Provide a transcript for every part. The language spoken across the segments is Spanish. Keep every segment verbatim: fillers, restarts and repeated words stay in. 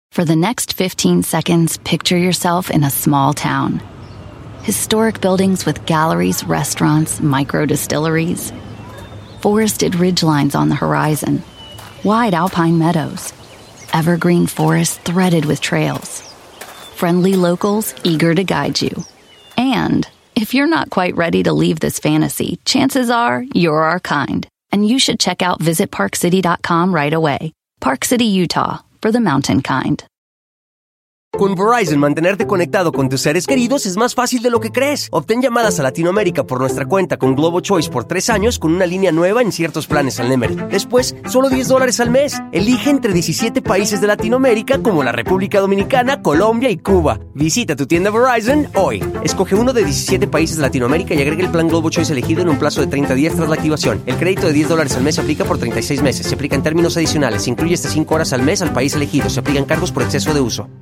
For the next fifteen seconds, picture yourself in a small town. Historic buildings with galleries, restaurants, micro-distilleries. Forested ridgelines on the horizon. Wide alpine meadows. Evergreen forests threaded with trails. Friendly locals eager to guide you. And if you're not quite ready to leave this fantasy, chances are you're our kind. And you should check out visit park city dot com right away. Park City, Utah, for the mountain kind. Con Verizon, mantenerte conectado con tus seres queridos es más fácil de lo que crees. Obtén llamadas a Latinoamérica por nuestra cuenta con Globo Choice por tres años con una línea nueva en ciertos planes al Nemery. Después, solo diez dólares al mes. Elige entre diecisiete países de Latinoamérica como la República Dominicana, Colombia y Cuba. Visita tu tienda Verizon hoy. Escoge uno de diecisiete países de Latinoamérica y agrega el plan Globo Choice elegido en un plazo de treinta días tras la activación. El crédito de diez dólares al mes se aplica por treinta y seis meses. Se aplica en términos adicionales. Se incluye hasta cinco horas al mes al país elegido. Se aplican cargos por exceso de uso.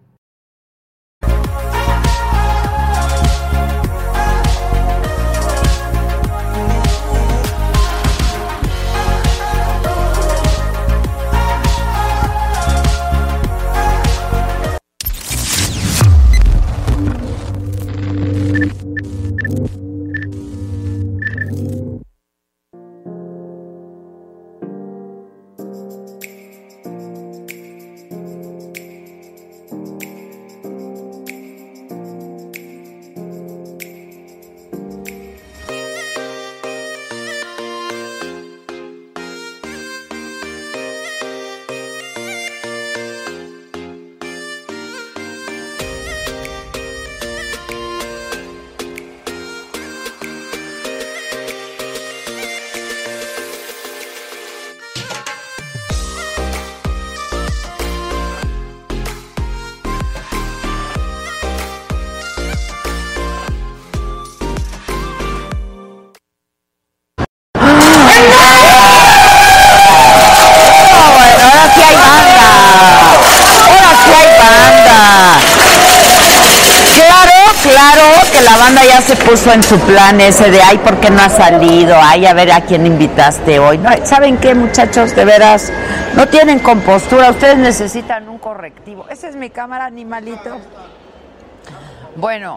Se puso en su plan ese de ay, ¿por qué no ha salido? Ay, a ver a quién invitaste hoy. No, ¿saben qué, muchachos? De veras, no tienen compostura. Ustedes necesitan un correctivo. Esa es mi cámara, animalito. Bueno,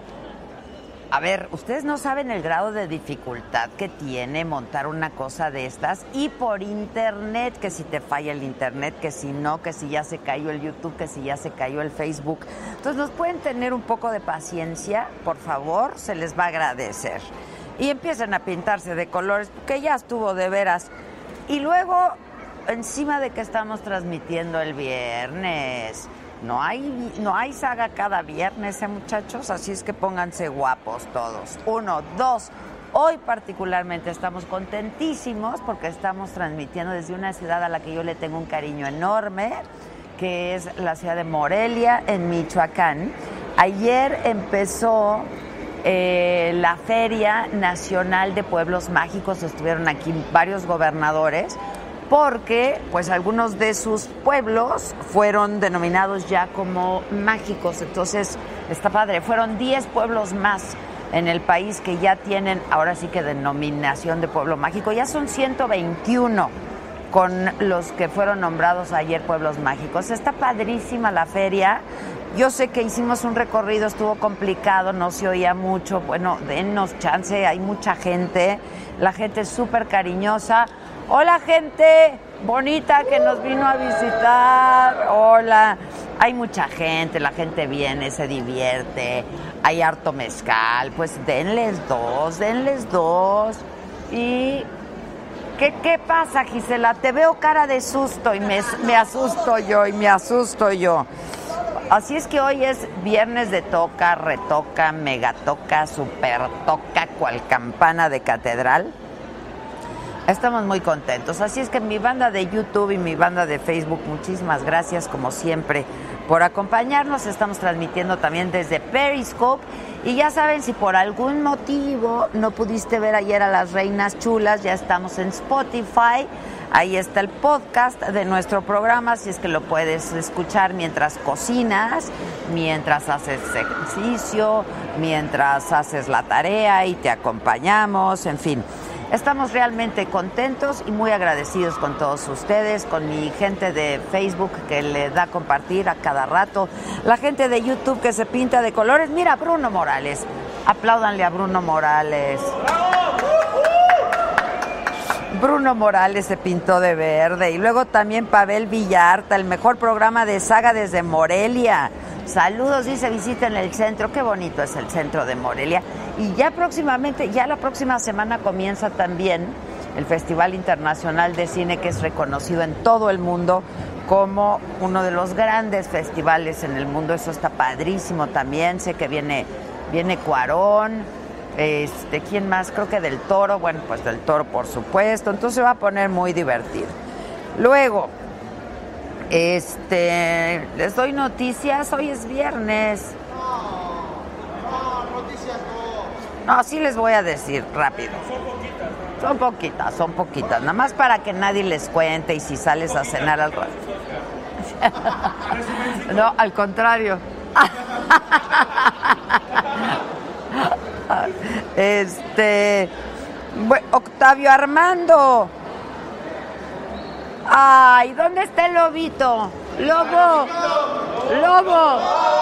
a ver, ustedes no saben el grado de dificultad que tiene montar una cosa de estas y por internet, que si te falla el internet, que si no, que si ya se cayó el YouTube, que si ya se cayó el Facebook. Entonces, ¿nos pueden tener un poco de paciencia? Por favor, se les va a agradecer. Y empiezan a pintarse de colores, que ya estuvo de veras. Y luego, encima de que estamos transmitiendo el viernes... No hay, no hay saga cada viernes, ¿eh, muchachos? Así es que pónganse guapos todos. Uno, dos. Hoy particularmente estamos contentísimos porque estamos transmitiendo desde una ciudad a la que yo le tengo un cariño enorme, que es la ciudad de Morelia, en Michoacán. Ayer empezó eh, la Feria Nacional de Pueblos Mágicos. Estuvieron aquí varios gobernadores, porque pues algunos de sus pueblos fueron denominados ya como mágicos, entonces está padre. Fueron diez pueblos más en el país que ya tienen ahora sí que denominación de pueblo mágico. Ya son ciento veintiuno con los que fueron nombrados ayer pueblos mágicos. Está padrísima la feria. Yo sé que hicimos un recorrido, estuvo complicado, no se oía mucho. Bueno, dennos chance, hay mucha gente, la gente es súper cariñosa. Hola, gente bonita que nos vino a visitar. Hola. Hay mucha gente, la gente viene, se divierte. Hay harto mezcal. Pues denles dos, denles dos. ¿Y qué, qué pasa, Gisela? Te veo cara de susto y me, me asusto yo y me asusto yo. Así es que hoy es viernes de toca, retoca, megatoca, super toca, cual campana de catedral. Estamos muy contentos, así es que mi banda de YouTube y mi banda de Facebook, muchísimas gracias como siempre por acompañarnos. Estamos transmitiendo también desde Periscope y ya saben, si por algún motivo no pudiste ver ayer a las Reinas Chulas, ya estamos en Spotify. Ahí está el podcast de nuestro programa, así es que lo puedes escuchar mientras cocinas, mientras haces ejercicio, mientras haces la tarea y te acompañamos, en fin. Estamos realmente contentos y muy agradecidos con todos ustedes, con mi gente de Facebook que le da a compartir a cada rato, la gente de YouTube que se pinta de colores. Mira, Bruno Morales, apláudanle a Bruno Morales. Bruno Morales se pintó de verde. Y luego también Pavel Villarta, el mejor programa de saga desde Morelia. Saludos, dice, visiten el centro. Qué bonito es el centro de Morelia. Y ya próximamente, ya la próxima semana comienza también el Festival Internacional de Cine, que es reconocido en todo el mundo como uno de los grandes festivales en el mundo. Eso está padrísimo también. Sé que viene, viene Cuarón, este, ¿quién más? Creo que Del Toro. Bueno, pues Del Toro, por supuesto. Entonces se va a poner muy divertido. Luego, este, les doy noticias. Hoy es viernes. No, sí les voy a decir rápido. Son poquitas. Son poquitas, son poquitas. Nada más para que nadie les cuente y si sales a cenar al rato. No, al contrario. Este, bueno, Octavio Armando. Ay, ¿dónde está el lobito? Lobo. Lobo.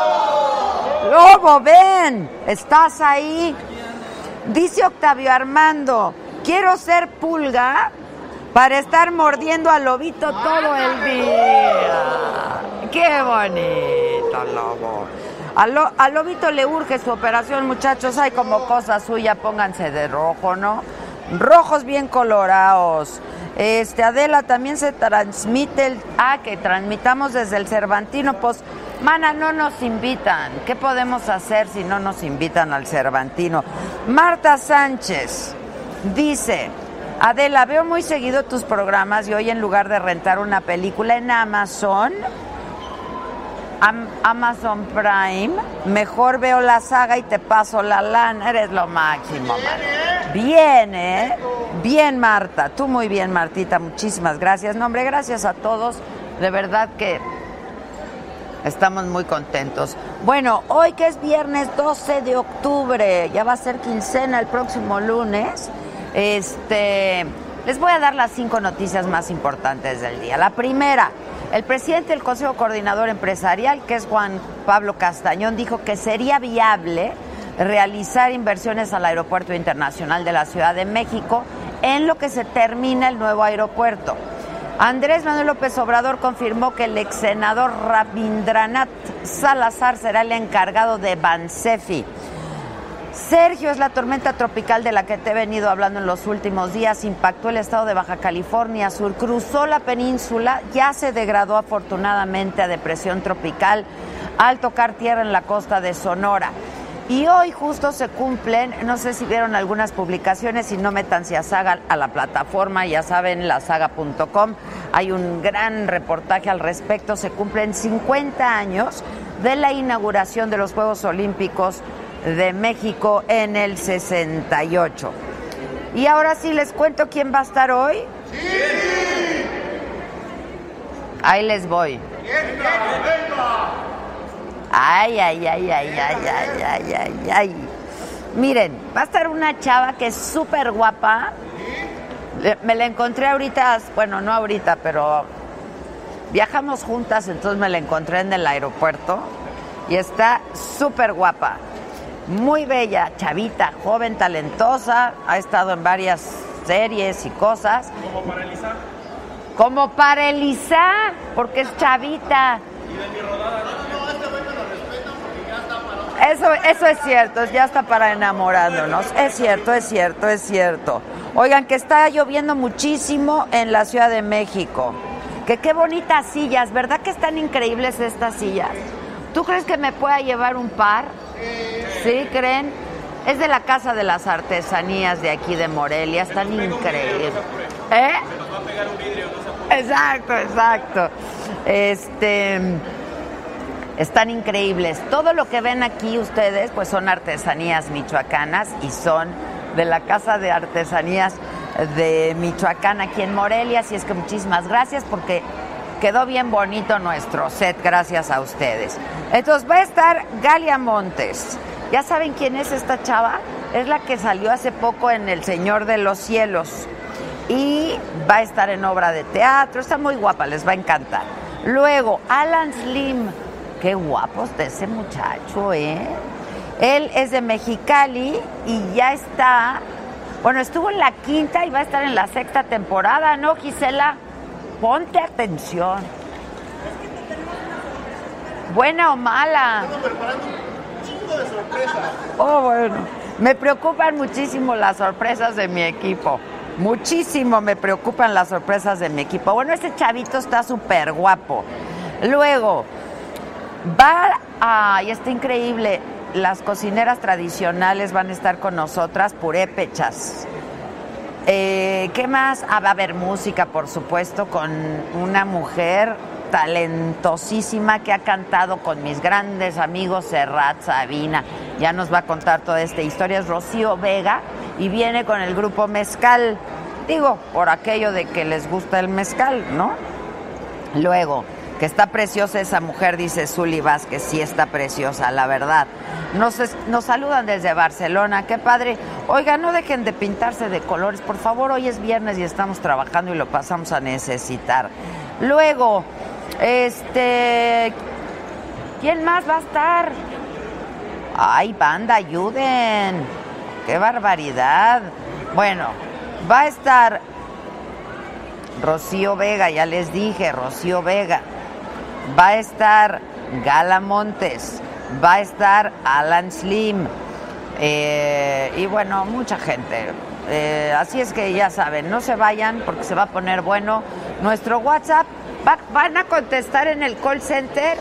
Lobo, ven. ¿Estás ahí? Dice Octavio Armando, quiero ser pulga para estar mordiendo al lobito todo el día. ¡Qué bonito, Lobo! Al, lo, al lobito le urge su operación, muchachos. Hay como cosa suya, pónganse de rojo, ¿no? Rojos bien colorados. Este, Adela, también se transmite el... Ah, que transmitamos desde el Cervantino. Pues, mana, no nos invitan. ¿Qué podemos hacer si no nos invitan al Cervantino? Marta Sánchez dice, Adela, veo muy seguido tus programas y hoy en lugar de rentar una película en Amazon, Am- Amazon Prime, mejor veo la saga y te paso la lana. Eres lo máximo, man. Bien, ¿eh? Bien, Marta. Tú muy bien, Martita. Muchísimas gracias. No, hombre, gracias a todos. De verdad que estamos muy contentos. Bueno, hoy que es viernes doce de octubre, ya va a ser quincena el próximo lunes, este, les voy a dar las cinco noticias más importantes del día. La primera, el presidente del Consejo Coordinador Empresarial, que es Juan Pablo Castañón, dijo que sería viable realizar inversiones al Aeropuerto Internacional de la Ciudad de México en lo que se termina el nuevo aeropuerto. Andrés Manuel López Obrador confirmó que el ex senador Rabindranath Salazar será el encargado de Bansefi. Sergio es la tormenta tropical de la que te he venido hablando en los últimos días. Impactó el estado de Baja California Sur, cruzó la península, ya se degradó afortunadamente a depresión tropical al tocar tierra en la costa de Sonora. Y hoy justo se cumplen, no sé si vieron algunas publicaciones, si no métanse a Saga, a la plataforma, ya saben, la saga punto com, hay un gran reportaje al respecto. Se cumplen cincuenta años de la inauguración de los Juegos Olímpicos de México en el sesenta y ocho. Y ahora sí les cuento quién va a estar hoy. ¡Sí! Ahí les voy. Ay, ay, ay, ay, ay, ay, ay, ay, ay. Miren, va a estar una chava que es súper guapa. Me la encontré ahorita, bueno, no ahorita, pero viajamos juntas, entonces me la encontré en el aeropuerto y está súper guapa. Muy bella, chavita, joven, talentosa, ha estado en varias series y cosas. ¿Como para Elisa? Como para Elisa, porque es chavita. ¿Y de mi rodada? No, este güey me lo respeta porque ya está para... Eso, eso es cierto, ya está para enamorándonos. Es cierto, es cierto, es cierto. Oigan, que está lloviendo muchísimo en la Ciudad de México. Que qué bonitas sillas, ¿verdad que están increíbles estas sillas? ¿Tú crees que me pueda llevar un par? ¿Sí creen? Es de la Casa de las Artesanías de aquí de Morelia, están increíbles. ¿Eh? Se nos va a pegar un vidrio, no se apure. Exacto, exacto. Este, están increíbles. Todo lo que ven aquí ustedes, pues son artesanías michoacanas y son de la Casa de Artesanías de Michoacán aquí en Morelia. Así es que muchísimas gracias porque quedó bien bonito nuestro set, gracias a ustedes. Entonces va a estar Galia Montes. ¿Ya saben quién es esta chava? es la que salió hace poco en El Señor de los Cielos y va a estar en obra de teatro. Está muy guapa, les va a encantar. Luego, Alan Slim, qué guapo está ese muchacho, ¿eh? Él es de Mexicali y ya está, bueno, estuvo en la quinta y va a estar en la sexta temporada, ¿no, Gisela? Ponte atención. ¿Buena o mala? Estamos preparando un chingo de sorpresas. Oh, bueno. Me preocupan muchísimo las sorpresas de mi equipo. Muchísimo me preocupan las sorpresas de mi equipo. Bueno, ese chavito está súper guapo. Luego, va a... y está increíble. Las cocineras tradicionales van a estar con nosotras, purépechas. Eh, ¿Qué más? Ah, va a haber música, por supuesto, con una mujer talentosísima que ha cantado con mis grandes amigos Serrat, Sabina. Ya nos va a contar toda esta historia. Es Rocío Vega y viene con el grupo Mezcal. Digo, por aquello de que les gusta el mezcal, ¿no? Luego, que está preciosa esa mujer, dice Zuli Vázquez, sí está preciosa, la verdad. Nos, nos saludan desde Barcelona, qué padre. Oiga, no dejen de pintarse de colores, por favor, hoy es viernes y estamos trabajando y lo pasamos a necesitar. Luego, este... ¿quién más va a estar? Ay, banda, ayuden. Qué barbaridad. Bueno, va a estar Rocío Vega, ya les dije, Rocío Vega. Va a estar Gala Montes, va a estar Alan Slim, eh, y bueno, mucha gente. Eh, así es que ya saben, no se vayan porque se va a poner bueno. Nuestro WhatsApp, va, ¿van a contestar en el call center?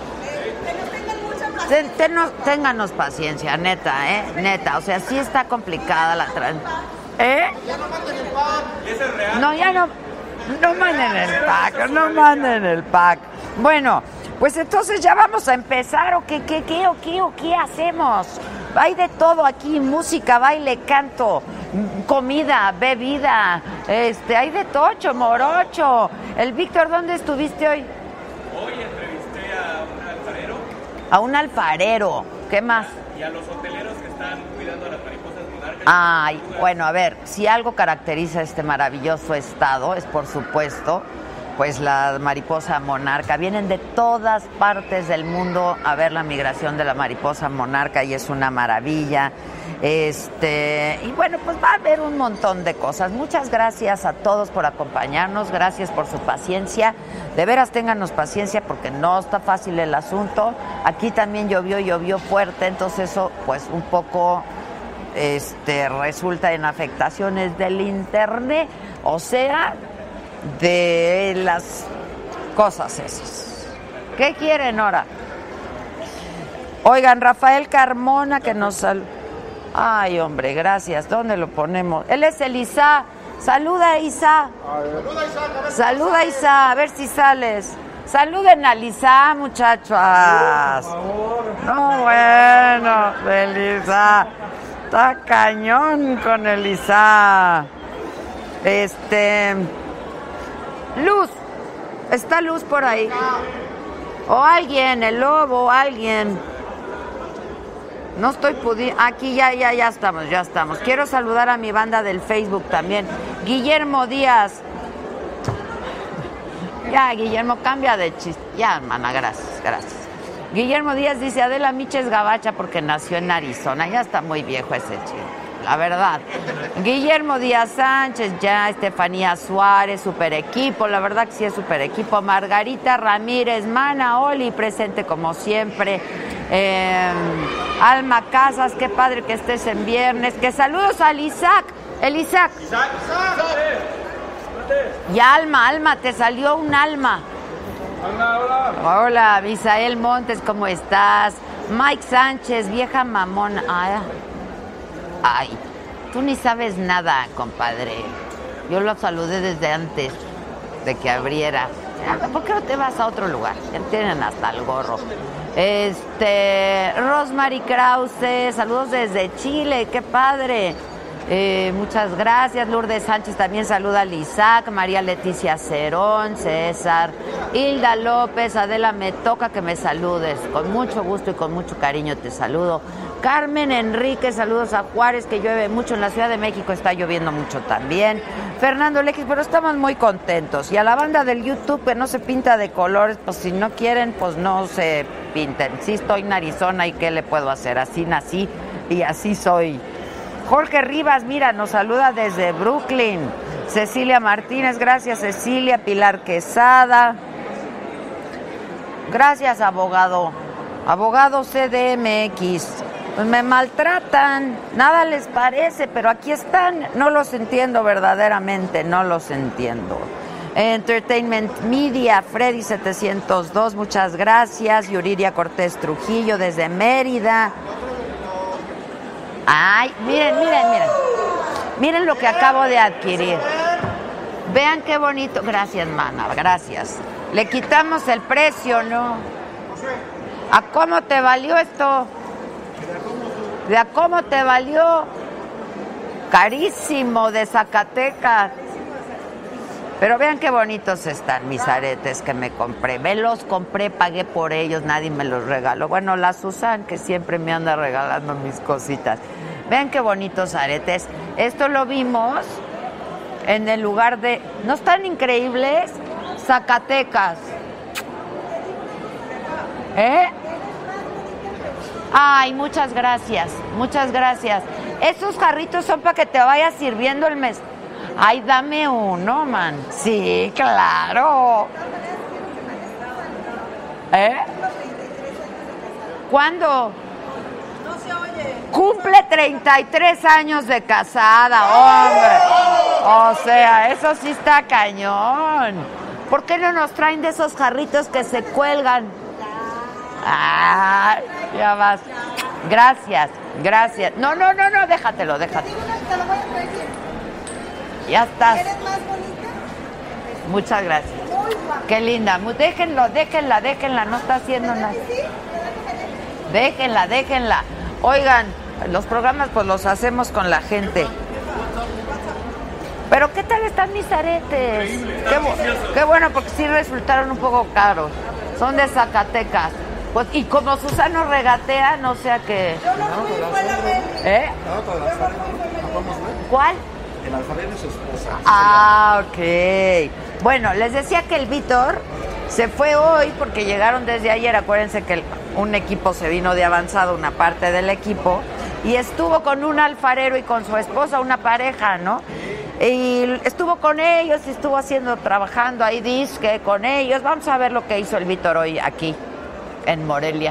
Ten, tenos, ténganos paciencia, neta, ¿eh? Neta, o sea, sí está complicada la trans... ¿Eh? Ya no manden el pack. ¿Ese es real? No, ya no, no manden el pack, no manden el pack. Bueno, pues entonces ya vamos a empezar, ¿o qué, qué, qué, o qué, o qué hacemos? Hay de todo aquí, música, baile, canto, comida, bebida, este, hay de tocho, morocho. El Víctor, ¿dónde estuviste hoy? Hoy entrevisté a un alfarero. A un alfarero, ¿qué más? Y a los hoteleros que están cuidando a las mariposas monarcas. Ay, bueno, a ver, si algo caracteriza este maravilloso estado es, por supuesto, pues la mariposa monarca. Vienen de todas partes del mundo a ver la migración de la mariposa monarca y es una maravilla. Este, y bueno, pues va a haber un montón de cosas. Muchas gracias a todos por acompañarnos, gracias por su paciencia. De veras, ténganos paciencia porque no está fácil el asunto. Aquí también llovió, llovió fuerte, entonces eso pues un poco este, resulta en afectaciones del internet, o sea, de las cosas esas. ¿Qué quieren ahora? Oigan, Rafael Carmona que nos saluda. Ay, hombre, gracias. ¿Dónde lo ponemos? Él es el Isa. Saluda, Isa. Saluda, Isaac. A ver si Saluda, sale. Isa, a ver si sales. Saluden al Isa, muchachos. Por favor. No, bueno, el Isa. Está cañón con el Isa. Este... Luz. ¿Está Luz por ahí? O alguien, el lobo, alguien. No estoy pudiendo. Aquí ya, ya, ya estamos, ya estamos. Quiero saludar a mi banda del Facebook también. Guillermo Díaz. Ya, Guillermo, cambia de chiste. Ya, hermana, gracias, gracias. Guillermo Díaz dice, Adela Micha es gabacha porque nació en Arizona. Ya está muy viejo ese chico, la verdad. Guillermo Díaz Sánchez, ya, Estefanía Suárez, super equipo, la verdad que sí es super equipo. Margarita Ramírez, Mana Oli, presente como siempre. Eh, Alma Casas, qué padre que estés en viernes. Que saludos al Isaac, el Isaac. Isaac, Isaac. Y Alma, Alma, te salió un alma. Hola, hola. Hola, Misael Montes, ¿cómo estás? Mike Sánchez, vieja mamona. Ay, ay, tú ni sabes nada, compadre. Yo lo saludé desde antes de que abriera. ¿Por qué no te vas a otro lugar? Ya tienen hasta el gorro. Este, Rosemary Krause, saludos desde Chile, qué padre. Eh, muchas gracias. Lourdes Sánchez también saluda a Lizac, María Leticia Cerón, César, Hilda López, Adela, me toca que me saludes. Con mucho gusto y con mucho cariño te saludo. Carmen Enrique, saludos a Juárez, que llueve mucho en la Ciudad de México, está lloviendo mucho también. Fernando Lequis, pero estamos muy contentos. Y a la banda del YouTube que no se pinta de colores, pues si no quieren, pues no se pinten. Sí estoy en Arizona y ¿qué le puedo hacer? Así nací y así soy. Jorge Rivas, mira, nos saluda desde Brooklyn. Cecilia Martínez, gracias Cecilia. Pilar Quesada. Gracias, abogado. Abogado C D M X. Pues me maltratan, nada les parece, pero aquí están. No los entiendo verdaderamente, no los entiendo. Entertainment Media, Freddy setecientos dos, muchas gracias. Yuriria Cortés Trujillo desde Mérida. Ay, miren, miren, miren. Miren lo que acabo de adquirir. Vean qué bonito. Gracias, mana, gracias. Le quitamos el precio, ¿no? ¿A cómo te valió esto? ¿De a cómo te valió? Carísimo, de Zacatecas. Pero vean qué bonitos están mis aretes que me compré. Me los compré, pagué por ellos, nadie me los regaló. Bueno, la Susan, que siempre me anda regalando mis cositas. Vean qué bonitos aretes. Esto lo vimos en el lugar de... ¿No están increíbles? Zacatecas. ¿Eh? Ay, muchas gracias, muchas gracias. Esos jarritos son para que te vayas sirviendo el mes. Ay, dame uno, man. Sí, claro. ¿Eh? ¿Cuándo? No se oye. Cumple treinta y tres años de casada, hombre. O sea, eso sí está cañón. ¿Por qué no nos traen de esos jarritos que se cuelgan? Ah, ya vas. Gracias, gracias. No, no, no, no, déjatelo, déjatelo. Ya estás. ¿Eres más bonita? Muchas gracias. Muy guapa. Qué linda. Déjenlo, déjenla, déjenla. No está haciendo nada. Déjenla, déjenla. Oigan, los programas pues los hacemos con la gente. Pero ¿qué tal están mis aretes? Qué, bu- qué bueno, porque sí resultaron un poco caros. Son de Zacatecas. Pues, y como Susano regatea, no sea que... Yo no fui, fue la Meli. ¿Eh? Yo no fui. ¿Cuál? El alfarero de su esposa. Ah, ok. Bueno, les decía que el Víctor se fue hoy porque llegaron desde ayer. Acuérdense que el, un equipo se vino de avanzado, una parte del equipo, y estuvo con un alfarero y con su esposa, una pareja, ¿no? Y estuvo con ellos y estuvo haciendo, trabajando ahí disque con ellos. Vamos a ver lo que hizo el Víctor hoy aquí en Morelia.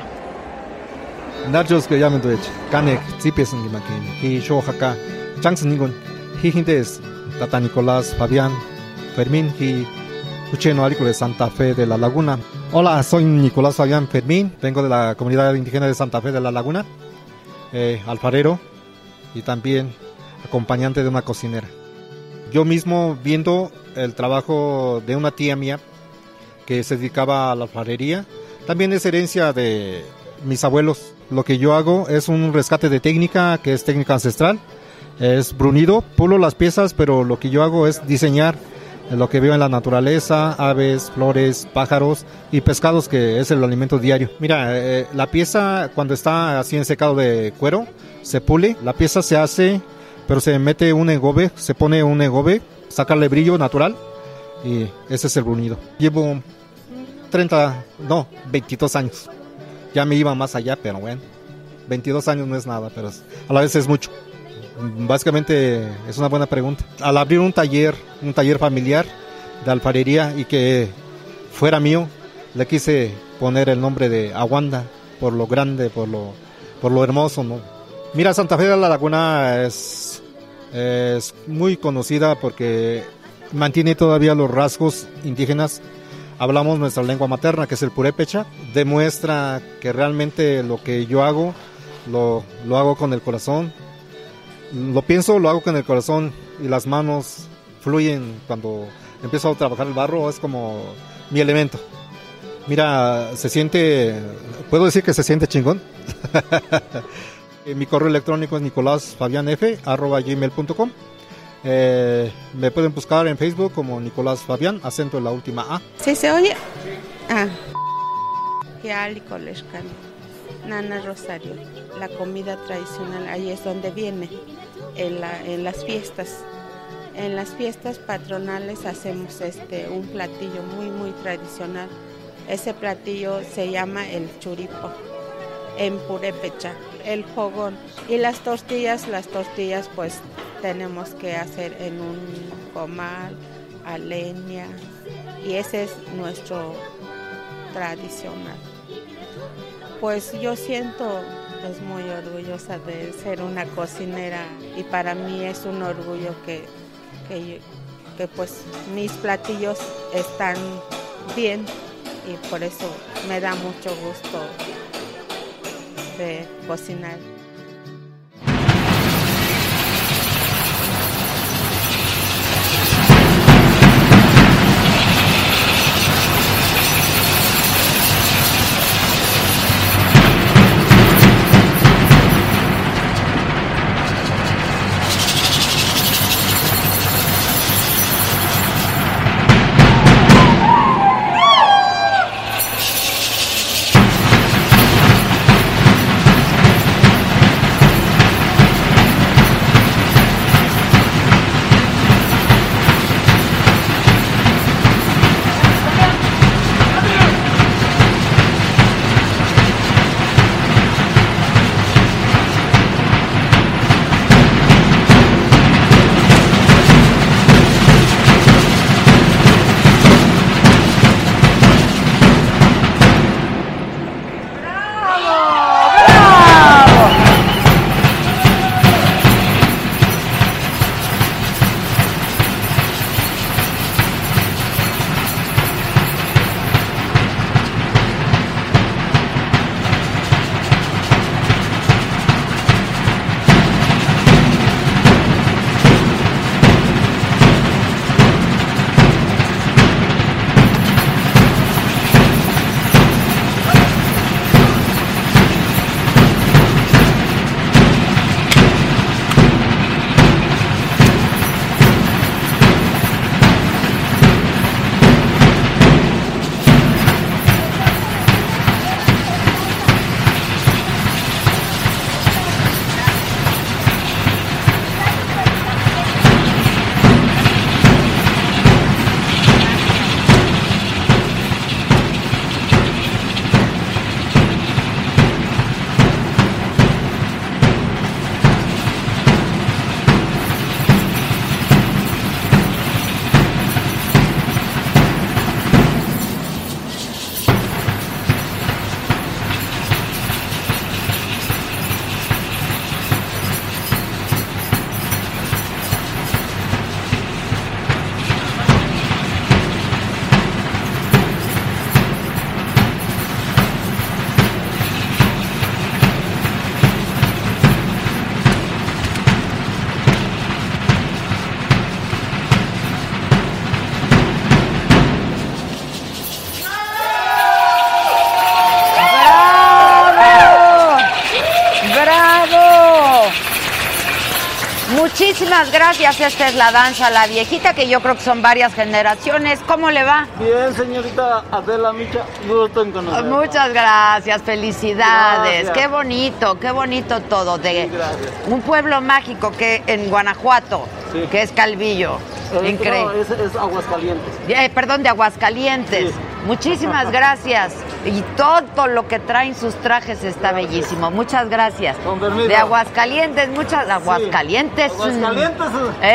Nachos que llaman de Canek, Zipes en Limaquín, y yo acá, Chance Ningun, Hijindes, Tata Nicolás, Fabián, Fermín, y Ucheno Arico de Santa Fe de la Laguna. Hola, soy Nicolás Fabián Fermín, vengo de la comunidad indígena de Santa Fe de la Laguna, eh, alfarero y también acompañante de una cocinera. Yo mismo viendo el trabajo de una tía mía que se dedicaba a la alfarería, también es herencia de mis abuelos. Lo que yo hago es un rescate de técnica, que es técnica ancestral, es brunido, pulo las piezas, pero lo que yo hago es diseñar lo que veo en la naturaleza, aves, flores, pájaros y pescados, que es el alimento diario. Mira, eh, la pieza cuando está así en secado de cuero, se pule, la pieza se hace, pero se mete un engobe, se pone un engobe, sacarle brillo natural y ese es el brunido. Llevo treinta, no, veintidós años. Ya me iba más allá, pero bueno, veintidós años no es nada, pero a la vez es mucho. Básicamente es una buena pregunta. Al abrir un taller, un taller familiar de alfarería y que fuera mío, le quise poner el nombre de Aguanda por lo grande, por lo, por lo hermoso, ¿no? Mira, Santa Fe de la Laguna es, es muy conocida porque mantiene todavía los rasgos indígenas. Hablamos nuestra lengua materna, que es el purépecha. Demuestra que realmente lo que yo hago, lo, lo hago con el corazón. Lo pienso, lo hago con el corazón y las manos fluyen cuando empiezo a trabajar el barro. Es como mi elemento. Mira, se siente, puedo decir que se siente chingón. Eh, mi correo electrónico es nicolásfabianf arroba gmail punto com. Eh, me pueden buscar en Facebook como Nicolás Fabián, acento en la última A. ¿Sí se oye? Ah. Yali Colescan, Nana Rosario, la comida tradicional, ahí es donde viene, en, la, en las fiestas. En las fiestas patronales hacemos este un platillo muy muy tradicional. Ese platillo se llama el churipo, en purépecha, el fogón. Y las tortillas, las tortillas pues tenemos que hacer en un comal, a leña, y ese es nuestro tradicional. Pues yo siento pues muy orgullosa de ser una cocinera y para mí es un orgullo que, que, que pues mis platillos están bien y por eso me da mucho gusto de cocinar. Muchísimas gracias. Esta es la danza La Viejita, que yo creo que son varias generaciones. ¿Cómo le va? Bien, señorita Adela Micha, gusto en conocerla. Muchas gracias, felicidades. Gracias. Qué bonito, qué bonito todo. De sí, un pueblo mágico que en Guanajuato, sí, que es Calvillo. Eh, Increíble. No, es, es Aguascalientes. Eh, perdón, de Aguascalientes. Sí. Muchísimas gracias. Y todo lo que traen sus trajes está gracias. Bellísimo. Muchas gracias. Con permiso. De Aguascalientes, muchas. Aguascalientes. Sí. Aguascalientes.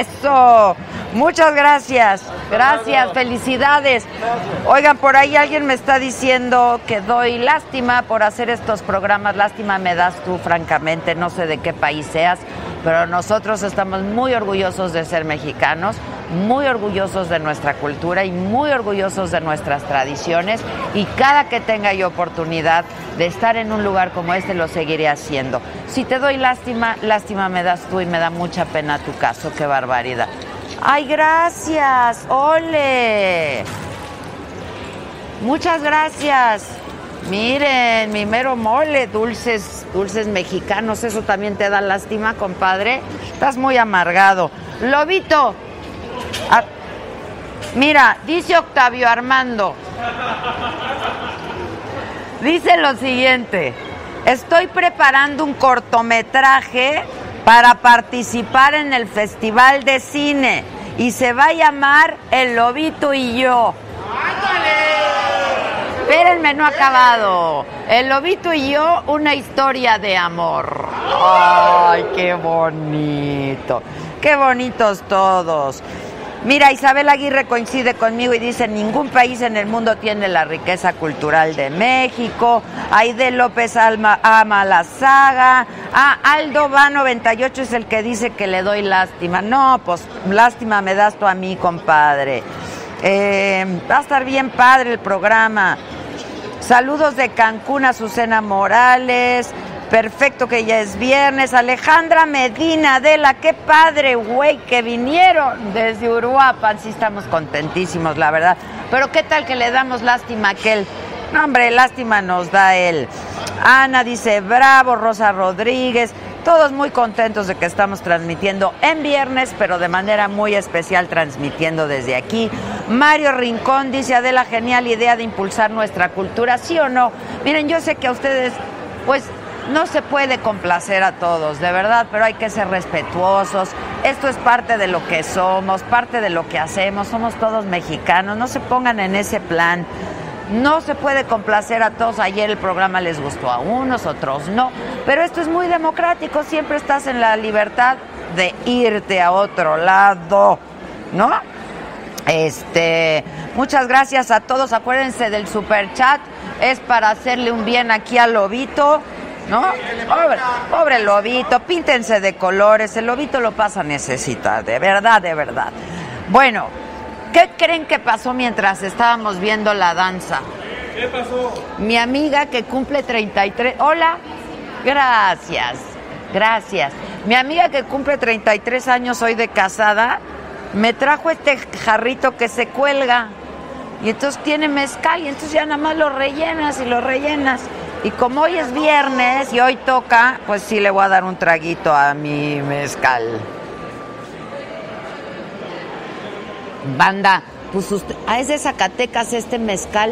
Eso. Muchas gracias. Gracias. Felicidades. Gracias. Oigan, por ahí alguien me está diciendo que doy lástima por hacer estos programas. Lástima me das tú, francamente. No sé de qué país seas, pero nosotros estamos muy orgullosos de ser mexicanos, muy orgullosos de nuestra cultura y muy orgullosos de nuestras tradiciones, y cada que tenga yo oportunidad de estar en un lugar como este lo seguiré haciendo. Si te doy lástima, lástima me das tú, y me da mucha pena tu caso. Qué barbaridad. ¡Ay, gracias! ¡Ole! Muchas gracias. Miren, mi mero mole, dulces Dulces mexicanos, ¿eso también te da lástima, compadre? Estás muy amargado. Lobito, a... mira, dice Octavio Armando, dice lo siguiente: estoy preparando un cortometraje para participar en el Festival de Cine y se va a llamar El Lobito y yo. Espérenme, no ha acabado. El Lobito y yo, una historia de amor. Ay, qué bonito. Qué bonitos todos. Mira, Isabel Aguirre coincide conmigo y dice: ningún país en el mundo tiene la riqueza cultural de México. Aide López Alma, ama la saga. Ah, Aldo Va noventa y ocho es el que dice que le doy lástima. No, pues lástima me das tú a mí, compadre. Eh, va a estar bien padre el programa. Saludos de Cancún a Azucena Morales. Perfecto que ya es viernes. Alejandra Medina, Adela, qué padre, güey, que vinieron desde Uruapan. Sí, estamos contentísimos, la verdad. Pero qué tal que le damos lástima a aquel. No, hombre, lástima nos da él. Ana dice bravo, Rosa Rodríguez. Todos muy contentos de que estamos transmitiendo en viernes, pero de manera muy especial transmitiendo desde aquí. Mario Rincón dice: Adela, genial idea de impulsar nuestra cultura, ¿sí o no? Miren, yo sé que a ustedes, pues, no se puede complacer a todos, de verdad, pero hay que ser respetuosos. Esto es parte de lo que somos, parte de lo que hacemos. Somos todos mexicanos, no se pongan en ese plan. No se puede complacer a todos. Ayer el programa les gustó a unos, otros no. Pero esto es muy democrático. Siempre estás en la libertad de irte a otro lado, ¿no? Este, muchas gracias a todos. Acuérdense del superchat. Es para hacerle un bien aquí al Lobito, ¿no? Pobre, pobre Lobito. Píntense de colores. El Lobito lo pasa a necesitar. De verdad, de verdad. Bueno, ¿qué creen que pasó mientras estábamos viendo la danza? ¿Qué pasó? Mi amiga que cumple treinta y tres... Hola. Gracias. Gracias. Mi amiga que cumple treinta y tres años hoy de casada, me trajo este jarrito que se cuelga. Y entonces tiene mezcal y entonces ya nada más lo rellenas y lo rellenas. Y como hoy es viernes y hoy toca, pues sí le voy a dar un traguito a mi mezcal. Banda, pues usted, ah, es de Zacatecas este mezcal.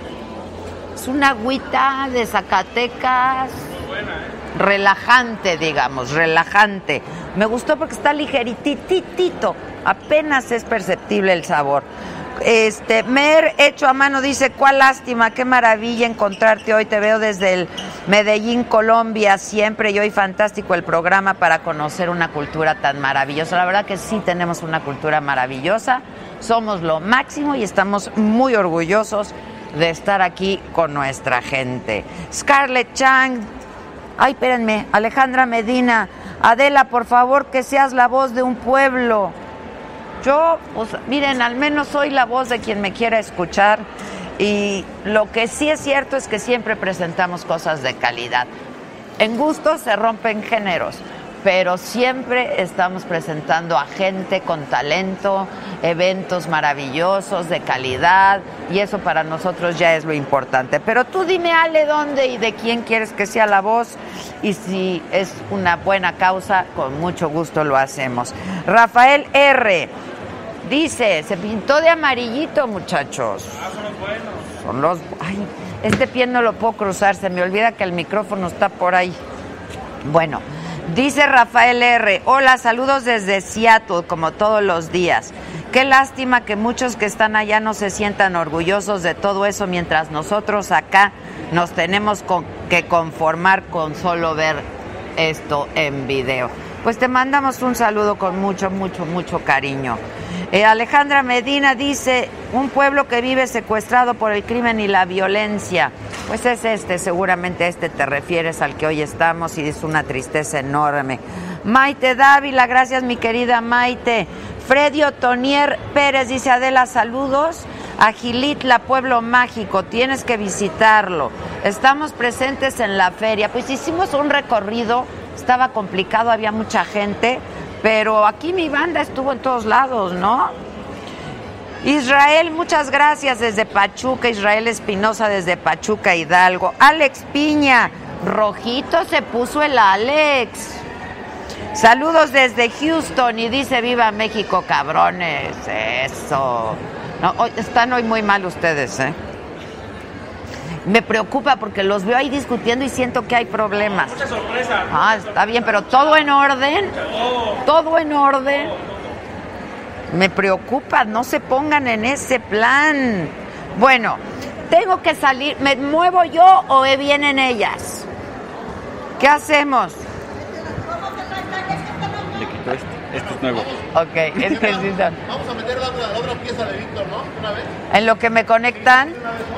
Es una agüita de Zacatecas. Buena, ¿eh? Relajante, digamos, relajante. Me gustó porque está ligerititito, apenas es perceptible el sabor. Este, Mer, hecho a mano, dice: cuál lástima, qué maravilla encontrarte hoy, te veo desde el Medellín, Colombia, siempre, y hoy fantástico el programa para conocer una cultura tan maravillosa. La verdad que sí tenemos una cultura maravillosa, somos lo máximo y estamos muy orgullosos de estar aquí con nuestra gente. Scarlett Chang, ay, espérenme, Alejandra Medina, Adela, por favor, que seas la voz de un pueblo. Yo, pues, miren, al menos soy la voz de quien me quiera escuchar, y lo que sí es cierto es que siempre presentamos cosas de calidad. En gustos se rompen géneros, pero siempre estamos presentando a gente con talento, eventos maravillosos, de calidad, y eso para nosotros ya es lo importante. Pero tú dime, Ale, dónde y de quién quieres que sea la voz, y si es una buena causa, con mucho gusto lo hacemos. Rafael R. dice: se pintó de amarillito, muchachos. Ah, son los buenos. Son los... Ay, este pie no lo puedo cruzar, se me olvida que el micrófono está por ahí. Bueno, dice Rafael R. hola, saludos desde Seattle, como todos los días. Qué lástima que muchos que están allá no se sientan orgullosos de todo eso, mientras nosotros acá nos tenemos con, que conformar con solo ver esto en video. Pues te mandamos un saludo con mucho, mucho, mucho cariño. Eh, Alejandra Medina dice: un pueblo que vive secuestrado por el crimen y la violencia. Pues es este, seguramente este te refieres al que hoy estamos, y es una tristeza enorme. Maite Dávila, gracias mi querida Maite. Freddy Otonier Pérez dice: Adela, saludos a Gilitla, pueblo mágico, tienes que visitarlo. Estamos presentes en la feria. Pues hicimos un recorrido, estaba complicado, había mucha gente, pero aquí mi banda estuvo en todos lados, ¿no? Israel, muchas gracias desde Pachuca. Israel Espinosa desde Pachuca, Hidalgo. Alex Piña, Rojito se puso el Alex. Saludos desde Houston y dice viva México, cabrones. Eso. No, hoy, están hoy muy mal ustedes, ¿eh? Me preocupa porque los veo ahí discutiendo y siento que hay problemas. Mucha sorpresa. Ah, está bien, pero todo en orden. Todo en orden. Me preocupa, no se pongan en ese plan. Bueno, tengo que salir. ¿Me muevo yo o vienen ellas? ¿Qué hacemos? Le quito este. Este es nuevo. Ok, es que sí son. Vamos a meter la otra, la otra pieza de Víctor, ¿no? Una vez. En lo que me conectan.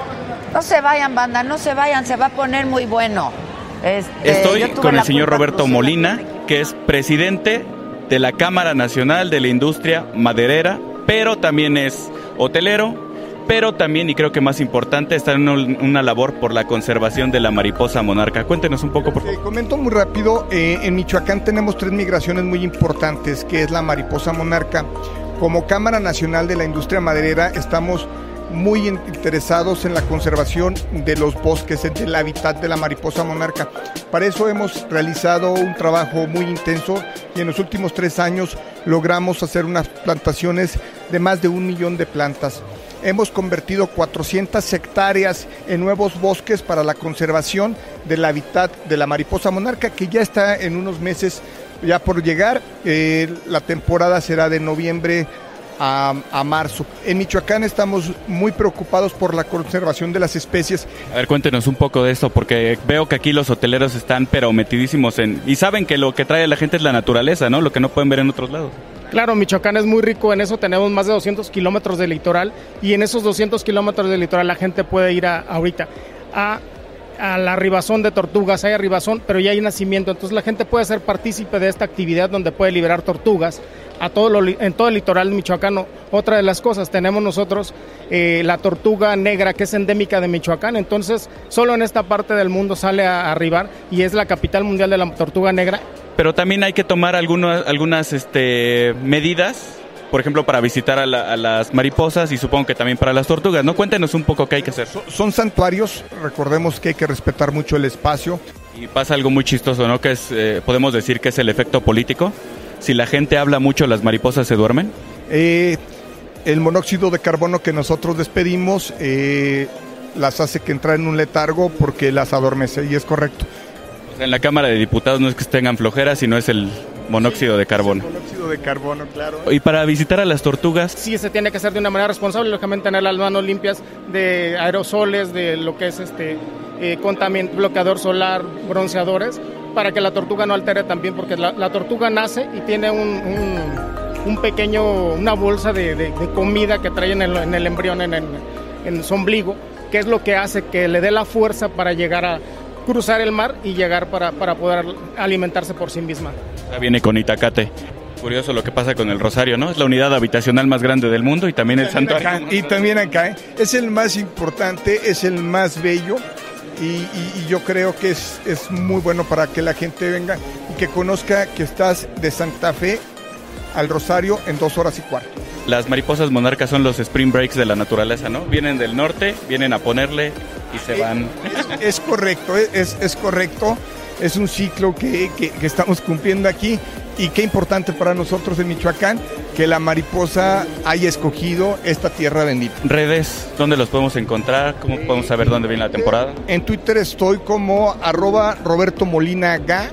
No se vayan, banda, no se vayan, se va a poner muy bueno. Este, Estoy con el señor Roberto Molina, que es presidente de la Cámara Nacional de la Industria Maderera, pero también es hotelero, pero también, y creo que más importante, está en una, una labor por la conservación de la mariposa monarca. Cuéntenos un poco, por favor. Te comento muy rápido, eh, en Michoacán tenemos tres migraciones muy importantes, que es la mariposa monarca. Como Cámara Nacional de la Industria Maderera estamos muy interesados en la conservación de los bosques, del hábitat de la mariposa monarca. Para eso hemos realizado un trabajo muy intenso y en los últimos tres años logramos hacer unas plantaciones de más de un millón de plantas. Hemos convertido cuatrocientas hectáreas en nuevos bosques para la conservación del hábitat de la mariposa monarca, que ya está en unos meses ya por llegar. Eh, la temporada será de noviembre A, a marzo. En Michoacán estamos muy preocupados por la conservación de las especies. A ver, cuéntenos un poco de esto, porque veo que aquí los hoteleros están pero metidísimos en... Y saben que lo que trae a la gente es la naturaleza, ¿no? Lo que no pueden ver en otros lados. Claro, Michoacán es muy rico en eso, tenemos más de doscientos kilómetros de litoral y en esos doscientos kilómetros de litoral la gente puede ir a, ahorita a... a la arribazón de tortugas, hay arribazón, pero ya hay nacimiento, entonces la gente puede ser partícipe de esta actividad donde puede liberar tortugas a todo lo, en todo el litoral michoacano. Otra de las cosas, tenemos nosotros eh, la tortuga negra, que es endémica de Michoacán, entonces solo en esta parte del mundo sale a, a arribar y es la capital mundial de la tortuga negra. Pero también hay que tomar algunas, algunas este, medidas, por ejemplo, para visitar a, la, a las mariposas y supongo que también para las tortugas, ¿no? Cuéntenos un poco qué hay que hacer. Son, son santuarios, recordemos que hay que respetar mucho el espacio. Y pasa algo muy chistoso, ¿no? Que es, eh, podemos decir que es el efecto político. Si la gente habla mucho, ¿las mariposas se duermen? Eh, el monóxido de carbono que nosotros despedimos eh, las hace que entrar en un letargo porque las adormece, y es correcto. O sea, en la Cámara de Diputados no es que tengan flojera, sino es el monóxido de carbono. Sí, el monóxido de carbono, claro. Y para visitar a las tortugas... Sí, se tiene que hacer de una manera responsable, lógicamente tener las manos limpias de aerosoles, de lo que es este eh, contamin- bloqueador solar, bronceadores, para que la tortuga no altere también, porque la, la tortuga nace y tiene un, un, un pequeño, una bolsa de, de, de comida que trae en el, en el embrión, en, el, en su ombligo, que es lo que hace que le dé la fuerza para llegar a cruzar el mar y llegar para, para poder alimentarse por sí misma. Ya viene con Itacate. Curioso lo que pasa con el Rosario, ¿no? Es la unidad habitacional más grande del mundo y también el también santuario. Acá, y también acá, ¿eh? Es el más importante, es el más bello. Y, y, y yo creo que es, es muy bueno para que la gente venga y que conozca que estás de Santa Fe al Rosario en dos horas y cuarto. Las mariposas monarcas son los spring breaks de la naturaleza, ¿no? Vienen del norte, vienen a ponerle y se van. Es, es correcto, es, es correcto. Es un ciclo que, que, que estamos cumpliendo aquí. Y qué importante para nosotros en Michoacán que la mariposa haya escogido esta tierra bendita. Redes, ¿dónde los podemos encontrar? ¿Cómo podemos saber dónde viene la temporada? En Twitter estoy como arroba Roberto Molina Ga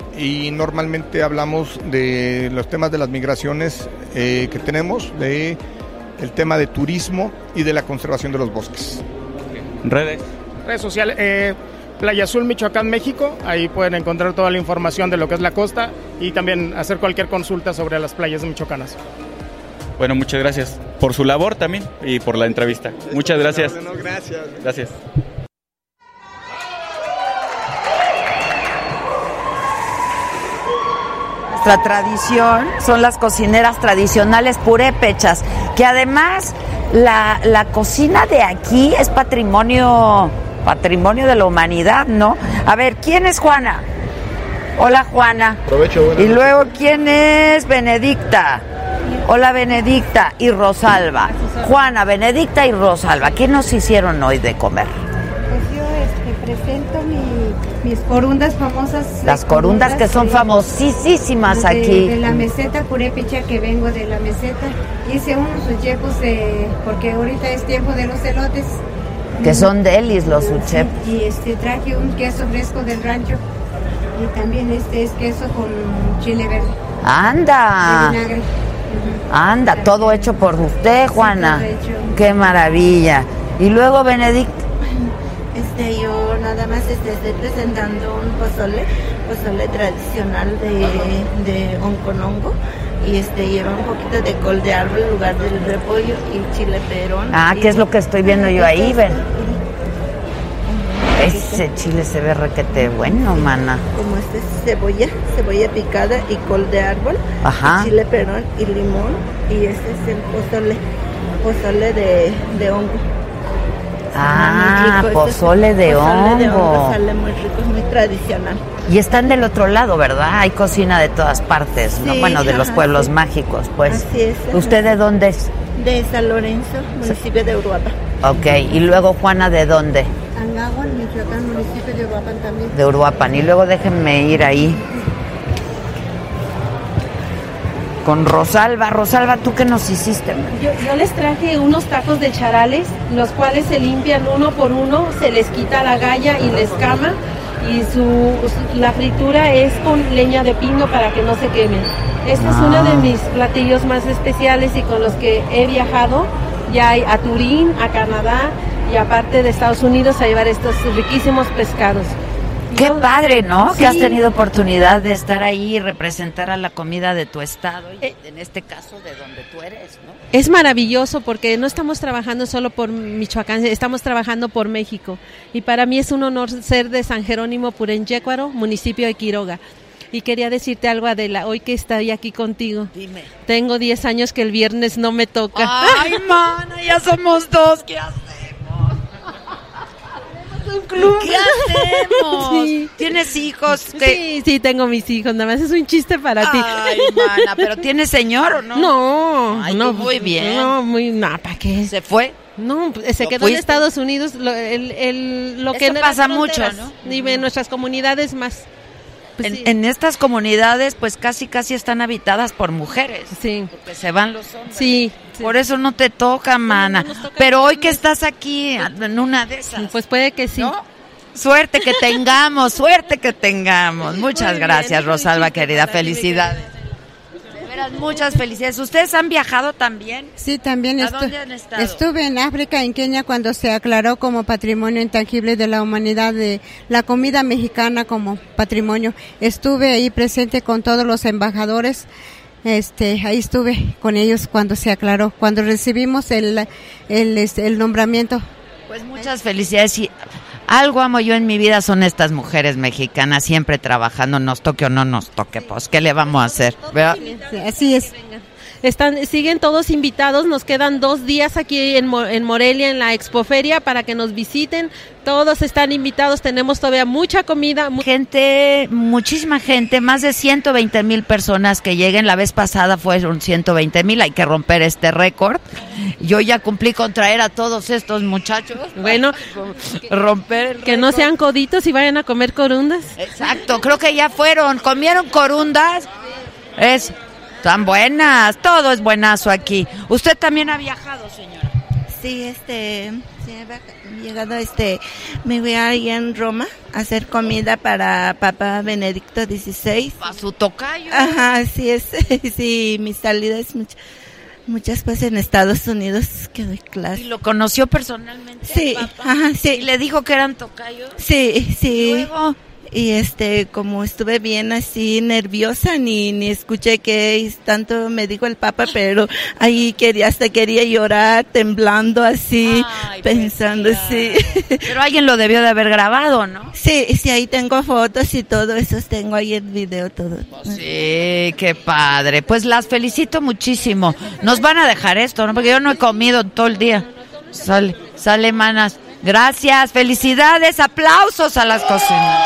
y normalmente hablamos de los temas de las migraciones eh, que tenemos, de el tema de turismo y de la conservación de los bosques. Redes. Redes sociales, eh, Playa Azul, Michoacán, México, ahí pueden encontrar toda la información de lo que es la costa y también hacer cualquier consulta sobre las playas michoacanas. Bueno, muchas gracias por su labor también y por la entrevista. Muchas gracias. No, gracias. Gracias. Nuestra tradición son las cocineras tradicionales purépechas, que además la, la cocina de aquí es patrimonio... patrimonio de la humanidad, ¿no? A ver, ¿quién es Juana? Hola, Juana. Aprovecho, buenas Y luego, ¿quién es Benedicta? Hola, Benedicta y Rosalba. Juana, Benedicta y Rosalba, ¿qué nos hicieron hoy de comer? Pues yo este, presento mi mis corundas famosas. Las corundas que son famosísimas de, aquí. De la meseta purépecha, que vengo de la meseta. Hice unos uchepos de, porque ahorita es tiempo de los elotes. Que son delis los uchepos. Sí, y este, traje un queso fresco del rancho. Y también este es queso con chile verde. ¡Anda! De vinagre. Anda, todo hecho por usted, Juana. Sí, todo hecho. ¡Qué maravilla! Y luego, Benedict. Este, yo nada más este, estoy presentando un pozole, pozole tradicional de, de onconongo, y este lleva un poquito de col de árbol en lugar del repollo y chile perón. Ah, y, ¿qué es lo que estoy viendo yo ahí, ven? Uh-huh. Ese chile se ve requete bueno, mana. Como este es cebolla, cebolla picada y col de árbol, ajá, y chile perón y limón, y este es el pozole, pozole de, de hongo. Ah, pozole de hongo. Pozole de hongo sale muy rico, es muy tradicional. Y están del otro lado, ¿verdad? Hay cocina de todas partes, ¿no? Sí, bueno, de los ajá, pueblos sí. mágicos, pues. Así es. ¿Usted de dónde es? De San Lorenzo, municipio de Uruapan. Ok, y luego, Juana, ¿de dónde? Angahuan, Michoacán, municipio de Uruapan también. De Uruapan. Y luego déjenme ir ahí con Rosalba. Rosalba, ¿tú qué nos hiciste? Yo, yo les traje unos tacos de charales, los cuales se limpian uno por uno, se les quita la galla y la escama, y su, la fritura es con leña de pino para que no se quemen. Este ah. es uno de mis platillos más especiales y con los que he viajado ya a Turín, a Canadá y aparte de Estados Unidos a llevar estos riquísimos pescados. Qué Yo, padre, ¿no? sí. Que has tenido oportunidad de estar ahí y representar a la comida de tu estado, y en este caso de donde tú eres, ¿no? Es maravilloso porque no estamos trabajando solo por Michoacán, estamos trabajando por México. Y para mí es un honor ser de San Jerónimo Purenjécuaro, municipio de Quiroga. Y quería decirte algo, Adela, hoy que estoy aquí contigo. Dime. Tengo diez años que el viernes no me toca. Ay, mana, ya somos dos, ¿qué hacemos? Un club. ¿Qué hacemos? Sí. ¿Tienes hijos? ¿Qué? Sí, sí, tengo mis hijos, nada más es un chiste para ti. Ay, mana, ¿pero tienes señor o no? No, Ay, no, muy bien. No, muy, no, ¿para qué? ¿Se fue? No, se quedó fuiste? en Estados Unidos, lo, el, el, lo Eso que no pasa mucho, ¿no? Ni en nuestras comunidades más. Pues en, sí. en estas comunidades, pues casi casi están habitadas por mujeres. Sí. Porque se van los hombres. Sí. sí. Por eso no te toca, mana. No, no toca. Pero hoy que estás aquí, en una de esas. Pues puede que sí. ¿No? Suerte que tengamos, suerte que tengamos. Muchas muy gracias, bien, Rosalba, querida. Felicidades. De veras, muchas felicidades. ¿Ustedes han viajado también? Sí, también. ¿A estu- dónde han estado? Estuve en África, en Kenia, cuando se aclaró como patrimonio intangible de la humanidad de la comida mexicana como patrimonio. Estuve ahí presente con todos los embajadores. Este, ahí estuve con ellos cuando se aclaró, cuando recibimos el, el, el, el nombramiento. Pues muchas felicidades. Y algo amo yo en mi vida son estas mujeres mexicanas siempre trabajando, nos toque o no nos toque, pues ¿qué le vamos a hacer? ¿Verdad? Así es. Están, siguen todos invitados, nos quedan dos días aquí en, en Morelia en la Expoferia para que nos visiten, todos están invitados, tenemos todavía mucha comida. Mu- gente, muchísima gente, más de ciento veinte mil personas que lleguen, la vez pasada fueron ciento veinte mil, hay que romper este récord, yo ya cumplí con traer a todos estos muchachos, bueno, romper el que récord. No sean coditos y vayan a comer corundas. Exacto, creo que ya fueron, comieron corundas, es... Están buenas, todo es buenazo aquí. ¿Usted también ha viajado, señora? Sí, este, sí, he llegado, este, me voy ahí en Roma a hacer comida para Papa Benedicto dieciséis. ¿A su tocayo? Ajá, sí, es, sí, mi salida es mucha, muchas pues en Estados Unidos que doy clase. ¿Y lo conoció personalmente? Sí, Papa? ajá, sí. ¿Y le dijo que eran tocayos? Sí, sí. ¿Y luego? Y este, como estuve bien así nerviosa, ni, ni escuché que tanto me dijo el Papa, pero ahí quería, hasta quería llorar, temblando así, ay, pensando sí. así. Pero alguien lo debió de haber grabado, ¿no? Sí, sí, ahí tengo fotos y todo eso, tengo ahí el video, todo. Sí, qué padre. Pues las felicito muchísimo. Nos van a dejar esto, ¿no? Porque yo no he comido todo el día. Sale, sale, manas. Gracias, felicidades, aplausos a las cocinas.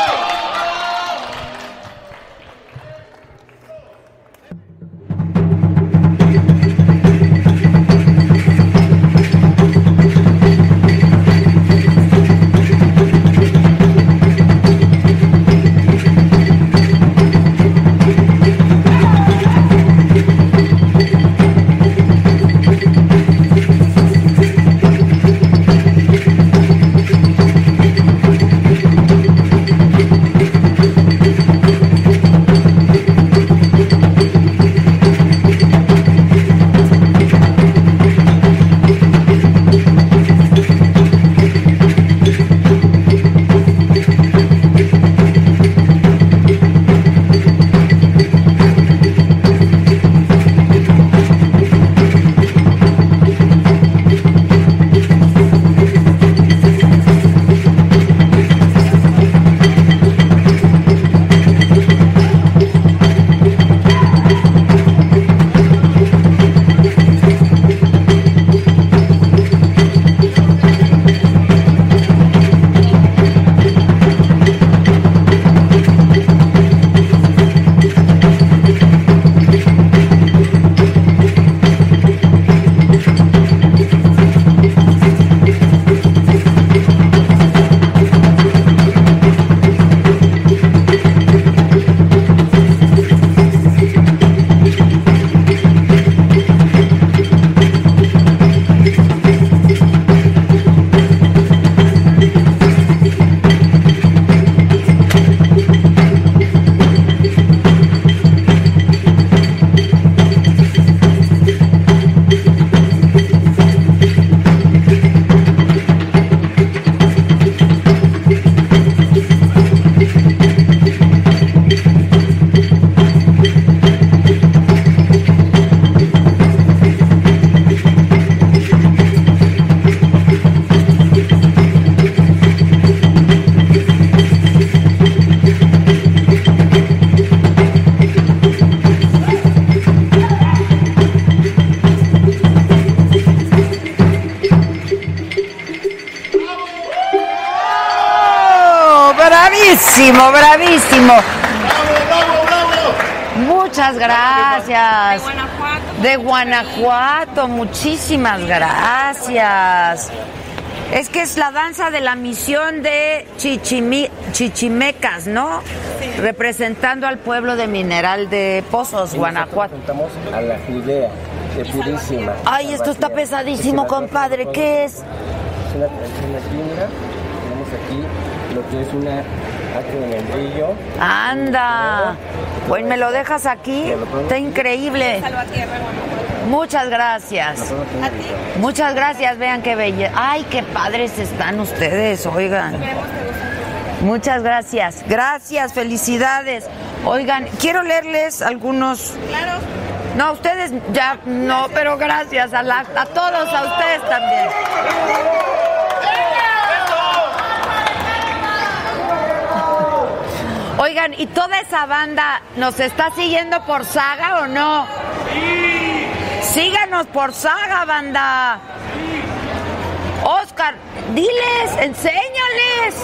Bravísimo, bravísimo. Muchas gracias. De Guanajuato. De Guanajuato, muchísimas gracias. Es que es la danza de la misión de Chichimi, Chichimecas, ¿no? Sí. Representando al pueblo de Mineral de Pozos, Guanajuato. Representamos a la Judea de Purísima. Ay, esto está pesadísimo, compadre. ¿Qué es? Es una tradición equina. Tenemos aquí lo que es una acto de membrillo. Anda. Pues me lo dejas aquí. Está increíble. Salvatierra, Guanajuato. Muchas gracias. A ti. Muchas gracias, vean qué belleza. Ay, qué padres están ustedes, oigan. Muchas gracias. Gracias, felicidades. Oigan, quiero leerles algunos. Claro. No, ustedes ya no, pero gracias a, la, a todos, a ustedes también. Oigan, ¿y toda esa banda nos está siguiendo por Saga o no? Sí. Síganos por Saga, banda. Oscar, diles, enséñales.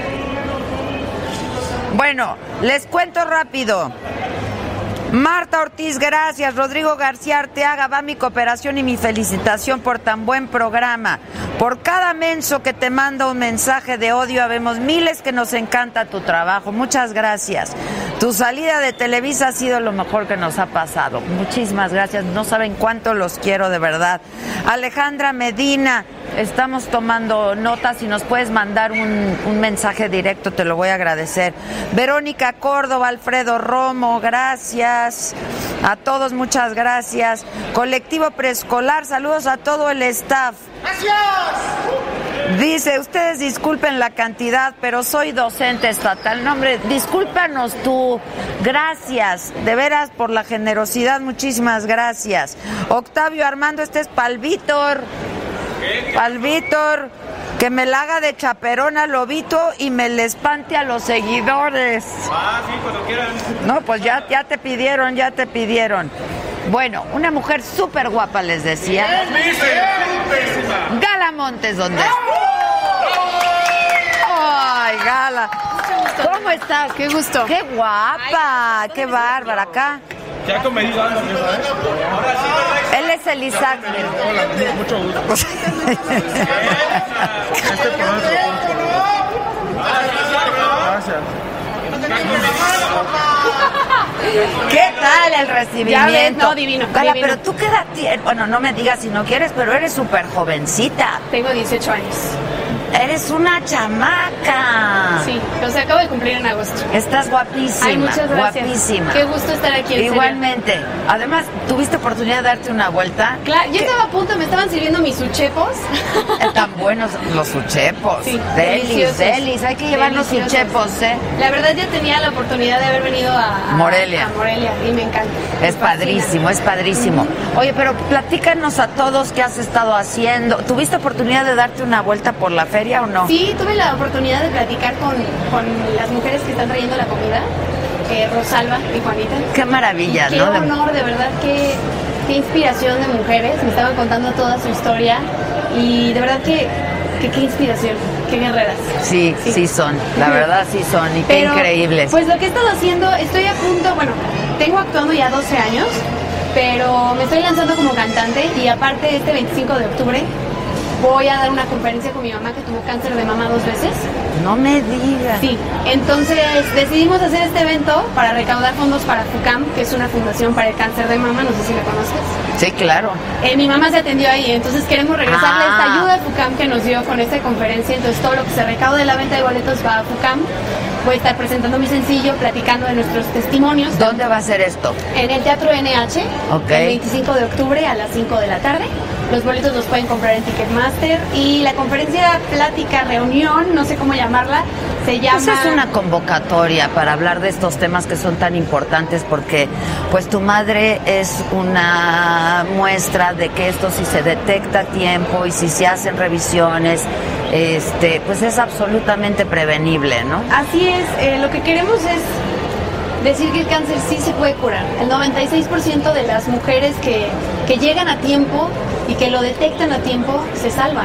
Bueno, les cuento rápido. Marta Ortiz, gracias. Rodrigo García Arteaga, va mi cooperación y mi felicitación por tan buen programa. Por cada menso que te manda un mensaje de odio, habemos miles que nos encanta tu trabajo. Muchas gracias. Tu salida de Televisa ha sido lo mejor que nos ha pasado. Muchísimas gracias. No saben cuánto los quiero, de verdad. Alejandra Medina, estamos tomando notas. Si nos puedes mandar un, un mensaje directo, te lo voy a agradecer. Verónica Córdoba, Alfredo Romo, gracias. A todos, muchas gracias. Colectivo Preescolar, saludos a todo el staff. ¡Gracias! Dice, ustedes disculpen la cantidad, pero soy docente estatal. No, hombre, discúlpanos tú. Gracias, de veras, por la generosidad. Muchísimas gracias. Octavio Armando, este es pal Víctor. Pal Víctor, que me la haga de chaperón al lobito y me le espante a los seguidores. Ah, sí, cuando quieran. No, pues ya, ya te pidieron, ya te pidieron. Bueno, una mujer súper guapa, les decía. Gala Montes, ¿dónde está? Ay, Gala. ¿Cómo estás? Qué gusto. Qué guapa, qué bárbara. Acá. Ya comedido ando, ¿verdad? Ahora sí, ¿verdad? Él es el Isaac. Hola, mucho gusto. Este programa se lo Gracias. ¿Qué tal el recibimiento? Ya ves, no, divino, Gala, divino. pero tú qué edad tienes. Bueno, no me digas si no quieres, pero eres súper jovencita. Tengo dieciocho años. Eres una chamaca. Sí, o sea, acabo de cumplir en agosto. Estás guapísima. Ay, muchas gracias. Guapísima. Qué gusto estar aquí, en Igualmente. serio. Además, ¿tuviste oportunidad de darte una vuelta? Claro, yo estaba a punto, me estaban sirviendo mis uchepos. Tan buenos los uchepos. Sí, delis, deliciosos. delis. Hay que llevar los Deliciosos. uchepos, ¿eh? La verdad ya tenía la oportunidad de haber venido a, a Morelia. a Morelia y me encanta. Es padrísimo, es padrísimo. Oye, pero platícanos a todos qué has estado haciendo. ¿Tuviste oportunidad de darte una vuelta por la feria o no? Sí, tuve la oportunidad de platicar con, con las mujeres que están trayendo la comida, eh, Rosalba y Juanita. Qué maravilla, Qué ¿no? honor, de verdad, qué, qué inspiración de mujeres. Me estaban contando toda su historia y de verdad que, que qué inspiración, qué guerreras. Sí, sí, sí son, la verdad sí son y qué Pero, increíbles. Pues lo que he estado haciendo, estoy a punto, bueno, tengo actuando ya doce años, pero me estoy lanzando como cantante y aparte este veinticinco de octubre voy a dar una conferencia con mi mamá que tuvo cáncer de mama dos veces. No me digas. Sí, entonces decidimos hacer este evento para recaudar fondos para FUCAM, que es una fundación para el cáncer de mama, no sé si la conoces. Sí, claro. Eh, mi mamá se atendió ahí, entonces queremos regresarle Ah. esta ayuda a FUCAM que nos dio con esta conferencia, entonces todo lo que se recaude de la venta de boletos va a FUCAM. Voy a estar presentando mi sencillo, platicando de nuestros testimonios. ¿Dónde va a ser esto? En el Teatro N H, Ok. el veinticinco de octubre a las cinco de la tarde. Los boletos los pueden comprar en Ticketmaster y la conferencia, plática, reunión, no sé cómo llamarla, se llama... Pues es una convocatoria para hablar de estos temas que son tan importantes porque pues tu madre es una muestra de que esto si se detecta a tiempo y si se hacen revisiones, este, pues es absolutamente prevenible, ¿no? Así es, eh, lo que queremos es decir que el cáncer sí se puede curar. El noventa y seis por ciento de las mujeres que, que llegan a tiempo y que lo detectan a tiempo se salvan.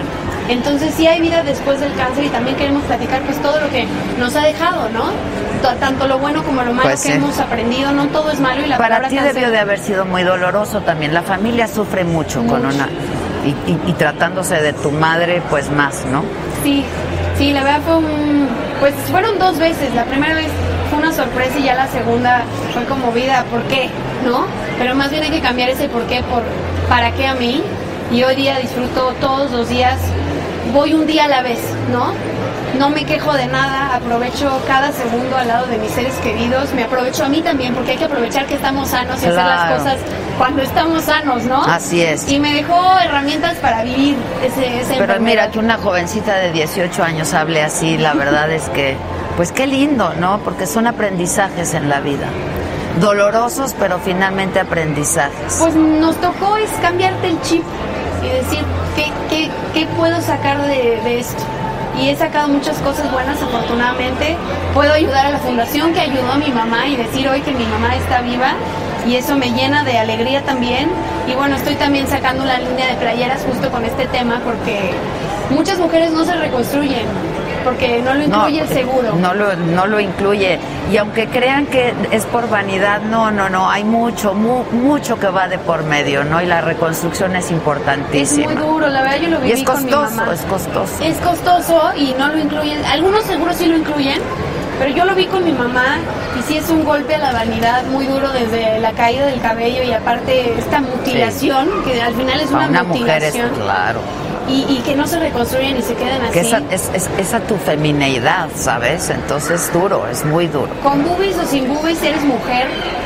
Entonces sí hay vida después del cáncer y también queremos platicar pues todo lo que nos ha dejado, ¿no? T- tanto lo bueno como lo malo Pues que sí. hemos aprendido, no todo es malo y la Para palabra ti cáncer... debió de haber sido muy doloroso también. La familia sufre mucho, Mucho. con una... Y, y, y tratándose de tu madre, pues más, ¿no? Sí, sí, la verdad fue un... Pues fueron dos veces, la primera vez fue una sorpresa y ya la segunda fue como vida, ¿por qué? ¿No? Pero más bien hay que cambiar ese por qué por para qué a mí, y hoy día disfruto todos los días, voy un día a la vez, ¿no? No me quejo de nada, aprovecho cada segundo al lado de mis seres queridos, me aprovecho a mí también, porque hay que aprovechar que estamos sanos y hacer Claro. las cosas cuando estamos sanos, ¿no? Así es. Y me dejó herramientas para vivir ese, ese Pero mira, que una jovencita de dieciocho años hable así, la verdad es que, pues qué lindo, ¿no? Porque son aprendizajes en la vida. Dolorosos, pero finalmente aprendizajes. Pues nos tocó es cambiarte el chip y decir, ¿qué, qué, qué puedo sacar de, de esto? Y he sacado muchas cosas buenas, afortunadamente. Puedo ayudar a la fundación que ayudó a mi mamá y decir hoy que mi mamá está viva. Y eso me llena de alegría también. Y bueno, estoy también sacando una línea de playeras justo con este tema porque muchas mujeres no se reconstruyen porque no lo incluye No, el seguro. No lo, no lo incluye. Y aunque crean que es por vanidad, no, no, no. Hay mucho, mu- mucho que va de por medio, ¿no? Y la reconstrucción es Es importantísima. muy duro, la verdad yo lo Y viví es con mi costoso, mamá. es costoso. Es costoso y no lo incluyen. Algunos seguros sí lo incluyen, pero yo lo vi con mi mamá y sí es un golpe a la vanidad muy duro desde la caída del cabello y aparte esta mutilación, que al final es Para una, una mujer es mutilación. claro. Y, y que no se reconstruyen y se quedan así. Que esa, es, es, esa tu femineidad, ¿sabes? Entonces es duro, es muy duro. Con boobies o sin boobies eres mujer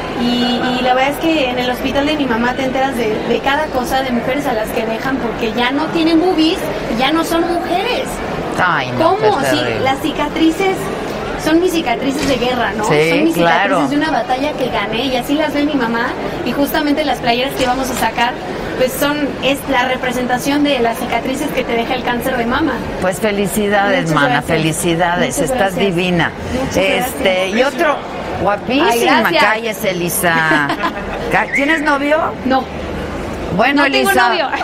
y, y la verdad es que en el hospital de mi mamá te enteras de, de cada cosa de mujeres a las que dejan porque ya no tienen boobies, ya no son mujeres. Ay, no, ¿Cómo? qué Sí, terrible. las cicatrices son mis cicatrices de guerra, ¿no? Sí, son mis claro. cicatrices de una batalla que gané y así las ve mi mamá y justamente las playeras que vamos a sacar pues son es la representación de las cicatrices que te deja el cáncer de mama. Pues felicidades, Muchas mana, gracias. felicidades, Muchas estás gracias. divina. Muchas este, gracias. y otro, guapísima, Ay, gracias. cállese, Elisa. Ca- ¿Tienes novio? No. Bueno, No tengo Elisa. novio.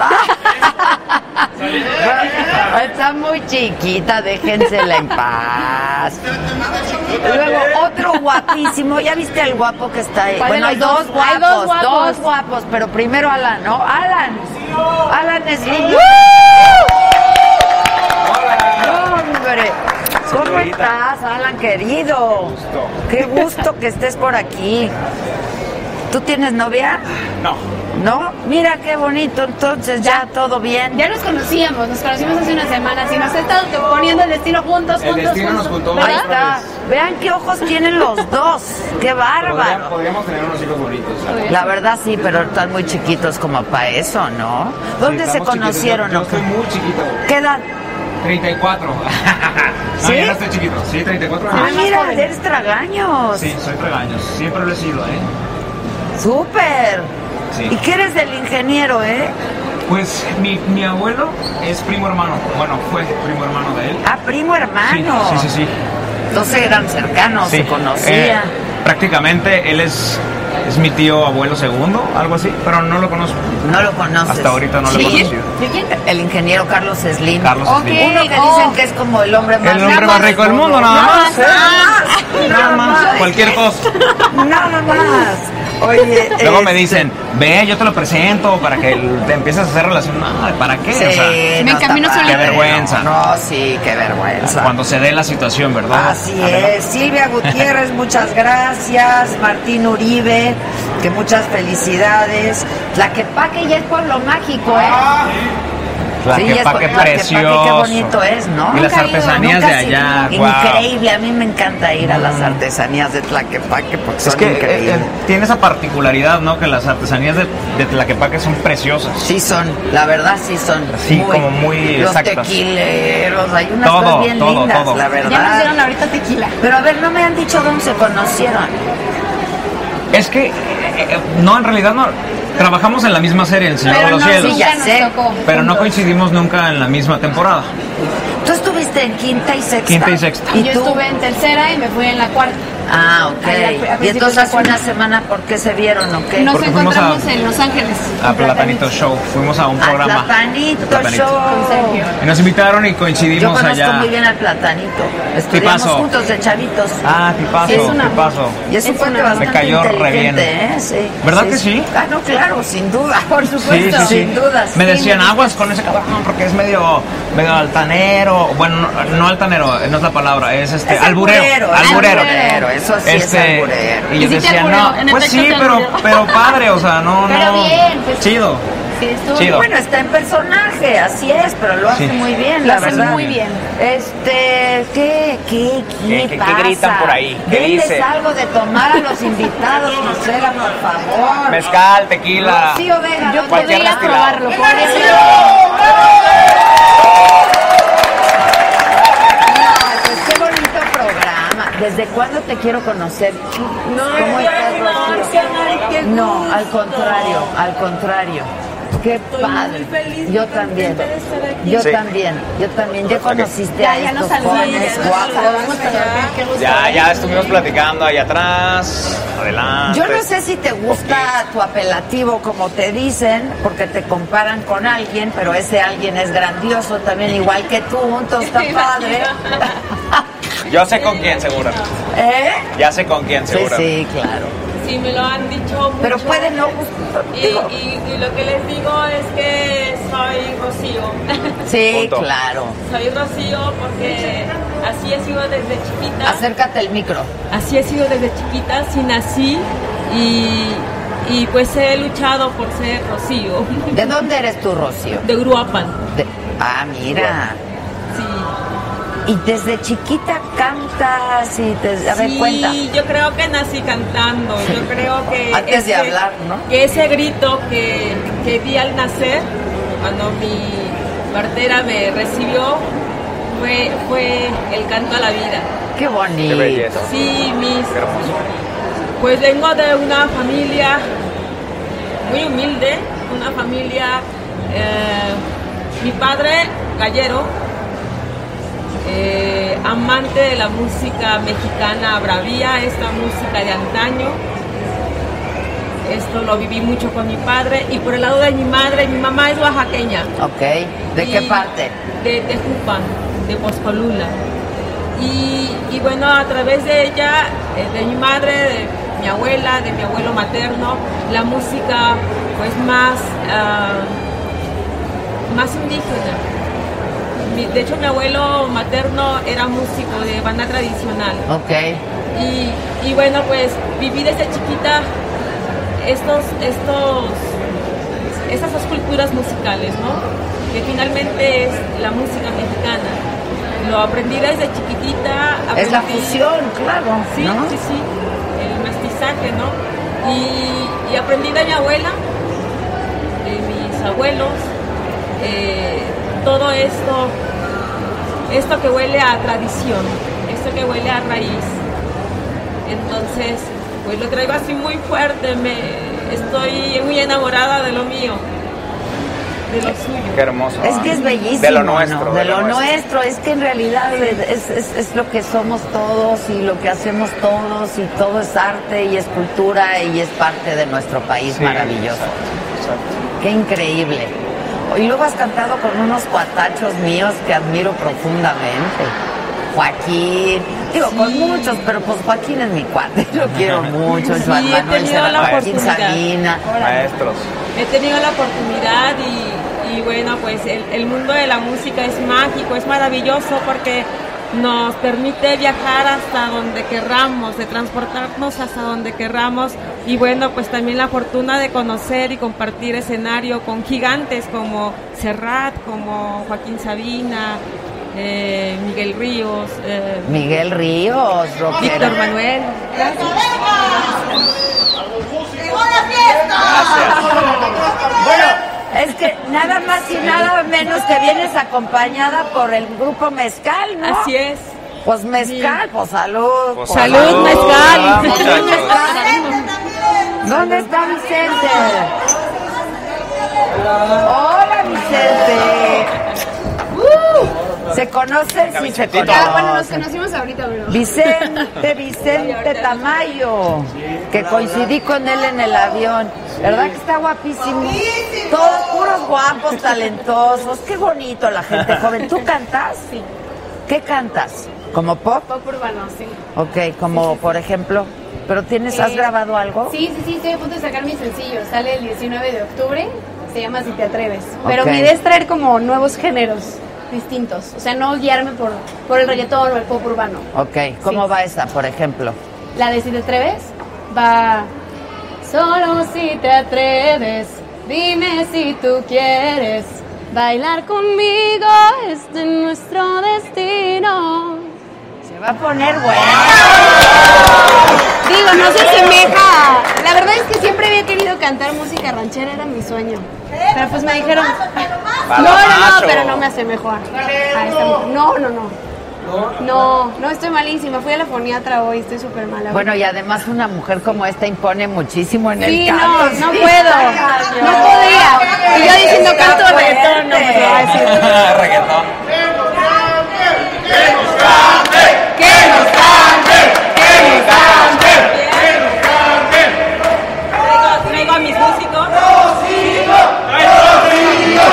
Está muy chiquita, déjensela en paz. Luego, otro guapísimo. ¿Ya viste al guapo que está ahí? ¿Cuál de Bueno, hay los dos dos? guapos, Hay dos guapos. dos guapos, pero primero Alan, ¿no? Alan. Alan es lindo. ¡Hombre! ¿Cómo estás, Alan, querido? Qué gusto que estés por aquí. ¿Tú tienes novia? No. ¿No? Mira qué bonito, entonces ya todo bien. Ya nos conocíamos, nos conocimos hace unas semanas y nos ha estado poniendo el destino juntos, El juntos, destino nos juntos. juntó ¿verdad? Ahí está. Vean qué ojos tienen los dos. Qué bárbaro. Podríamos, podríamos tener unos hijos bonitos. La verdad sí, pero están muy chiquitos como para eso, ¿no? ¿Dónde Sí, se estamos conocieron? chiquitos. Yo, o yo qué? estoy muy chiquito. ¿Qué edad? treinta y cuatro. No, ¿Sí? ya no estoy chiquito. Sí, treinta y cuatro Ah, años. mira, eres tragaños. Sí, soy tragaños. Siempre lo he sido, ¿eh? Súper. Sí. ¿Y qué eres del ingeniero, eh? Pues mi, mi abuelo es primo hermano. Bueno, fue primo hermano de él. Ah, primo hermano. Sí, sí, sí. sí. Entonces eran cercanos, Sí. se conocían. Eh, prácticamente él es, es mi tío abuelo segundo, algo así, pero no lo conozco. No lo conoces. Hasta ahorita no lo he ¿Sí? conocido. ¿De quién? El ingeniero Carlos Slim. Carlos Ok, Slim. Uno que oh. dicen que es como el hombre más El hombre más rico del mundo, nada más. ¿eh? Nada Nada más. Cualquier cosa. Nada más. Oye, Luego me este, dicen, ve, yo te lo presento para que te empieces a hacer relación. Ay, ¿para qué? Sí, O sea, Me no encamino está solita. qué vergüenza. No, no, sí, qué vergüenza. Cuando se dé la situación, ¿verdad? Así Adela? es. Silvia Gutiérrez, muchas gracias. Martín Uribe, que muchas felicidades. Tlaquepaque ya es pueblo mágico, ¿eh? Tlaquepaque es- Tlaquepaque, precioso. qué bonito es, ¿no? Y las Nunca he ido, artesanías nunca de he ido. allá, guau. Increíble, a mí me encanta ir a las artesanías de Tlaquepaque porque Es son que eh, increíbles. eh, tiene esa particularidad, ¿no? Que las artesanías de, de Tlaquepaque son preciosas. Sí son, la verdad sí son. Sí, como muy Los exactas. tequileros, hay unas Todo, cosas bien todo, lindas, todo. la Ya nos verdad. dieron ahorita tequila. Pero a ver, no me han dicho dónde se conocieron. Es que, eh, eh, no, en realidad no. Trabajamos en la misma serie, El Señor Pero de los no, Cielos. sí, ya nos sé. tocó. Pero no coincidimos nunca en la misma temporada. Tú estuviste en quinta y sexta. Quinta y sexta. Y ¿Y yo tú? estuve en tercera y me fui en la cuarta. Ah, ok. Allá, a Y principios entonces de hace una junio. semana, ¿por qué se vieron o qué? Nos Porque fuimos encontramos a- en Los Ángeles. A Platanito Show. Fuimos a un Al programa. Platanito Platanito. Show. Con Sergio. Y nos invitaron y Yo coincidimos conozco allá. muy bien al Platanito. Estudiamos Tipazo. juntos de chavitos. Ah, tipazo, Sí, es una- tipazo. Y es un Es cuate una- bastante Me cayó re inteligente, bien. ¿eh? Sí. ¿Verdad que sí? Ah, no, claro, sin duda. Por Sí, sí, sí. Sin duda. Me sí, decían me- aguas con ese cabrón porque es medio, medio altanero. Bueno, no, no altanero, no es la palabra, es este Es alburero. alburero, es Alburero. alburero, eso sí es alburero. Y ¿Y yo sí te decía, albureó? no, En pues efecto sí, te pero, albureó. pero padre, o sea, no, Pero no. bien, pues. Chido. Sí, estuvo Chido. Bueno, está en personaje, así es, pero lo hace Sí. muy bien, Lo la hace verdad. muy bien. Este, ¿qué, qué, qué, ¿Qué- qué- qué pasa? gritan por ahí? ¿Qué Denles dice? algo de tomar a los invitados, Marcela, por favor. Mezcal, tequila. Rocío Vega, Yo cualquier podría destilado. probarlo. Podría Pues qué bonito programa. ¿Desde cuándo te quiero conocer? ¿Cómo estás, Rocío? No, al contrario, al contrario. Qué padre. Yo también. Yo Sí. también. Yo también. Ya conociste Ya, a ya nos estos jóvenes guapos. Ya, ya estuvimos platicando ahí atrás, adelante. Yo no sé si te gusta tu apelativo, como te dicen, porque te comparan con alguien, pero ese alguien es grandioso también, igual que tú, entonces está padre. Yo sé con quién, seguro. ¿Eh? Ya sé con quién, Sí, seguro. sí, claro. Sí, me lo han dicho mucho. Pero puede no gustar. Y, y, y lo que les digo es que soy Rocío. Sí, Punto. claro. Soy Rocío porque así he sido desde chiquita. Acércate al micro. Así he sido desde chiquita, así nací y, y pues he luchado por ser Rocío. ¿De dónde eres tú, Rocío? De Uruapan. De- Ah, mira. Sí. Y desde chiquita cantas y te... A ver, Sí, cuenta. yo creo que nací cantando. Yo creo que Antes de hablar, ¿no? que ese grito que, que di al nacer, cuando mi partera me recibió, fue, fue el canto a la vida. Qué bonito. Qué belleza. Sí, mis, Qué hermoso. pues vengo de una familia muy humilde, una familia, eh, mi padre gallero, eh, amante de la música mexicana bravía, esta música de antaño. Esto lo viví mucho con mi padre y por el lado de mi madre, mi mamá es oaxaqueña. Ok. ¿De qué Y parte? De Tejupan, de Pozcolula. Y, y bueno, a través de ella, eh, de mi madre, de mi abuela, de mi abuelo materno, la música pues más, ah, más indígena. Mi- de hecho, mi abuelo materno era músico de banda tradicional. Ok. Y, y bueno, pues viví desde chiquita estos, estos, estas dos culturas musicales, ¿no? Que finalmente es la música mexicana. Lo aprendí desde chiquitita. Es la aprendí- fusión, claro. Sí, ¿no? sí, sí, el mestizaje, ¿no? Y, y aprendí de mi abuela, de mis abuelos, eh, todo esto, esto que huele a tradición, esto que huele a raíz. Entonces, pues lo traigo así muy fuerte, me estoy muy enamorada de lo mío, de lo suyo. Qué hermoso. Es que es bellísimo. De lo nuestro. ¿no? De, lo nuestro. Es que en realidad es, es, es lo que somos todos y lo que hacemos todos y todo es arte y es cultura y es parte de nuestro país Sí, maravilloso. exacto. Qué increíble. Y luego has cantado con unos cuatachos míos que admiro profundamente. Joaquín, digo, con muchos, pero pues Joaquín es mi cuate, lo quiero mucho, Sí, Joan he Manuel tenido Serrano, la Joaquín oportunidad. Sabina. Maestros. He tenido la oportunidad y, y bueno, pues el, el mundo de la música es mágico, es maravilloso porque nos permite viajar hasta donde querramos, de transportarnos hasta donde querramos y bueno, pues también la fortuna de conocer y compartir escenario con gigantes como Serrat, como Joaquín Sabina, eh, Miguel Ríos, eh, Miguel Ríos, rockero. Víctor Manuel. Bueno, es que nada más y nada menos que vienes acompañada por el grupo Mezcal, ¿no? Así es. Pues Mezcal, pues salud. Pues Salud, salud, Mezcal. ¿verdad, muchachos? ¿Dónde está Vicente? Hola, Vicente. Uh, ¿Se conocen? Sí, se conocen. Ah, bueno, nos conocimos ahorita, bro. Vicente, Vicente Tamayo, que coincidí con él en el avión. ¿Verdad que está guapísimo? Todos puros guapos, talentosos. Qué bonito la gente joven. ¿Tú cantas? Sí. ¿Qué cantas? ¿Como pop? Pop urbano, sí. Ok, como sí, sí, por ejemplo. ¿Pero tienes, has eh, grabado algo? Sí, sí, sí, estoy a punto de sacar mi sencillo. Sale el diecinueve de octubre. Se llama Si te atreves. Pero okay, mi idea es traer como nuevos géneros distintos. O sea, no guiarme por, por el reggaetón o el pop urbano. Ok, ¿cómo sí, va esa, por ejemplo? La de Si te atreves va... Solo si te atreves, dime si tú quieres bailar conmigo, este es nuestro destino. Se va a poner bueno. Digo, no se asemeja. La verdad es que siempre había querido cantar música ranchera, era mi sueño. Pero pues me dijeron, no, no, no, pero no me asemejo a, a esta mujer. No, no, no. No, no, estoy malísima. Fui a la foniatra hoy, estoy súper mala. Bueno, y además una mujer como esta impone muchísimo en sí, el canto. Sí, no, no puedo. No podría. Y yo diciendo canto reggaetón, no me lo va a decir. Reggaetón. ¡Que nos cante! ¡Que nos cante! ¡Que nos cante! ¡Que nos cante! Traigo, traigo a mis músicos. ¡Rocío! ¡Rocío!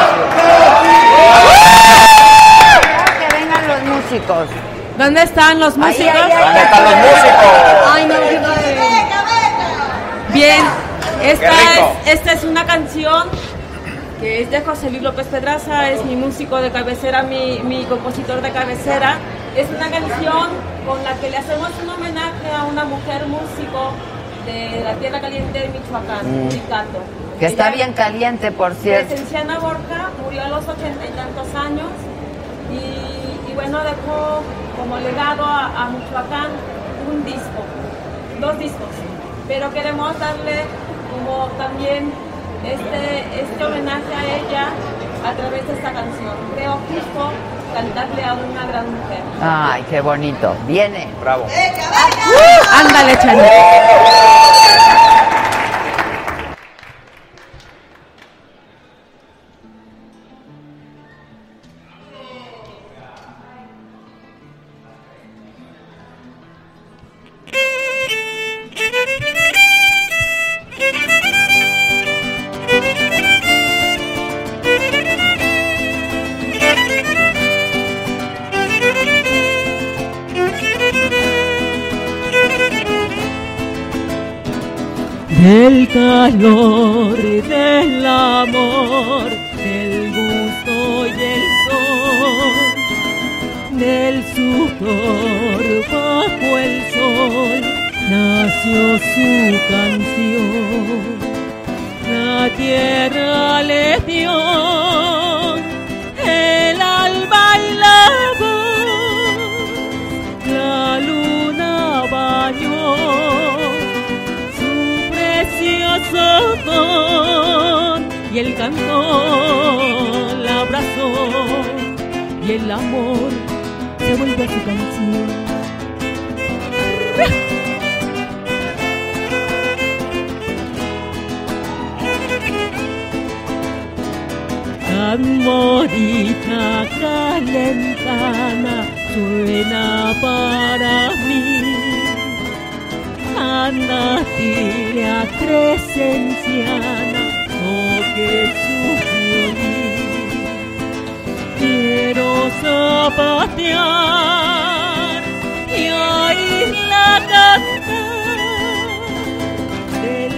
Músicos. ¿Dónde están los músicos? Ay, ay, ay, ¿dónde están los músicos? Ay, no, qué padre. Bien, esta es, esta es una canción que es de José Luis López Pedraza, es mi músico de cabecera, mi, mi compositor de cabecera. Es una canción con la que le hacemos un homenaje a una mujer músico de la Tierra Caliente de Michoacán, mm. Ricardo. Que está Ella, bien caliente, por cierto. Presenciana Borja murió a los ochenta y tantos años y Y bueno, dejó como legado a, a Michoacán un disco, dos discos, pero queremos darle como también este, este homenaje a ella a través de esta canción. Creo justo cantarle a una gran mujer. Ay, qué bonito. Viene. Bravo. ¡Uh! Ándale, Chani. Del calor del amor, del gusto y del sol, del sudor bajo el sol, nació su canción. La tierra le dio el alma y la voz, la luna bañó don, y el cantor la abrazó y el amor se vuelve a su canción. Tan bonita, calentana, suena para mí. Anda, dile a Crescenciana, toque su violín. Quiero zapatear y oírla cantar del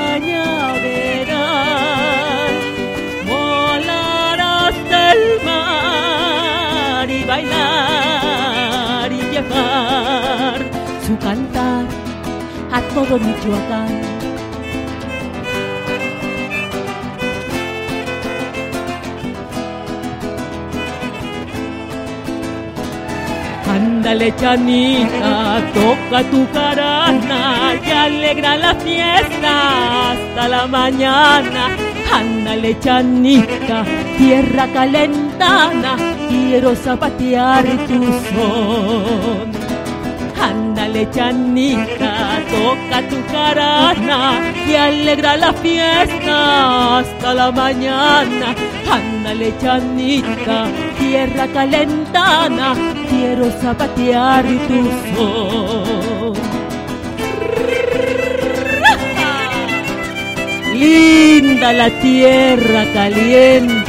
cañaveral, volar hasta el mar y bailar y llevar su cantar a todo Michoacán. Ándale, Chanita, toca tu carana y alegra la fiesta hasta la mañana. Ándale, Chanita, tierra calentana, quiero zapatear tu son. Ándale, Ándale, chanita, toca tu carana y alegra la fiesta hasta la mañana. Ándale, chanita, tierra calentana, quiero zapatear tu son. Linda la tierra caliente.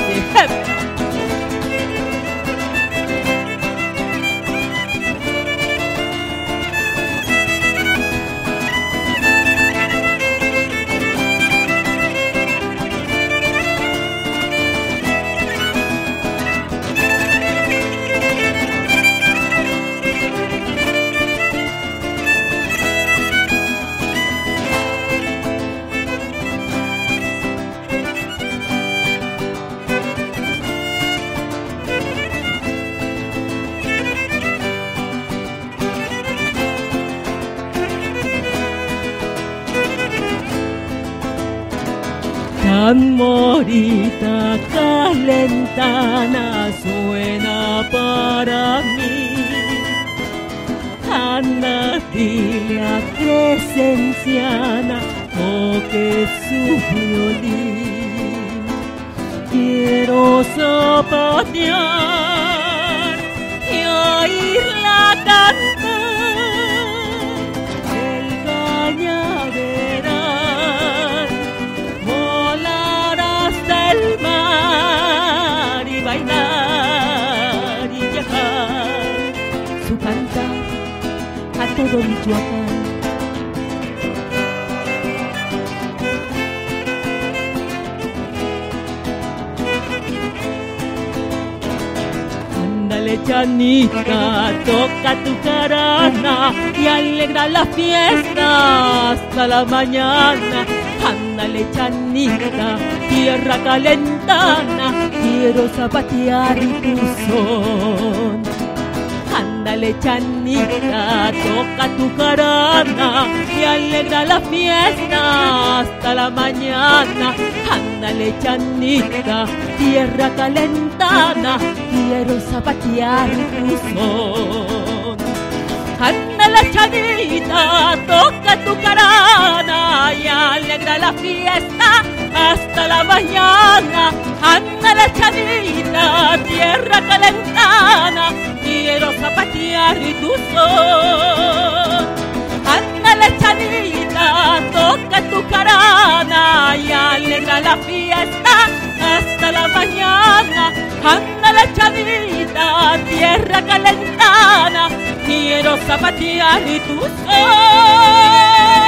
Tan morita calentana suena para mí. Ana, dile a Crescenciana toque su violín. Quiero zapatear y oírla cantar el cañaveral, volar hasta el mar y bailar y viajar su cantar a todo Michoacán. Ándale, chanita, toca tu carana y alegra la fiesta hasta la mañana. Ándale, chanita, tierra calentana, quiero zapatear tu son. Ándale, chanita, toca tu carana y alegra la fiesta hasta la mañana. Ándale, chanita, tierra calentana, quiero zapatear tu son. Ándale, chanita, toca tu carana y alegra la fiesta hasta la mañana. Ándale, chanita, tierra calentana, quiero zapatear tu son. Ándale, chanita, toca tu carana y alegra la fiesta hasta la mañana. Ándale, chanita, tierra calentana, quiero zapatear tu son.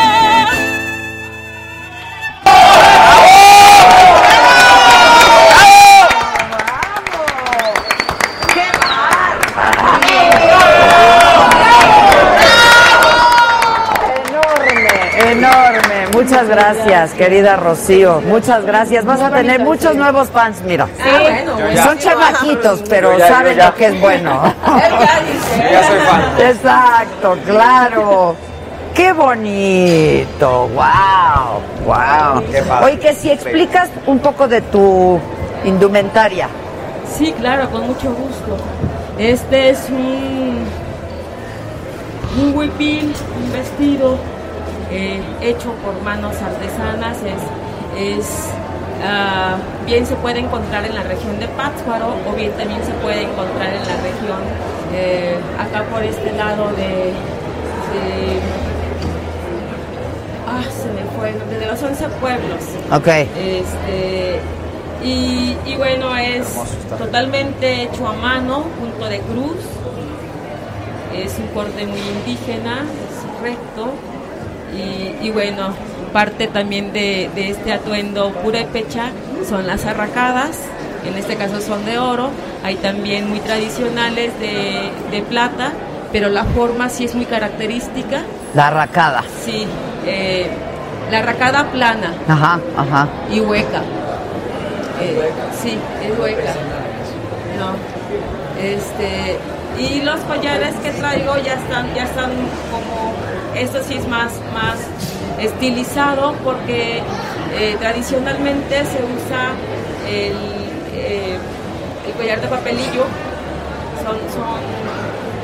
Enorme, muchas gracias, querida Rocío, muchas gracias. Vas a tener muchos nuevos fans, mira. Sí, bueno, bueno. Son chamaquitos, pero ya, saben ya. lo que es bueno. Ya soy fan. Exacto, claro. Qué bonito, wow, wow. Qué padre. Oye, que si explicas un poco de tu indumentaria. Sí, claro, con mucho gusto. Este es un, un huipil, un vestido eh, hecho por manos artesanas. Es, es uh, bien se puede encontrar en la región de Pátzcuaro o bien también se puede encontrar en la región eh, acá por este lado de, de ah, se me fue, de los once pueblos. Ok. Este, y, y bueno, es totalmente hecho a mano, punto de cruz. Es un corte muy indígena, es recto. Y, y bueno, parte también de, de este atuendo purépecha son las arracadas, en este caso son de oro. Hay también muy tradicionales de, de plata, pero la forma sí es muy característica. La arracada. Sí, eh, la arracada plana. Ajá, ajá. Y hueca. Eh, sí, es hueca. No. Este, y los collares que traigo ya están, ya están como, esto sí es más, más estilizado porque eh, tradicionalmente se usa el, eh, el collar de papelillo. Son, son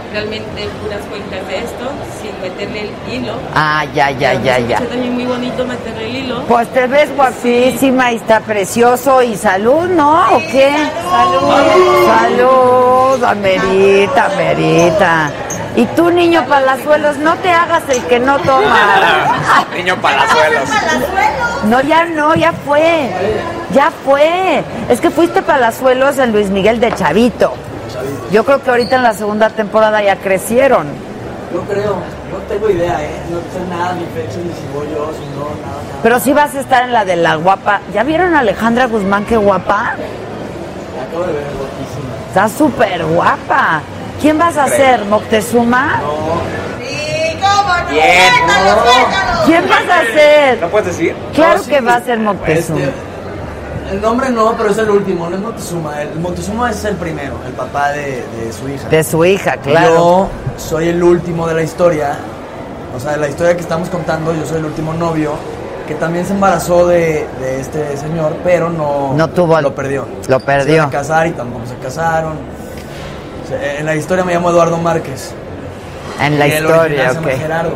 realmente puras cuencas de esto, sin meterle el hilo. Ah, ya, ya, Pero ya, me ya. parece también muy bonito meterle el hilo. Pues te ves guapísima y está precioso. ¿Y salud, no? ¿O qué? Salud. Salud, amerita, amerita. Y tú, niño Palazuelos, no te hagas el que no toma. Niño Palazuelos. No, ya no, ya fue. Ya fue. Es que fuiste Palazuelos en Luis Miguel de chavito. Yo creo que ahorita en la segunda temporada ya crecieron. Yo creo, no tengo idea, ¿eh? No sé nada, ni fecha, ni si voy yo, si no, nada, nada. Pero sí vas a estar en la de la guapa. ¿Ya vieron a Alejandra Guzmán, qué guapa? La acabo de ver, guapísima. Está súper guapa. ¿Quién vas a hacer, Moctezuma? Sí, ¿cómo no? Bien. Suéltalo, No. suéltalo. ¿Quién vas a hacer? ¿No puedes decir? Claro No, sí. que va a ser Moctezuma. Este, el nombre no, pero es el último, no es Moctezuma. El Moctezuma es el primero, el papá de, de su hija. De su hija, claro. Yo soy el último de la historia, o sea, de la historia que estamos contando, yo soy el último novio, que también se embarazó de, de este señor, pero no, No tuvo- lo perdió. lo perdió. Se iban a casar y tampoco se casaron. O sea, en la historia me llamo Eduardo Márquez. En la Y el historia, original se llama ok. Gerardo.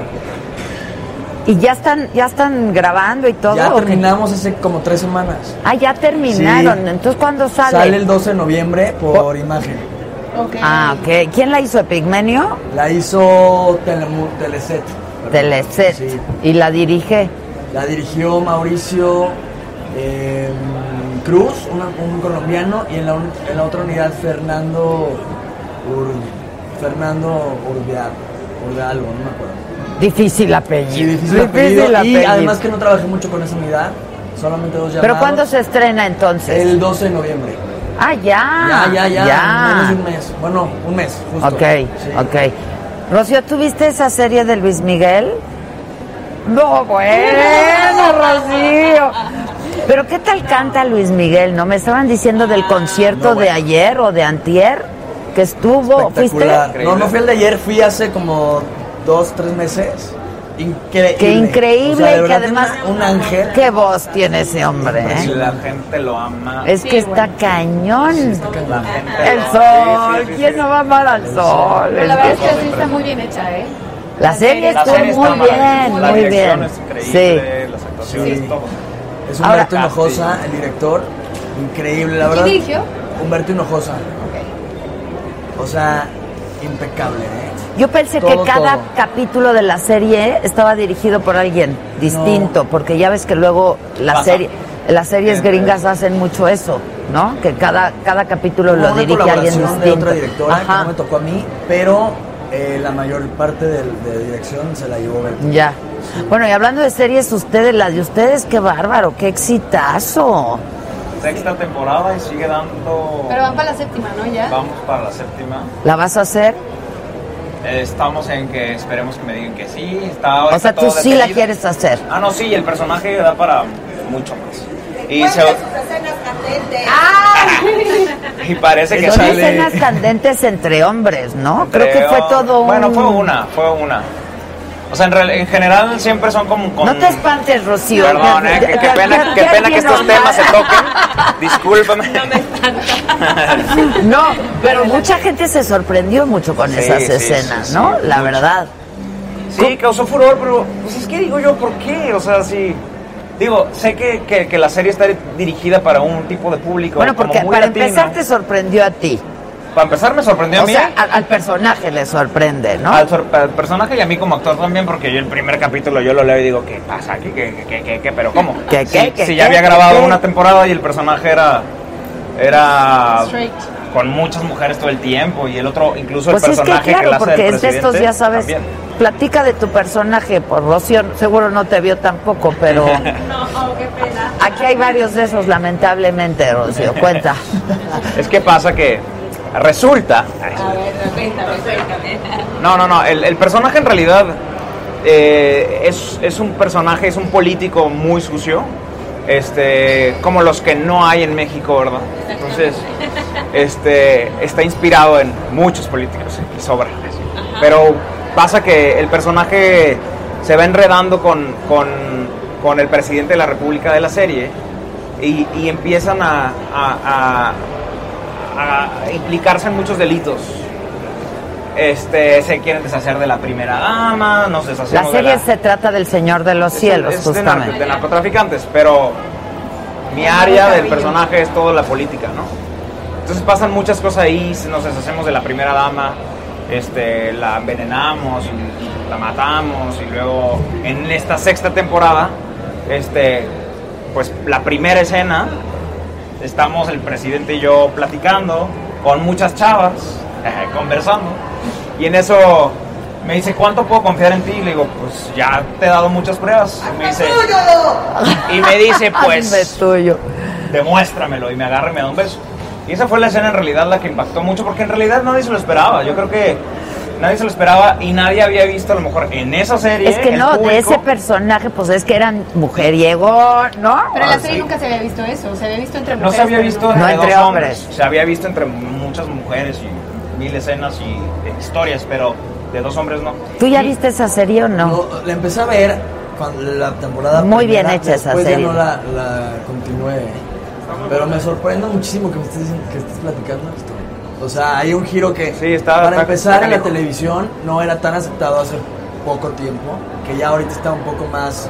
¿Y ya están, ya están grabando y todo? Ya ¿o qué? terminamos hace como tres semanas. Ah, ya terminaron. Sí. Entonces, ¿cuándo sale? Sale el doce de noviembre por imagen. Ah, ok. ¿Quién la hizo, Epigmenio? La hizo Telemu- Teleset. perdón. Teleset. Sí. ¿Y la dirige? La dirigió Mauricio eh, Cruz, una- un colombiano, y en la, un- en la otra unidad Fernando Ur- Fernando Urbial, Urbialgo, no me acuerdo. Difícil apellido. Sí, difícil apellido. Y apellido. además que no trabajé mucho con esa unidad, solamente dos llamados. ¿Pero cuándo se estrena entonces? El doce de noviembre. Ah, ya. Ya, ya, ya, Ya. menos de un mes. Bueno, un mes, justo. Ok, Sí. ok. Rocío, ¿tú viste esa serie de Luis Miguel? No, bueno, Rocío. Pero ¿qué tal canta Luis Miguel? ¿No? Me estaban diciendo del concierto No, bueno. de ayer o de antier que estuvo. ¿Fuiste? Espectacular. No, no fui el de ayer, fui hace como dos, tres meses. Increíble. Qué increíble, O sea, de y que verdad, además tiene un ángel. qué voz tiene ese hombre, Y ¿eh? la gente lo ama. Es que está cañón. La gente El lo ama. sol, Sí, sí, sí, ¿quién sí. no va a amar al sol? Pero la verdad es que sí está muy bien hecha, ¿eh? La serie La estuvo serie está muy bien, maravillosa. La muy dirección bien. es increíble, Sí. las actuaciones, Sí. todo. Es Ahora- Humberto Hinojosa, el director. Increíble, la verdad. ¿Quién dirigió? Humberto Hinojosa. O sea, impecable, ¿eh? Yo pensé Todo, que cada todo. capítulo de la serie estaba dirigido por alguien distinto, porque ya ves que luego la Pasa. serie, las series Siempre. gringas hacen mucho eso, ¿no? Que cada, cada capítulo Hubo lo una dirige alguien colaboración de distinto. otra directora que Ajá. no me tocó a mí, pero eh, la mayor parte del- de, dirección se la llevó Berto. Ya. Bueno, y hablando de series, ustedes, la de ustedes, qué bárbaro, qué exitazo. Sexta temporada y sigue dando. Pero van para la séptima, ¿no? Ya. Vamos para la séptima. ¿La vas a hacer? Eh, Estamos en que esperemos que me digan que sí. Está, O está sea, tú todo sí la detenido. quieres hacer. Ah, no, sí, el personaje da para mucho más. Y, ¿Cuáles se, de sus escenas candentes? y parece que Son sale. escenas candentes entre hombres, ¿no? Creo que Creo- fue todo un... Bueno, fue una, fue una. O sea, en, real- en general siempre son como con... No te espantes, Rocío. Perdón, eh, qué, qué pena, qué pena que estos temas se toquen. Discúlpame. No, pero mucha gente se sorprendió mucho con Sí, esas sí, escenas, sí, ¿no? sí, La mucho. verdad. Sí, causó furor, pero pues es que digo yo, ¿por qué? O sea, sí... Digo, sé que, que, que la serie está dirigida para un tipo de público. Bueno, como porque muy para latino. empezar te sorprendió a ti. Para empezar me sorprendió a O mí. sea, al, al personaje le sorprende, ¿no? Al, sor- al personaje y a mí como actor también, porque yo el primer capítulo yo lo leo y digo, ¿qué pasa aquí? ¿Qué, qué, qué, qué? ¿Pero cómo? ¿Qué, Si, qué, qué, si ya qué, había qué, grabado qué? una temporada y el personaje era... Era... Straight. Con muchas mujeres todo el tiempo y el otro, incluso Pues el es que personaje claro, que la hace porque del es de estos, presidente, ya sabes, también. platica de tu personaje, por Rocío, seguro no te vio tampoco, pero No, qué pena. aquí hay varios de esos, lamentablemente, Rocío, cuenta. Es que pasa que resulta... A ver, cuéntame, cuéntame. No, no, no. El, el personaje en realidad eh, es, es un personaje, es un político muy sucio. Este, como los que no hay en México, ¿verdad? Entonces, este, está inspirado en muchos políticos y sobra. Pero pasa que el personaje se va enredando con, con, con el presidente de la República de la serie y, y empiezan a, a, a, a implicarse en muchos delitos. este, se quieren deshacer de la primera dama, nos deshacemos La serie de la... se trata del Señor de los Es- Cielos, es de, justamente. narco- de narcotraficantes, pero mi área del personaje es toda la política, ¿no? Entonces pasan muchas cosas ahí, nos deshacemos de la primera dama, este, la envenenamos, y la matamos, y luego en esta sexta temporada, este, pues la primera escena, estamos el presidente y yo platicando con muchas chavas, eh, conversando, y en eso me dice, ¿cuánto puedo confiar en ti? Y le digo, pues ya te he dado muchas pruebas. Y me dice, y me dice pues, Hazme tuyo. demuéstramelo, y me agarra y me da un beso. Y esa fue la escena en realidad la que impactó mucho, porque en realidad nadie se lo esperaba. Yo creo que nadie se lo esperaba y nadie había visto a lo mejor en esa serie. Es que el no, de público- ese personaje, pues es que eran mujeriego, ¿no? Pero en la Así. serie nunca se había visto eso, se había visto entre No mujeres. se había pero visto no- entre, No entre dos hombres. hombres. Se había visto entre muchas mujeres y mil escenas y eh, historias, pero de dos hombres no. ¿Tú ya viste esa serie o no? No, la empecé a ver cuando la temporada Muy bien primera, hecha esa después serie. ya no la, la continué. Pero me sorprende muchísimo que me estés, que estés platicando esto. O sea, hay un giro que Sí, está- para está- empezar está en la canijo. televisión no era tan aceptado hace poco tiempo, que ya ahorita está un poco más...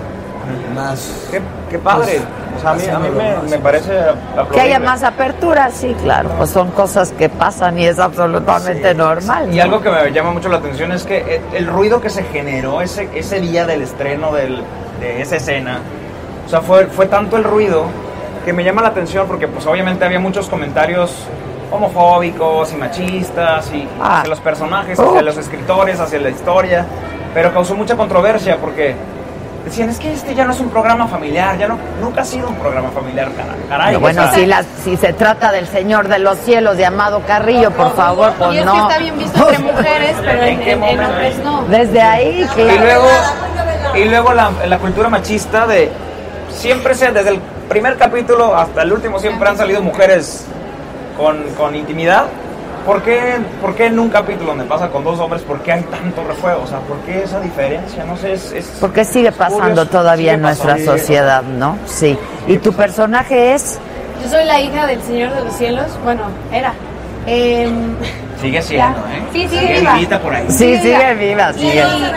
más Qué, qué padre. pues, o sea, a mí, a mí haciéndolo me, más. me parece aplaudible. Que haya más apertura, sí, claro. Pues son cosas que pasan y es absolutamente normal. Y ¿no? algo que me llama mucho la atención es que el, el ruido que se generó ese, ese día del estreno del, de esa escena, o sea, fue, fue tanto el ruido que me llama la atención porque pues obviamente había muchos comentarios homofóbicos y machistas y Ah. hacia los personajes, hacia Oh. los escritores, hacia la historia, pero causó mucha controversia porque decían, es que este ya no es un programa familiar, ya no, nunca ha sido un programa familiar, cara- caray. Pero bueno, o sea, si, las, si se trata del Señor de los Cielos de Amado Carrillo, por favor, pues Y es no. que está bien visto entre mujeres, pero en, en- en hombres no. Desde ahí, Y claro. luego, y luego la, la cultura machista de siempre sea desde el primer capítulo hasta el último siempre han salido mujeres con, con intimidad. ¿Por qué, ¿Por qué en un capítulo donde pasa con dos hombres, por qué hay tanto refuego? O sea, ¿por qué esa diferencia? No sé, es... es Porque sigue pasando curioso. todavía Sigue en nuestra pasando. sociedad, ¿no? Sí. ¿Y tu personaje es? Yo soy la hija del Señor de los Cielos, bueno, era. Em, Sigue siendo, ya. ¿eh? Sí, sigue viva. vivita por ahí. Sí, sigue viva, sigue.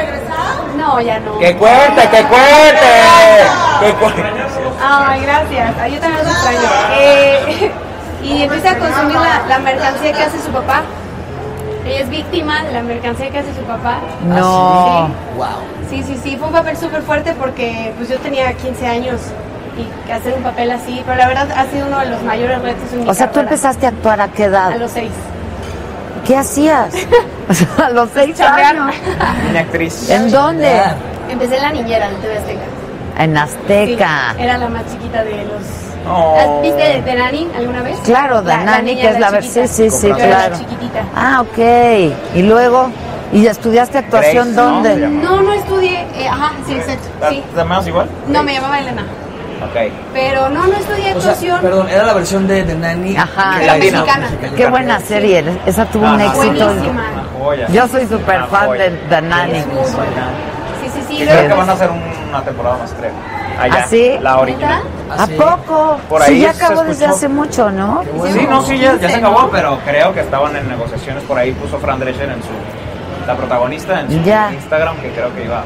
Y- No, ya no. ¡Que cuente, que cuente! ¡Que cuente! Ay, gracias. Ay, yo también los extraño. Eh, y empieza a consumir la, la mercancía que hace su papá. Ella es víctima de la mercancía que hace su papá. No. Wow. Sí, sí, sí. Fue un papel súper fuerte porque pues yo tenía quince años y hacer un papel así, pero la verdad ha sido uno de los mayores retos en mi O sea, tú carrera. empezaste a actuar a qué edad? A los seis. ¿Qué hacías? a los seis Chambear. años. Niña actriz. ¿En dónde? Empecé en la niñera de T V Azteca. En Azteca. Sí, era la más chiquita de los... Oh. ¿Viste de, de Nani alguna vez? Claro, de La- la Nani, niña que es era la ver- chiquita. sí, sí, sí, Yo era la claro. chiquitita. Ah, ok. ¿Y luego? ¿Y estudiaste actuación Grace, ¿no? dónde? Se llama. No, no estudié. eh, ajá, sí, exacto. Sí. ¿Te llamas igual? No, me llamaba Elena. Ok. Pero no, no estudié O sea, actuación. perdón, era la versión de, de Nanny. Ajá. que- Latina. Mexicana. Qué buena serie. Esa tuvo un Ajá. éxito. Buenísima. Una joya. Yo soy súper Una fan joya. de The Nanny. Es muy buena. Sí, sí, sí. Y luego- creo que van a hacer un- una temporada más, creo. Allá, ¿Ah, sí? la original. ¿A ¿Ah, sí? poco? Por sí, ahí ya se acabó desde escuchó. hace mucho, ¿no? Qué bueno. Sí, no, sí, ya, ya se quince, acabó, ¿no? pero creo que estaban en negociaciones por ahí. Puso Fran Drescher en su... La protagonista en su Ya. Instagram, que creo que iba...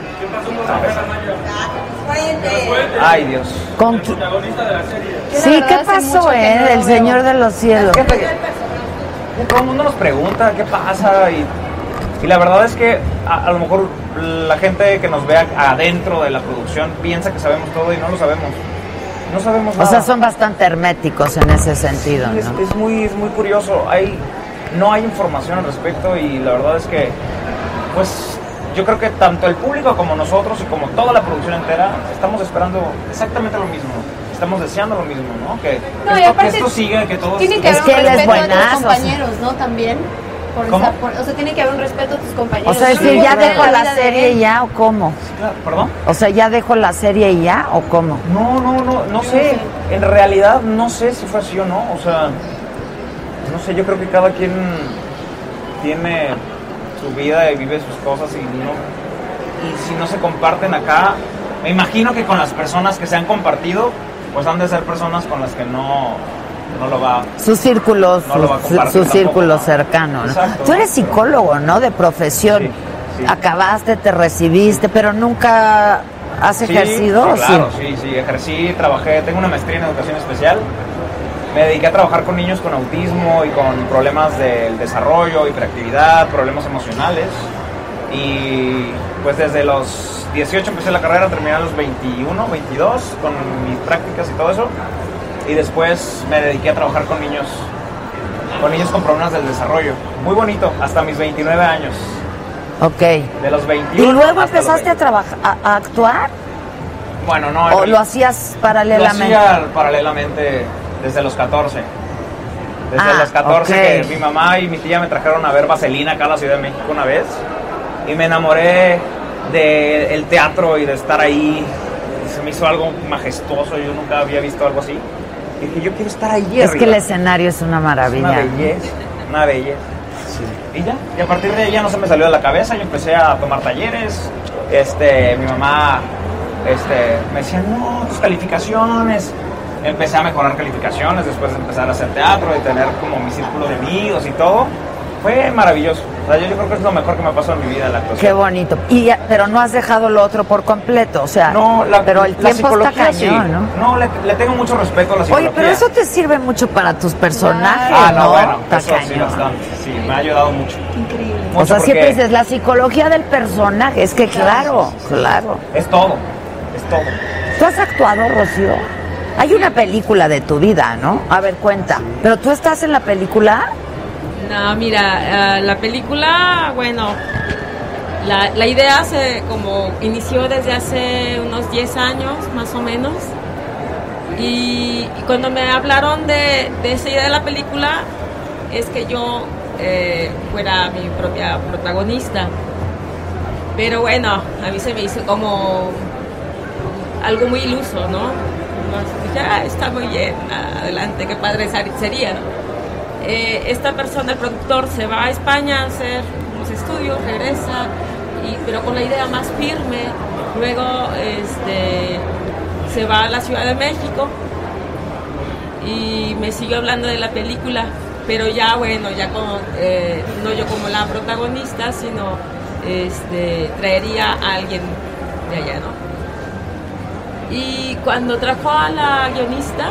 Ay, Dios. ¿Con qui- Yo la Sí, verdad ¿qué hace pasó, mucho que eh? no lo El veo. Señor de los Cielos. Gente que- que todo el mundo nos pregunta qué pasa y, y la verdad es que a, a lo mejor la gente que nos vea adentro de la producción piensa que sabemos todo y no lo sabemos. No sabemos O nada. sea, son bastante herméticos en ese sentido, Es, ¿no? es muy, es muy curioso. Hay, no hay información al respecto y la verdad es que, pues, yo creo que tanto el público como nosotros y como toda la producción entera estamos esperando exactamente lo mismo. Estamos deseando lo mismo, ¿no? Que, No, y esto, aparte que esto siga, que todos... Tiene que Es haber que un él es respeto a buenazo, tus compañeros, ¿no? También. Por ¿Cómo? esa- por- o sea, tiene que haber un respeto a tus compañeros. O sea, es No que ya importa dejo la vida de serie él. y ya, ¿o cómo? Claro, ¿Perdón? O sea, ya dejo la serie y ya, ¿o cómo? No, no, no, no sé. En realidad no sé si fue así o no. O sea, no sé, yo creo que cada quien tiene su vida y vive sus cosas y no y si no se comparten acá, me imagino que con las personas que se han compartido, pues han de ser personas con las que no no lo va... Su círculo, no lo va a su, compartir su círculo tampoco, ¿no? cercano, ¿no? Exacto. Tú eres psicólogo, ¿no? De profesión. Sí, sí. Acabaste, te recibiste, pero nunca has Sí, ejercido, sí, claro, sí, sí, ejercí, trabajé, tengo una maestría en educación especial. Me dediqué a trabajar con niños con autismo y con problemas del desarrollo, hiperactividad, problemas emocionales. Y pues desde los dieciocho empecé la carrera, terminé a los veintiuno, veintidós con mis prácticas y todo eso. Y después me dediqué a trabajar con niños, con niños con problemas del desarrollo. Muy bonito, hasta mis veintinueve años. Ok. De los veintiuno. ¿Y luego hasta empezaste a trabajar, a, a actuar? Bueno, no. ¿O lo hacías paralelamente? Lo hacía paralelamente desde los catorce. Desde Ah, los catorce ok. que mi mamá y mi tía me trajeron a ver Vaselina acá a la Ciudad de México una vez. Y me enamoré del teatro y de estar ahí. Se me hizo algo majestuoso, yo nunca había visto algo así. Y dije, yo quiero estar ahí Es arriba. que el escenario es una maravilla. Una belleza, una belleza. Sí. Y ya, y a partir de ahí ya no se me salió de la cabeza, yo empecé a tomar talleres. Este, mi mamá este, me decía, no, tus calificaciones. Empecé a mejorar calificaciones después de empezar a hacer teatro y tener como mi círculo de amigos y todo. Fue maravilloso. O sea, yo, yo creo que es lo mejor que me ha pasado en mi vida, la actuación. Qué bonito. Y ya- pero no has dejado lo otro por completo, o sea, No, la, pero el la tiempo está psicología cañón, sí. ¿no? No, le, le tengo mucho respeto a la psicología. Oye, pero eso te sirve mucho para tus personajes, Ah, no, ¿no? bueno, Está eso sí, cañón. bastante. Sí, me ha ayudado mucho. Increíble. O Mucho sea, siempre porque dices, la psicología del personaje, es que claro, claro. Es todo, es todo. ¿Tú has actuado, Rocío? Hay una película de tu vida, ¿no? A ver, cuenta. ¿Pero tú estás en la película? No, mira, eh, la película, bueno, la, la idea se como inició desde hace unos diez años, más o menos. Y, y cuando me hablaron de, de esa idea de la película, es que yo eh, fuera mi propia protagonista. Pero bueno, a mí se me hizo como algo muy iluso, ¿no? Ya está muy bien, adelante, qué padre sería, ¿no? Eh, esta persona, el productor, se va a España a hacer unos estudios, regresa, y, pero con la idea más firme. Luego este, se va a la Ciudad de México y me siguió hablando de la película, pero ya bueno, ya como, eh, no yo como la protagonista, sino este, traería a alguien de allá, ¿no? Y cuando trajo a la guionista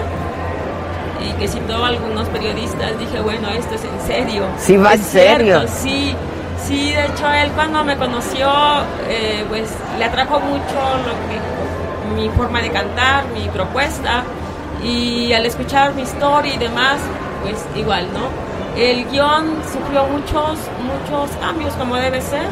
y que citó a algunos periodistas, dije, bueno, esto es en serio. Sí, va en Es cierto, serio. Sí, sí, de hecho él cuando me conoció, eh, pues le atrajo mucho lo que, mi forma de cantar, mi propuesta, y al escuchar mi historia y demás, pues igual, ¿no? El guión sufrió muchos, muchos cambios como debe ser,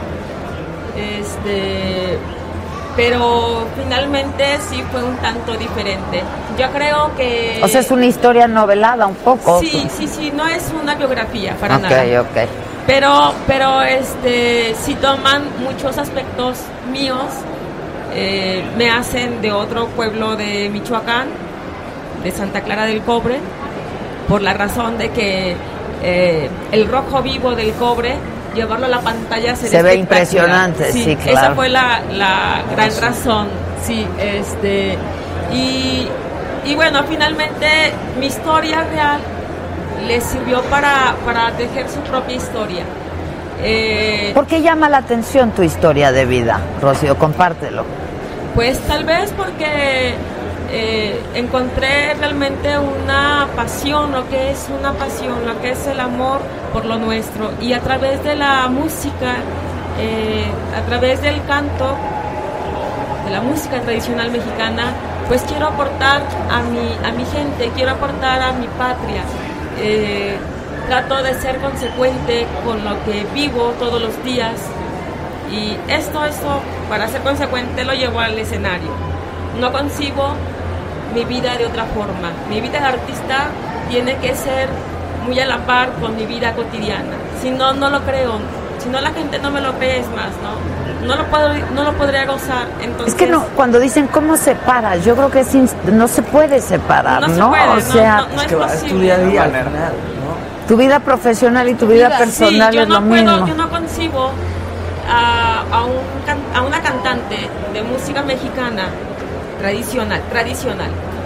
este... pero finalmente sí fue un tanto diferente. Yo creo que... O sea, es una historia novelada un poco. Sí, sí, sí, no es una biografía para Ok, nada. ok. Pero, pero este, sí toman muchos aspectos míos, eh, me hacen de otro pueblo de Michoacán, de Santa Clara del Cobre, por la razón de que eh, el rojo vivo del cobre, llevarlo a la pantalla se, Se ve impresionante, sí, claro. Esa fue la, la gran razón, sí, este, y, y bueno, finalmente mi historia real les sirvió para, para tejer su propia historia. Eh, ¿Por qué llama la atención tu historia de vida, Rocío? Compártelo. Pues tal vez porque eh, encontré realmente una pasión, lo que es una pasión, lo que es el amor por lo nuestro, y a través de la música, eh, a través del canto, de la música tradicional mexicana, pues quiero aportar a mi, a mi gente, quiero aportar a mi patria. Eh, trato de ser consecuente con lo que vivo todos los días, y esto, esto, para ser consecuente lo llevo al escenario. No concibo mi vida de otra forma. Mi vida de artista tiene que ser muy a la par con mi vida cotidiana. Si no, no lo creo. Si no, la gente no me lo cree, es más, ¿no? No lo puedo, no lo podría gozar. Entonces, Es que no, cuando dicen cómo separas, yo creo que es inst- no se puede separar, ¿no? No se puede, o no, sea, no, no es posible. Es tu día a día al final, ¿no? tu vida profesional y tu vida, personal sí, yo es no lo puedo, mismo. yo no concibo a, a, un, can- a una cantante de música mexicana tradicional, tradicional,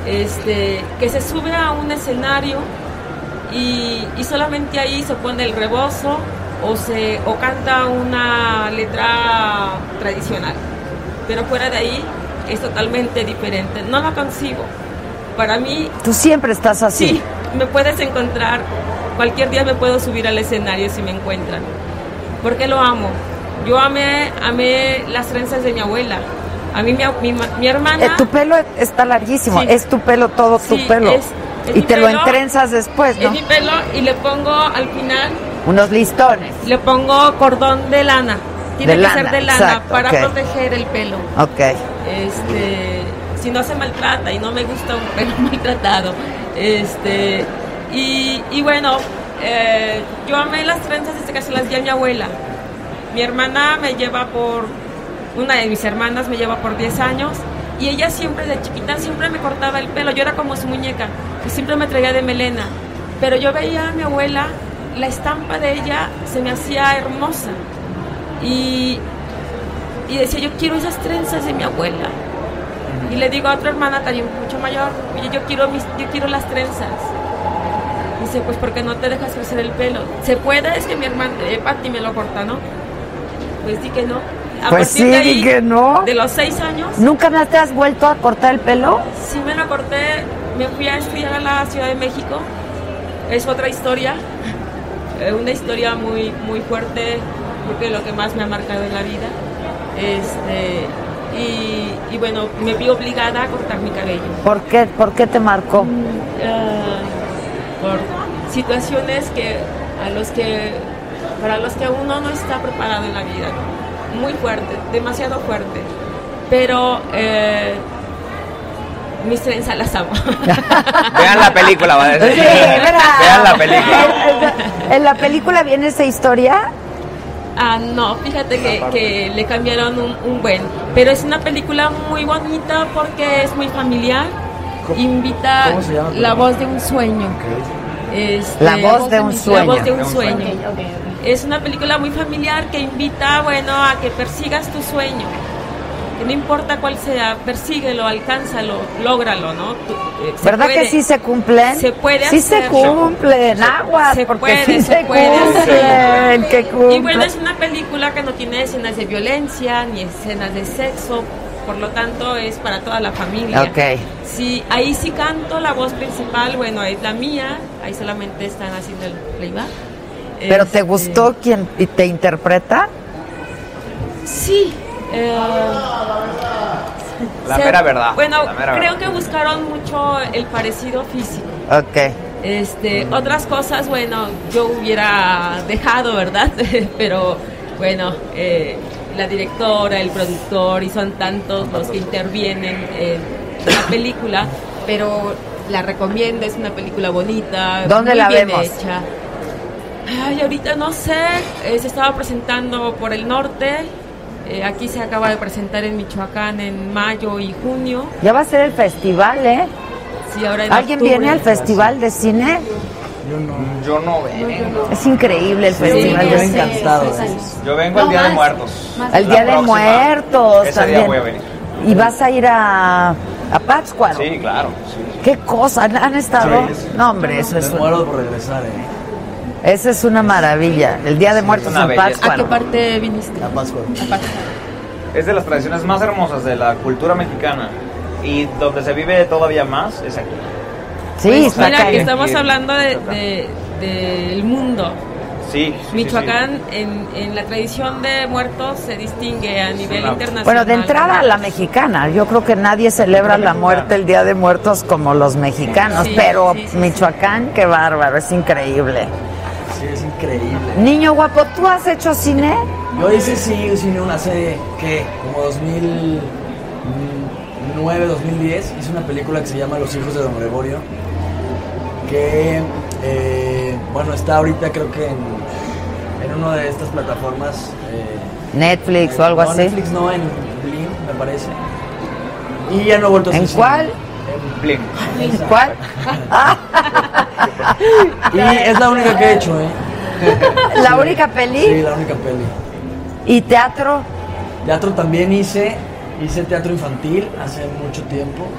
este, que se sube a un escenario y, y solamente ahí se pone el rebozo o se o canta una letra tradicional, pero fuera de ahí es totalmente diferente. No lo concibo. Para mí... Tú siempre estás así. Sí, me puedes encontrar, cualquier día me puedo subir al escenario si me encuentran, porque lo amo. Yo amé, amé las trenzas de mi abuela. A mí mi, mi, mi hermana... Eh, tu pelo está larguísimo, Sí. es tu pelo, todo Sí, tu pelo. es- es y mi te pelo, lo entrenzas después, ¿no? Es mi pelo y le pongo al final, Unos listones. le pongo cordón de lana. Tiene De que lana, ser de lana exacto, para ok. proteger el pelo. Ok. Este, si no se maltrata y no me gusta un pelo maltratado. Este, y, y bueno, eh, yo amé las trenzas desde que se las di a mi abuela. Mi hermana me lleva por, una de mis hermanas me lleva por diez años y ella siempre de chiquita siempre me cortaba el pelo. Yo era como su muñeca y siempre me traía de melena. Pero yo veía a mi abuela, la estampa de ella se me hacía hermosa. Y, y decía, yo quiero esas trenzas de mi abuela. Y le digo a otra hermana también mucho mayor, oye, yo quiero, mis, yo quiero las trenzas. Dice, pues porque no te dejas crecer el pelo. ¿Se puede? Es que mi hermana, eh, Pati me lo corta, ¿no? Pues di que no. A Pues partir sí, de ahí, di que no. De los seis años, ¿Nunca más te has vuelto a cortar el pelo? sí me lo corté. Me fui a estudiar a la Ciudad de México. Es otra historia. Eh, una historia muy, muy fuerte, porque es lo que más me ha marcado en la vida. Este, y, y bueno, me vi obligada a cortar mi cabello. ¿Por qué, ¿Por qué te marcó? Ah, por situaciones que a los que para los que uno no está preparado en la vida, muy fuerte, demasiado fuerte, pero eh, mis trenzas las amo. Vean la película, va a decir. Sí, verá. Vean la película. ¿En la película viene esa historia? Ah, no, fíjate que, que le cambiaron un, un buen, pero es una película muy bonita porque es muy familiar. Invita ¿Cómo se llama? La voz de un sueño. Este, La voz de un sueño. La voz de un sueño. Es una película muy familiar que invita, bueno, a que persigas tu sueño. Que no importa cuál sea, persíguelo, alcánzalo, lógralo, ¿no? Tú, eh, se ¿Verdad puede, que sí se cumplen? Se puede sí hacer. se cumplen, aguas, se porque puede, sí se se, puede cumplen, hacer. que cumplen. Y bueno, es una película que no tiene escenas de violencia ni escenas de sexo, por lo tanto es para toda la familia. Ok. Sí, ahí sí canto, la voz principal, bueno, es la mía, ahí solamente están haciendo el playback. ¿Pero te Este, gustó quien te interpreta? Sí. Eh, La se- mera verdad. Bueno, la mera creo verdad. que buscaron mucho el parecido físico. Ok. Este, otras cosas, bueno, yo hubiera dejado, ¿verdad? Pero bueno, eh, la directora, el productor, y son tantos los que intervienen en la película, pero la recomiendo, es una película bonita, ¿Dónde muy la bien vemos? hecha. Ay, ahorita no sé, eh, se estaba presentando por el norte, eh, aquí se acaba de presentar en Michoacán en mayo y junio. Ya va a ser el festival, ¿eh? Sí, ahora en ¿Alguien octubre. viene al festival de cine? Yo no. Yo no vengo. Es increíble el Sí, festival yo de cine. encantado. Yo vengo el Día de Muertos. El La Día de próxima. Muertos Ese también. día voy a venir. ¿Y vas a ir a, a Pátzcuaro? Sí, claro. Sí. ¿Qué cosa? ¿Han, han estado? Sí. No, hombre, eso es, Me muero por regresar, ¿eh? eso es una maravilla. El Día de Muertos una en belleza. ¿A qué Pátzcuaro. parte viniste? A Pátzcuaro. A Pátzcuaro. Es de las tradiciones más hermosas de la cultura mexicana y donde se vive todavía más es aquí. Sí, Pues está mira, que cañón. estamos hablando de, de- del mundo. Sí, sí, Michoacán, En, en la tradición de muertos, se distingue a nivel una- internacional. Bueno, de entrada la mexicana. Yo creo que nadie celebra la muerte el Día de Muertos como los mexicanos, Sí, pero sí, sí, Michoacán, qué bárbaro, es increíble. Sí, es increíble. Niño guapo, ¿tú has hecho cine? Yo hice sí, cine una hace, ¿qué? Como dos mil nueve, dos mil diez. Hice una película que se llama Los hijos de Don Gregorio. Que, eh, bueno, está ahorita creo que en, en una de estas plataformas. eh, Netflix o algo no, así. Netflix no, en Blim, me parece. Y ya no he vuelto a hacer ¿En cine. cuál? En Blim. ¿En cuál? Y es la única que he hecho, ¿eh? ¿La única peli? Sí, la única peli. ¿Y teatro? Teatro también hice, hice teatro infantil hace mucho tiempo.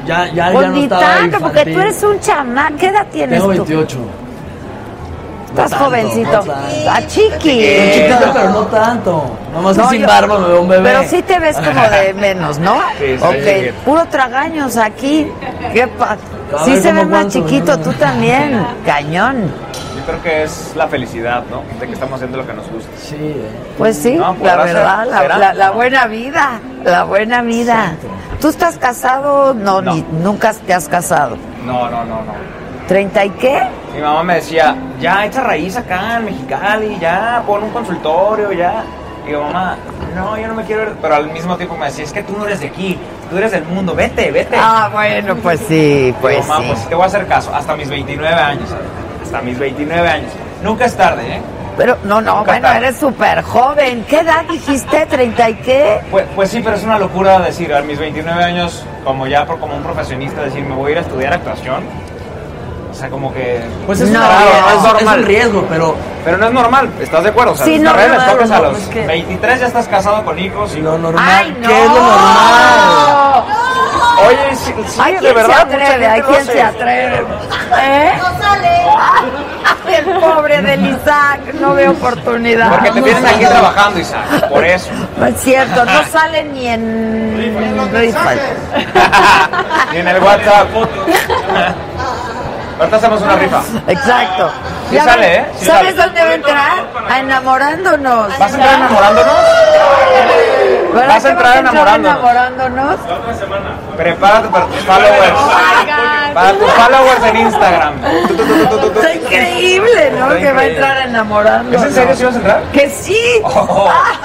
Ya, ya, Pues ya no ni estaba tanto, porque infantil. tú eres un chamán. ¿Qué edad tienes Tengo tú? veintiocho. Estás No tanto, jovencito. no tanto. Está chiqui. Soy chiquito, pero no tanto. Nomás No, sin yo- barba me veo un bebé. Pero sí te ves como de menos, ¿no? Sí, sí, ok, sí. puro tragaños aquí. ¿Qué pa- A Sí ver, se ¿cómo ve más cuánto? chiquito, tú también. Cañón. Yo creo que es la felicidad, ¿no? De que estamos haciendo lo que nos gusta. Sí, eh. Pues sí, No, la podrá verdad, ser, la, será. la- la buena vida, la buena vida. ¿Tú estás casado? No, No. Ni, nunca te has casado. No, no, no, no. ¿Treinta y qué? Mi mamá me decía, ya, echa raíz acá en Mexicali, ya, pon un consultorio, ya. Y digo, mamá, no, yo no me quiero ir. Pero al mismo tiempo me decía, es que tú no eres de aquí, tú eres del mundo, vete, vete. Ah, bueno, pues sí, pues Digo, mamá, sí. pues te voy a hacer caso, hasta mis veintinueve años, ¿sabes? Hasta mis veintinueve años. Nunca es tarde, ¿eh? Pero, no, no, Nunca bueno, tarde. eres súper joven. ¿Qué edad dijiste? ¿Treinta y qué? Pues, pues sí, pero es una locura decir, a mis veintinueve años, como ya por, como un profesionista, decir, me voy a ir a estudiar actuación. O sea, como que... Pues es, No, una- es es- normal. es un riesgo, pero... Pero no es normal, ¿estás de acuerdo? O sea, Sí, las no, carreras claro, tocas a no, los es que- veintitrés ya estás casado con hijos y... Lo normal, ¡Ay, no! ¿qué es lo normal? Oye, sí, sí, ¿Hay de quien verdad, se mucha atreve? gente ¿Hay lo quien hace. se atreve? ¿Eh? No sale. El pobre del Isaac, no ve oportunidad. Porque te tienen aquí trabajando, Isaac, por eso. No es cierto, no sale ni en rifas. Y en el WhatsApp. Ahorita hacemos una rifa. Exacto. Sí Ya sale, ves, ¿eh? Sí ¿Sabes sale. dónde va a entrar? A enamorándonos. ¿Vas a entrar enamorándonos? ¿Verdad ¿Vas a que entrar enamorándonos? enamorándonos? Prepárate para tus followers. Para tus followers en Instagram. Tu, tu, tu, tu, tu, tu, tu. Está increíble, ¿no? Está Que va a increíble. entrar enamorándonos. ¿Es en serio si vas a entrar? Que sí. Oh.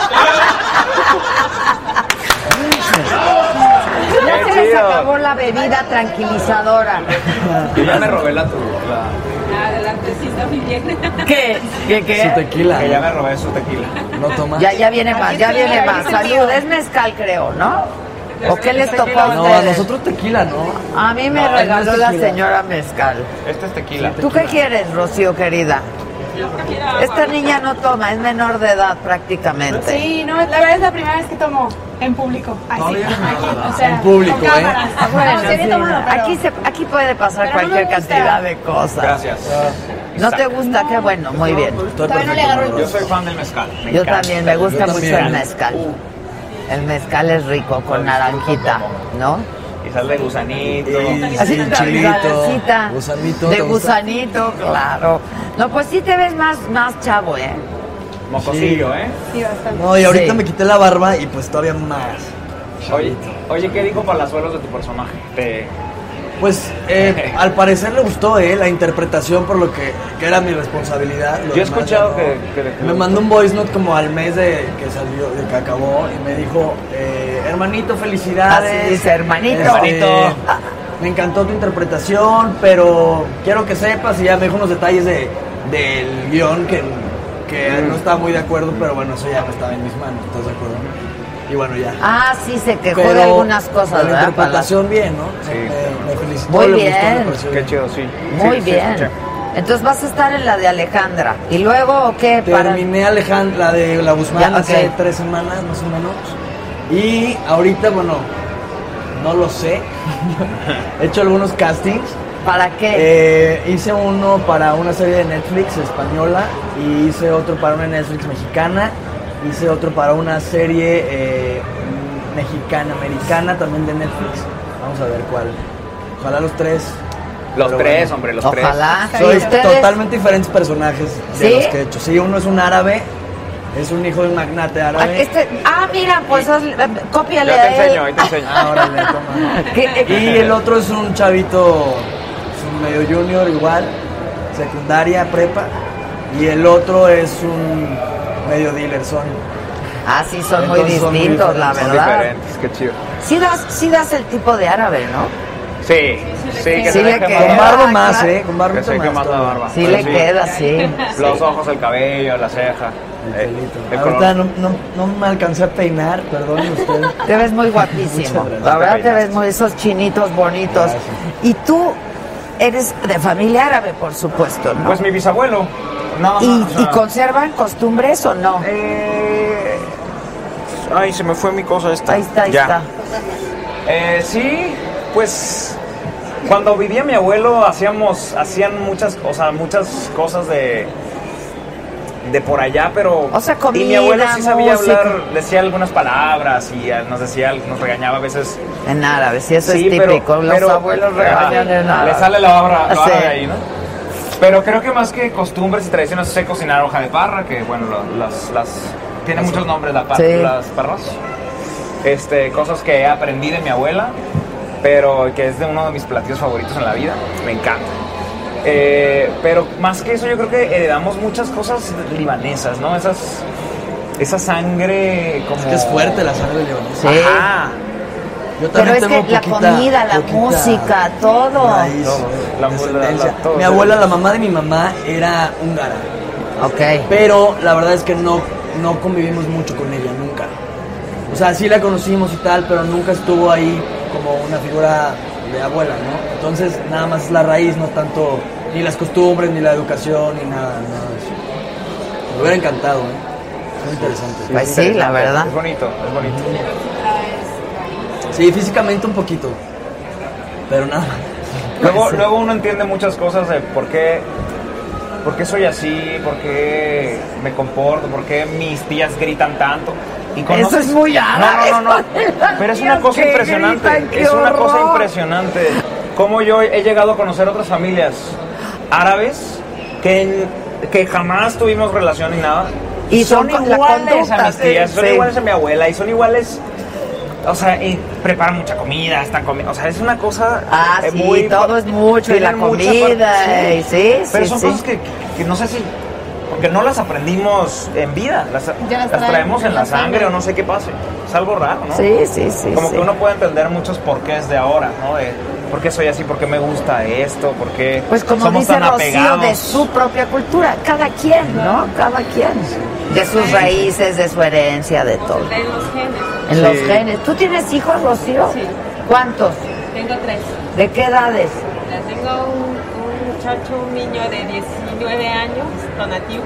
Ya Qué se les chido. acabó la bebida tranquilizadora. Yo ya me robé la tu. Adelante, sí, está muy bien. ¿Qué? ¿Qué qué? Su tequila. Que ya me robé su tequila. No tomas. Ya, ya viene más, ya viene más. Salud, es mezcal, creo, ¿no? ¿O qué les tocó a No, a ustedes? nosotros tequila, ¿no? A mí me No, regaló no es la tequila. señora mezcal. Este es tequila. ¿Tú qué quieres, Rocío, querida? Esta niña no toma, es menor de edad prácticamente. Sí, no, la verdad es la primera vez que tomo en público. Ay, sí, Todavía no, aquí, no, o sea, en público, con ¿eh? cámaras. Bueno, No, sí había sí, tomado, pero- aquí, se, aquí puede pasar Pero no me cualquier gusta. cantidad de cosas. Gracias. ¿No te gusta? Qué bueno, muy bien. Estoy Todavía no le perfecto, agarro el ¿no? Yo soy fan del mezcal. Me Yo encanta. también, me gusta Yo mucho también. el mezcal. El mezcal es rico con naranjita, ¿no? Y sal de gusanito. Y- Así sí, una chilito, salecita gusanito. de ¿te gusta? gusanito, claro. No, pues sí te ves más, más chavo, ¿eh? Mocosillo, ¿eh? Sí, bastante. No, y ahorita Sí. me quité la barba y pues todavía más. Oye, oye, ¿qué dijo Palazuelos de tu personaje? Te... Pues eh, al parecer le gustó eh, la interpretación por lo que, que era mi responsabilidad. Lo Yo he demás escuchado ya que- que le- Me mandó un voice note como al mes de que salió, de que acabó y me dijo, eh, hermanito, felicidades. Así dice, hermanito. Hermanito. Me encantó tu interpretación, pero quiero que sepas, y ya me dijo unos detalles de, del guión que, que no estaba muy de acuerdo, pero bueno, eso ya no estaba en mis manos, ¿estás de acuerdo? Y bueno, ya. Ah, sí, se quejó Pero de algunas cosas, la ¿verdad? interpretación bien, ¿no? Sí. Me, me felicitó, Muy le gustó, bien. me pareció Qué bien. chido, sí. Muy Sí, sí, bien. escuché. Entonces vas a estar en la de Alejandra. ¿Y luego qué? Para... Terminé Alejandra, la de la Guzmán Ya, hace ok. tres semanas más o menos. Y ahorita, bueno, no lo sé. He hecho algunos castings. ¿Para qué? Eh, hice uno para una serie de Netflix española y hice otro para una Netflix mexicana. Hice otro para una serie eh, mexicana, americana también de Netflix. Vamos a ver cuál. Ojalá los tres. Los Pero tres, bueno. hombre, los Ojalá. Soy ¿Y ustedes? totalmente diferentes personajes de ¿Sí? los que he hecho. Sí, uno es un árabe, es un hijo de un magnate Ah, árabe. este- ah, mira, pues haz- eh, cópiale Yo te a él. enseño, ahí te enseño. Ah, órale, toma. ¿Qué? Y el otro es un chavito, es un medio junior igual, secundaria, prepa. Y el otro es un medio dealer, son. Ah, sí, son muy Entonces son muy distintos, la diferentes. Son verdad. diferentes, qué chido. Sí das, sí das el tipo de árabe, ¿no? Sí, sí, que Sí se le deje queda. Con más. barba Ah, más, claro. ¿eh? Con barba Que se deje más la barba. Sí Pero le queda, sí. Los ojos, el cabello, la ceja. eh, el Ahorita color. no, no, no me alcancé a peinar, perdonen ustedes. Te ves muy guapísimo. Muchas gracias. La verdad te ves muy esos chinitos bonitos. Gracias. Y tú eres de familia árabe, por supuesto, ¿no? Pues mi bisabuelo. No, ¿Y, no, o sea, ¿Y conservan costumbres o no? eh, Ay, se me fue mi cosa esta. Ahí está, ahí Ya. está. Eh, sí, Pues cuando vivía mi abuelo hacíamos, hacían muchas cosas, muchas cosas de, de por allá, pero o sea, comida, y mi abuelo sí sabía música. hablar, decía algunas palabras y nos decía, nos regañaba a veces en árabe, sí, eso sí, es típico, pero, los pero, abuelos regañan en árabe. Le sale la barra, la Sí. barra de ahí, ¿no? Pero creo que más que costumbres y tradiciones, sé cocinar hoja de parra, que bueno, lo- las, las tiene muchos nombres la par- Sí. las parras. Este, cosas que aprendí de mi abuela, pero que es de uno de mis platillos favoritos en la vida, me encanta. Eh, pero más que eso, yo creo que heredamos muchas cosas libanesas, ¿no? Esas, esa sangre como... Es que es fuerte la sangre libanesa. Sí. Ajá. Yo Pero también es tengo que la poquita- comida, la poquita música, todo. raíz, Todo. La- descendencia. la- la- todo. Mi abuela, la mamá de mi mamá, era húngara. Ok. Pero la verdad es que no, no convivimos mucho con ella, nunca. O sea, sí la conocimos y tal, pero nunca estuvo ahí como una figura de abuela, ¿no? Entonces, nada más es la raíz, no tanto ni las costumbres, ni la educación, ni nada, nada de eso. Me hubiera encantado, ¿eh? Muy interesante. Pues sí, la verdad. Es bonito, es bonito. Sí, físicamente un poquito, pero nada. Luego, luego uno entiende muchas cosas de por qué, por qué soy así, por qué me comporto, por qué mis tías gritan tanto. Y conoces- Eso es muy árabe. No, no, no, no. Pero es una cosa Que impresionante. gritan, qué Es una cosa horror. impresionante. Cómo yo he llegado a conocer otras familias árabes que, que jamás tuvimos relación ni nada. Y son son con la iguales conducta, a mis tías, sí, son sí. iguales a mi abuela y son iguales. O sea, y preparan mucha comida, están comiendo. O sea, es una cosa. Ah, eh, sí, muy, todo es mucho, y la tienen mucha comida, parte- y sí, Pero sí, son sí. cosas que, que no sé si. Porque no las aprendimos en vida, las, Ya las las traen traemos en en la la sangre sangre. o no sé qué pase. Es algo raro, ¿no? Sí, sí, sí, Como sí. que uno puede entender muchos porqués de ahora, ¿no? De por qué soy así, por qué me gusta esto, por qué Pues como somos dice tan Rocío, apegados. de su propia cultura, cada quien, ¿no? Cada quien. De sus raíces, de su herencia, de todo. En los genes. En Sí. los genes. ¿Tú tienes hijos, Rocío? Sí. ¿Cuántos? Tengo tres. ¿De qué edades? Ya tengo un, un muchacho, un niño de diecinueve años, Donatiu.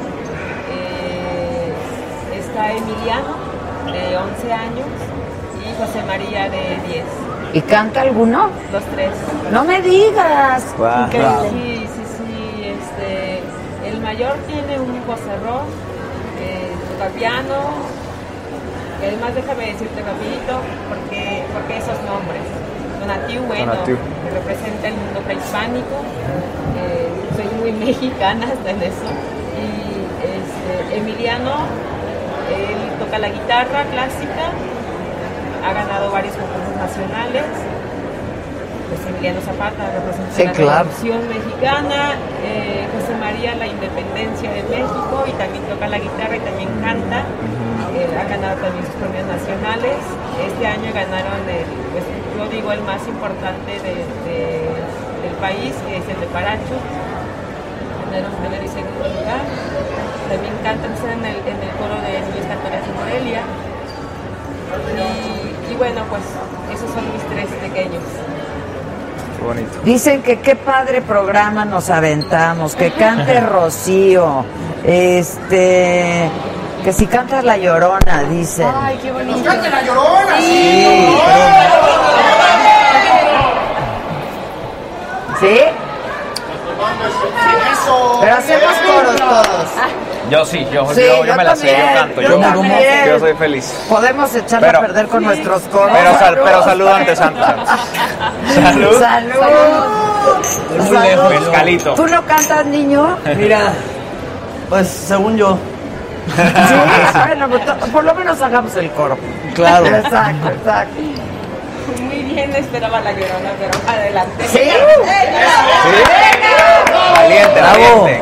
Eh, está Emiliano, de once años, y José María, de diez. ¿Y canta alguno? Los tres. No me digas. Guau. Increíble. Sí, sí, sí. Este, el mayor tiene un vocerrón, eh, toca piano. Y además déjame decirte rapidito, porque, porque esos nombres. Donatiu, bueno, Donatiu. que representa el mundo prehispánico. Eh, soy muy mexicana hasta en eso. Y este, Emiliano, él toca la guitarra clásica, ha ganado varios concursos nacionales. Pues Emiliano Zapata representa Sí, la claro. Revolución Mexicana, eh, José María la independencia de México, y también toca la guitarra y también canta. Eh, ha ganado también sus premios nacionales. Este año ganaron el, pues yo digo el más importante de, de- del país, que es el de Paracho. Ganaron primero y segundo lugar. También cantan en el, en el coro de Niños Cantores de Morelia. Y, y bueno, pues esos son mis tres pequeños. Qué bonito. Dicen que qué padre programa nos aventamos, que cante Rocío, este, que si cantas La Llorona, dicen. Ay, qué bonito. ¡Cállate la Llorona! Sí, ¿Sí? Eso. Pero hacemos coros todos. Yo sí, yo, Sí, yo, yo yo me la sé, yo también, canto, yo yo, canto, también. yo soy feliz. Podemos echarla Pero- a perder con nuestros coros. Pero, sal, pero salud antes, antes, antes. Salud. Salud. Muy lejos, mezcalito. ¿Tú no cantas, niño? Mira, pues según yo. Sí, bueno, pues, to- por lo menos hagamos el coro. Claro. Exacto, exacto. Muy bien, esperaba la Llorona, pero adelante. ¿Sí? Valiente, Bravo. valiente.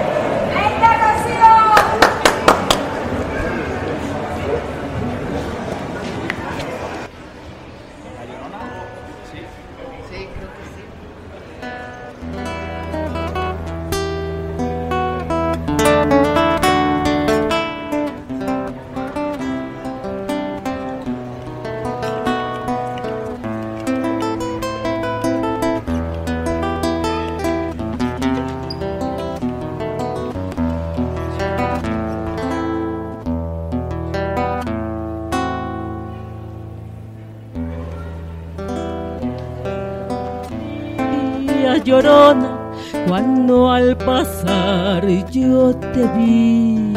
llorona, cuando al pasar yo te vi.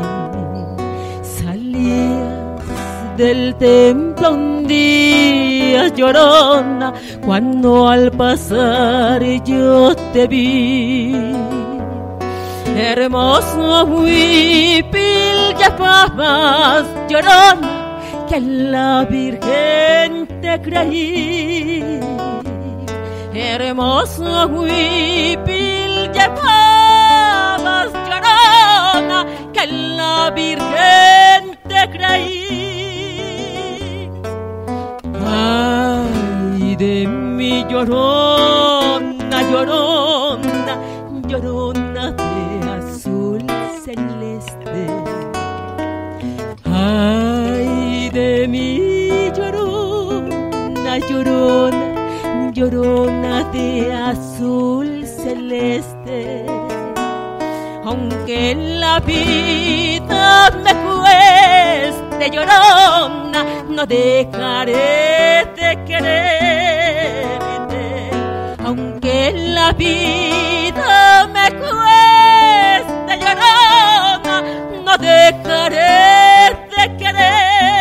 Salías del templo un día, llorona, cuando al pasar yo te vi. Hermoso huipil llevabas, llorona, que en la Virgen te creí. Hermoso huipil llevabas, llorona, que en la Virgen te creí. Ay de mi llorona, llorona, llorona de azul celeste. Ay de mi llorona, llorona, llorona de azul celeste. Aunque la vida me cueste, llorona, no dejaré de quererte. Aunque la vida me cueste, llorona, no dejaré de querer.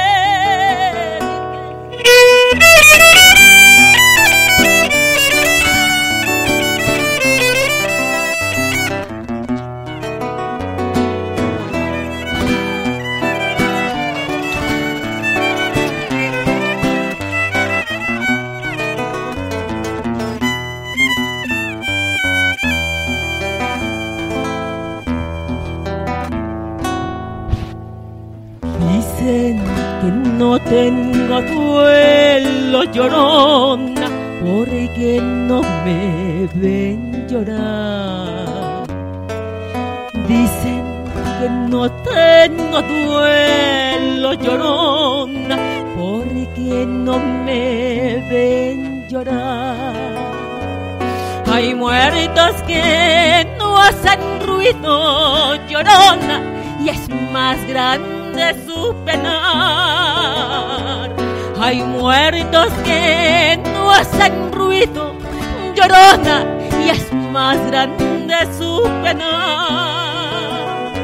Dicen que no tengo duelo, llorona, porque no me ven llorar. Dicen que no tengo duelo, llorona, porque no me ven llorar. Hay muertos que no hacen ruido, llorona, y es más grande su penar. Hay muertos que no hacen ruido, llorona, y es más grande su penar.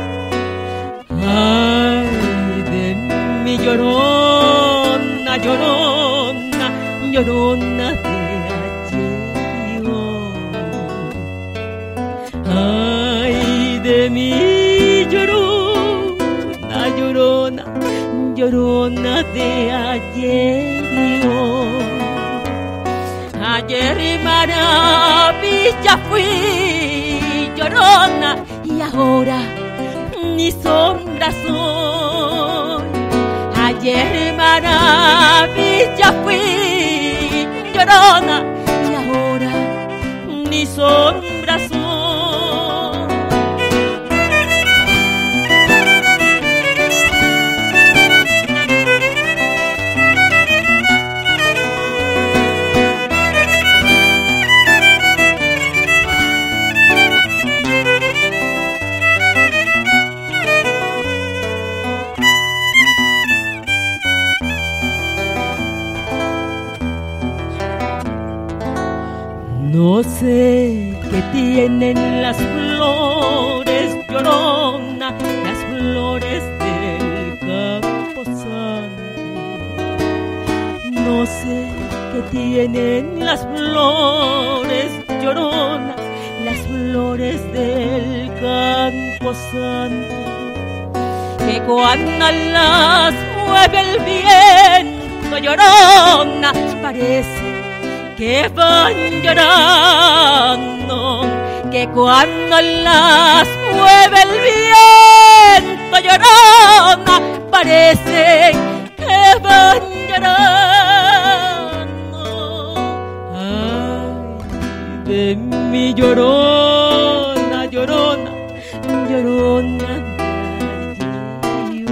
Ay de mi llorona, llorona, llorona de ayer y hoy. Ay de mi llorona, llorona, llorona de ayer y hoy. Ayer maravilla fui, llorona, y ahora ni sombra soy. Ayer maravilla fui, llorona, y ahora ni sombra soy. No sé qué tienen las flores, llorona, las flores del camposanto. No sé qué tienen las flores, llorona, las flores del camposanto. Que cuando las mueve el viento, llorona, parece que van llorando, que cuando las mueve el viento, llorona, parece que van llorando. Ay de mi llorona, llorona, llorona de ayer.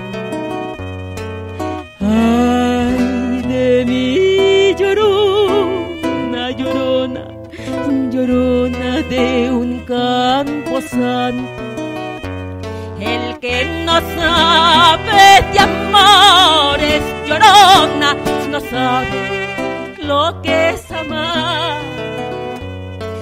Ay de mi llorona, llorona, llorona de un camposanto. El que no sabe de amores, llorona, no sabe lo que es amar.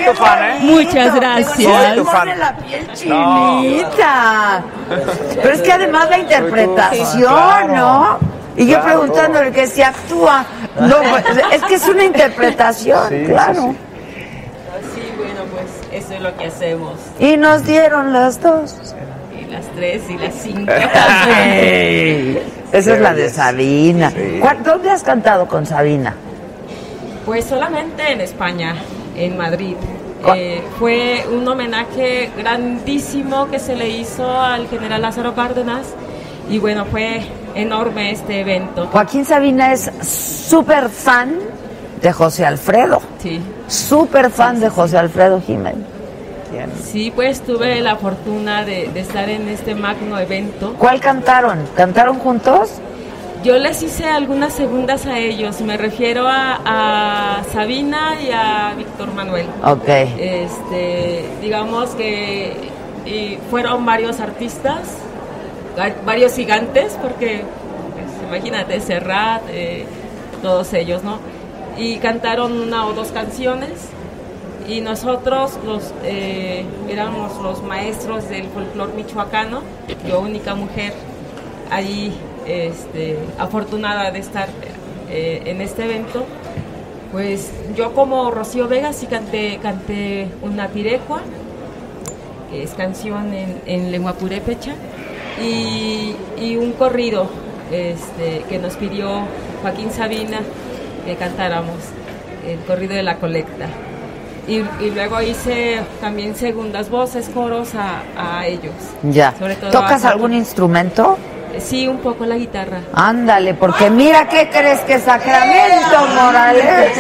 tu fan, ¿eh? Muchas gracias. Soy tu fan. Me pone la piel chinita. Pero es que además la interpretación, ¿no? Y yo Claro. preguntándole que si actúa. No, pues, es que es una interpretación, Sí, claro. sí, Sí, bueno, pues eso es lo que hacemos. Y nos dieron las dos. Y las tres y las cinco. Ey, esa es la de Sabina. ¿Cuál- ¿Dónde has cantado con Sabina? Pues solamente en España, en Madrid. Eh, fue un homenaje grandísimo que se le hizo al general Lázaro Cárdenas y bueno, fue enorme este evento. Joaquín Sabina es súper fan de José Alfredo. Sí. Súper fan de José Alfredo Jiménez. Sí, pues tuve la fortuna de, de estar en este magno evento. ¿Cuál cantaron? ¿Cantaron juntos? Yo les hice algunas segundas a ellos, me refiero a, a Sabina y a Víctor Manuel. Ok. Este, digamos que y fueron varios artistas, va- varios gigantes, porque pues, imagínate, Serrat, eh, todos ellos, ¿no? Y cantaron una o dos canciones y nosotros los eh, éramos los maestros del folclore michoacano, yo única mujer allí. Este, afortunada de estar eh, en este evento, pues yo como Rocío Vega sí canté, canté una pirecua, que es canción en, en lengua purépecha, y, y un corrido este, que nos pidió Joaquín Sabina que cantáramos, el corrido de la colecta. Y, y luego hice también segundas voces, coros a, a ellos. Ya. Sobre todo ¿Tocas a- algún instrumento? Sí, un poco la guitarra. Ándale, porque mira, ¿qué crees que Sacramento, Morales?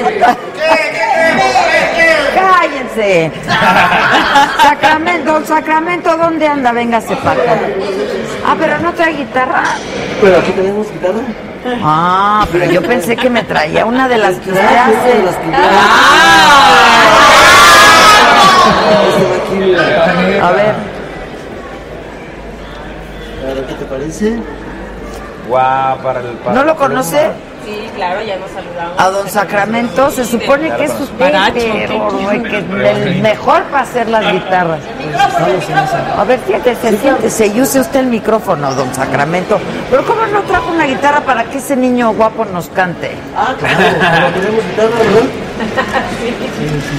¡Cállense! Sacramento, Sacramento, ¿dónde anda? Véngase para acá. Ah, pero no trae guitarra. Pero aquí tenemos guitarra. Ah, pero yo pensé que me traía una de las que usted hace. Ah. A ver. A ver, ¿qué te parece? Guau, para el... para ¿No la lo conoce? Sí, claro, ya nos saludamos. A don Sacramento, se supone que es usted pero, y que el mejor para hacer las guitarras. A ver, siéntese, siéntese y use usted el micrófono, don Sacramento. Pero ¿cómo no trajo una guitarra para que ese niño guapo nos cante? Ah, claro, pero tenemos guitarra, ¿verdad? Sí, sí,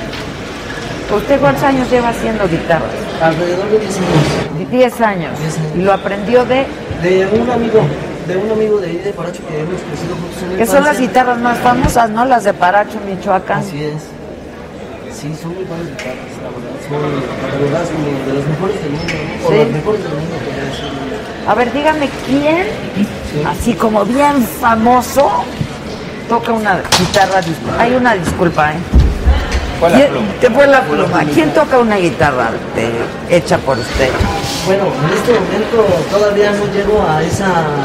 sí. ¿Usted cuántos años lleva haciendo guitarras? Alrededor de diez años. diez años. ¿Y lo aprendió de? De un amigo, de un amigo de ahí de Paracho que hemos crecido juntos en la Que son las infancia. guitarras más famosas, ¿no? Las de Paracho, Michoacán. Así es. Sí, son muy buenas guitarras, la verdad. Son, la verdad, son de las mejores del mundo, ¿no? O Sí. las mejores del mundo, podría decirlo. A ver, dígame, ¿quién, así como bien famoso, toca una guitarra? dis- Hay una disculpa, ¿eh? Fue la ¿Quién- pluma. Te fue la pluma. ¿Quién toca una guitarra de- hecha por usted? Bueno, en este momento todavía no llego a esa,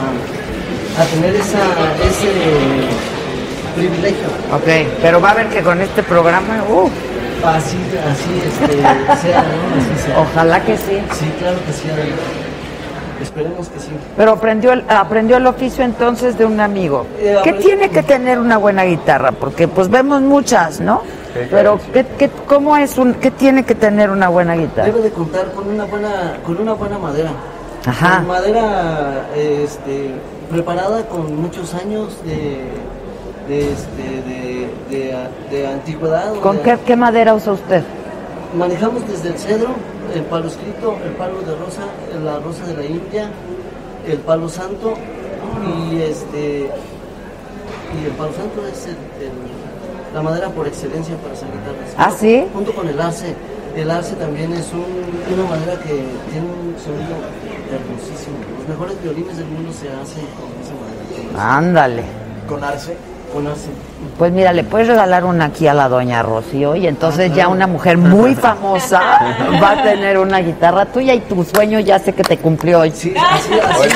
a tener esa, ese privilegio. Ok, pero va a ver que con este programa, uh, Así, así, este, sea, ¿no? Así sea. ojalá que sí. Sí, claro que sí, Adela. Esperemos que sí. Pero aprendió el, aprendió el oficio entonces de un amigo. Eh, ¿Qué aprendí- tiene que tener una buena guitarra? Porque pues vemos muchas, ¿no? Sí, Pero ¿qué, qué, ¿cómo es un, qué tiene que tener una buena guitarra? Debe de contar con una buena, con una buena madera. Ajá. Con madera, este, preparada con muchos años de, de, este, de, de, de antigüedad. o ¿Con de- qué, qué madera usa usted? Manejamos desde el cedro, el palo escrito, el palo de rosa, la rosa de la India, el palo santo y este y el palo santo es el- el- la madera por excelencia para hacer guitarras. ¿Ah, sí? Junto con el arce. El arce también es un- una madera que tiene un sonido hermosísimo. Los mejores violines del mundo se hacen con esa madera. Ándale. ¿Con arce? Con arce. Pues mira, le puedes regalar una aquí a la doña Rocío y entonces ya una mujer muy famosa va a tener una guitarra tuya y tu sueño ya sé que te cumplió hoy. Sí, así, así.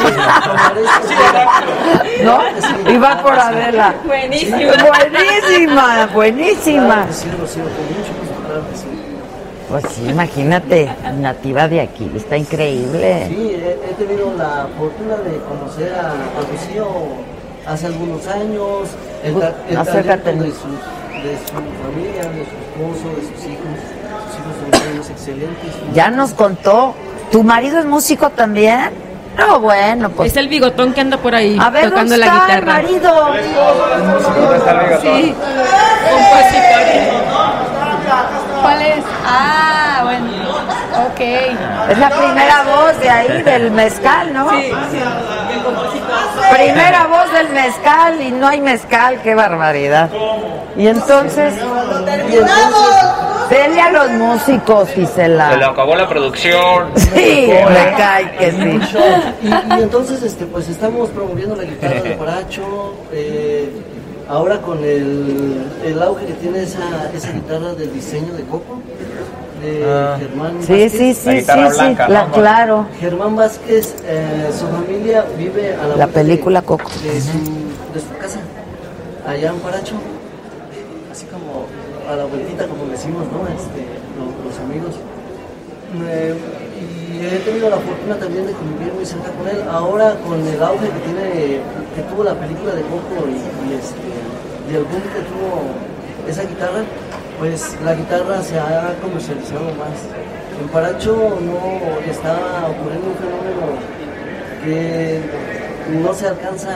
¿No? Y va por Adela. Buenísimo. Buenísima, buenísima. Claro que sí, Rocío, con mucho gusto, claro que sí. Pues sí, imagínate, nativa de aquí, está increíble. Sí, he, he tenido la fortuna de conocer a, a Rocío hace algunos años, el, ta- el Acércate. talento de sus, de su familia, de su esposo, de sus hijos. Sus hijos son unos excelentes. Ya nos contó. ¿Tu marido es músico también? No, bueno, pues. Es el bigotón que anda por ahí a ver, tocando ¿dónde la está guitarra. el marido? ¿Dónde está el bigotón? Sí, compositor. ¿Cuál es? Ah, bueno, ok. Es la primera voz de ahí, del mezcal, ¿no? Sí, sí, el compositor. Primera voz del mezcal y no hay mezcal, qué barbaridad. Y entonces, y entonces denle a los músicos, Gisela. Se le acabó la producción. Sí, me cae que sí. Y, y entonces, este, pues estamos promoviendo la guitarra de Paracho. Eh, ahora con el, el auge que tiene esa, esa guitarra del diseño de Coco. De Ah. Germán Sí, Vázquez. sí, sí, sí, sí, la, claro. Germán Vázquez, eh, su familia vive a la, La vuelta película de, Coco. de su, de su casa, allá en Paracho, así como a la vueltita, como decimos, ¿no? Este, los, los amigos. Eh, y he tenido la fortuna también de convivir muy cerca con él. Ahora con el auge que tiene, que tuvo la película de Coco y, y este, y el boom que tuvo esa guitarra, pues la guitarra se ha comercializado más. En Paracho no está ocurriendo un fenómeno que no se alcanza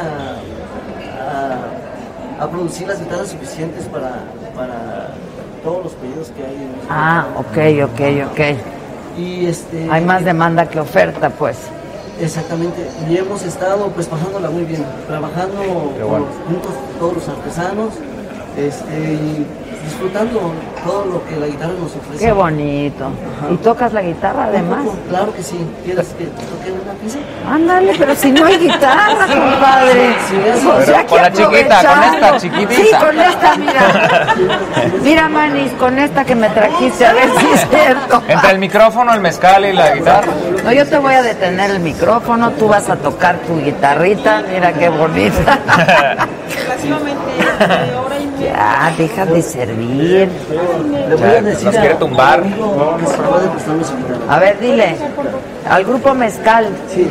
a, a producir las guitarras suficientes para, para todos los pedidos que hay. En Ah, ok, ok, ok. Y este, Hay más demanda que oferta, pues. Exactamente, y hemos estado pues pasándola muy bien, trabajando bueno. con- juntos todos los artesanos, este, y disfrutando todo lo que la guitarra nos ofrece. Qué bonito. ¿Y tocas la guitarra además? Claro que sí. ¿Quieres que toque una pieza? Ándale, pero si no hay guitarra, compadre. Sí, sí, O pero sea, con que la chiquita, con aprovecharlo. esta chiquitita. Sí, con esta, mira. Mira, Manis, con esta que me trajiste, a ver si es cierto. Entre el micrófono, el mezcal y la guitarra. No, yo te voy a detener el micrófono, tú vas a tocar tu guitarrita, mira qué bonita. Relativamente de hora y media. Ya, deja de servir. Le voy a decir Nos quiere a- tumbar. a un amigo que se puede prestarme su guitarra. A ver, dile, al grupo Mezcal. Sí.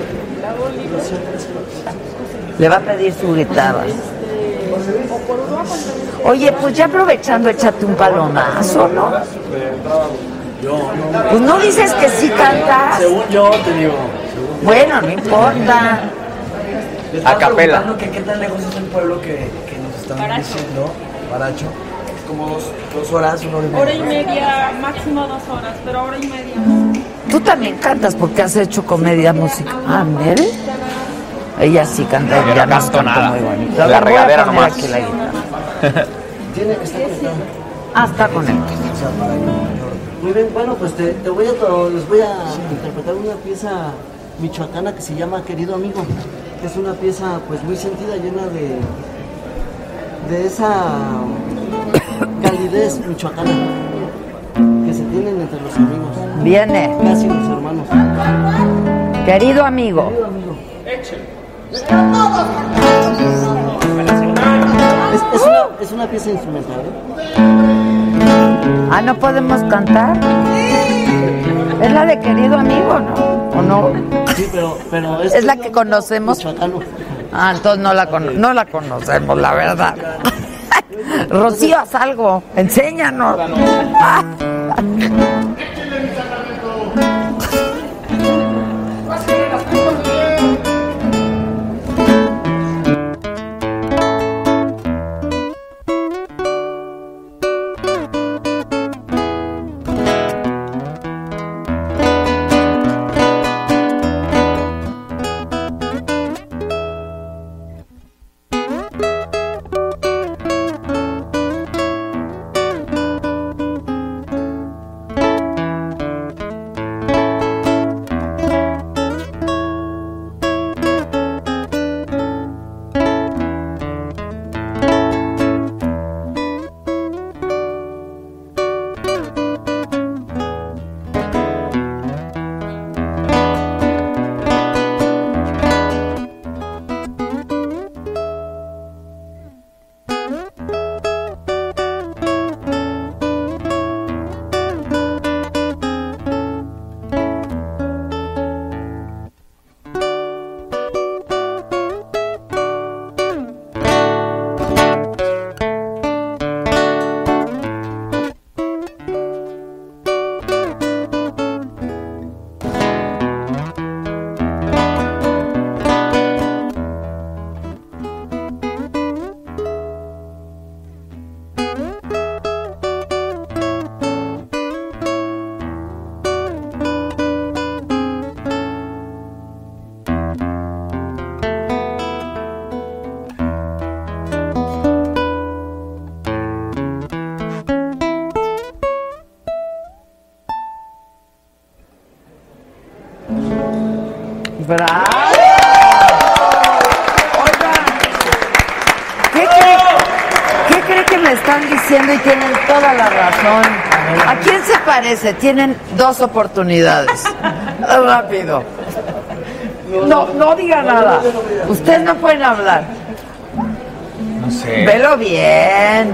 Le va a pedir su guitarra. Oye, pues ya aprovechando, échate un palomazo, ¿no? Pues no dices que sí cantas. Según yo te digo. Bueno, no importa. Le estaba A capela. preguntando que qué tan lejos es el pueblo que, que nos están Paracho. diciendo. Paracho. Es como dos, dos horas, una hora y media. Hora y media, máximo dos horas, pero hora y media. Tú también cantas porque has hecho comedia musical. Ah, Mel. Ella sí canta, Yo ya no nos canto canta nada. muy bonito. La A ver, voy a regadera poner nomás. aquí la guitarra. Tiene, está conectado. Ah, está conectado. O sea, para que- Muy bien, bueno, pues te, te voy a, to- les voy a interpretar una pieza michoacana que se llama Querido Amigo. Es una pieza pues muy sentida, llena de, de esa calidez michoacana que se tienen entre los amigos. Viene. Casi los hermanos. Querido amigo. Querido amigo. Es, es, una, es una pieza instrumental, ¿eh? Ah, ¿no podemos cantar? Es la de Querido Amigo, ¿no? ¿O no? Sí, pero, pero Es la que conocemos. Ah, entonces no la, cono- no la conocemos, la verdad. Rocío, haz algo. Enséñanos. ¡Bravo! Oigan, ¿qué cree, ¿qué cree que me están diciendo? Y tienen toda la razón. ¿A quién se parece? Tienen dos oportunidades. Rápido. No, no diga nada. Ustedes no pueden hablar. No sé. Velo bien.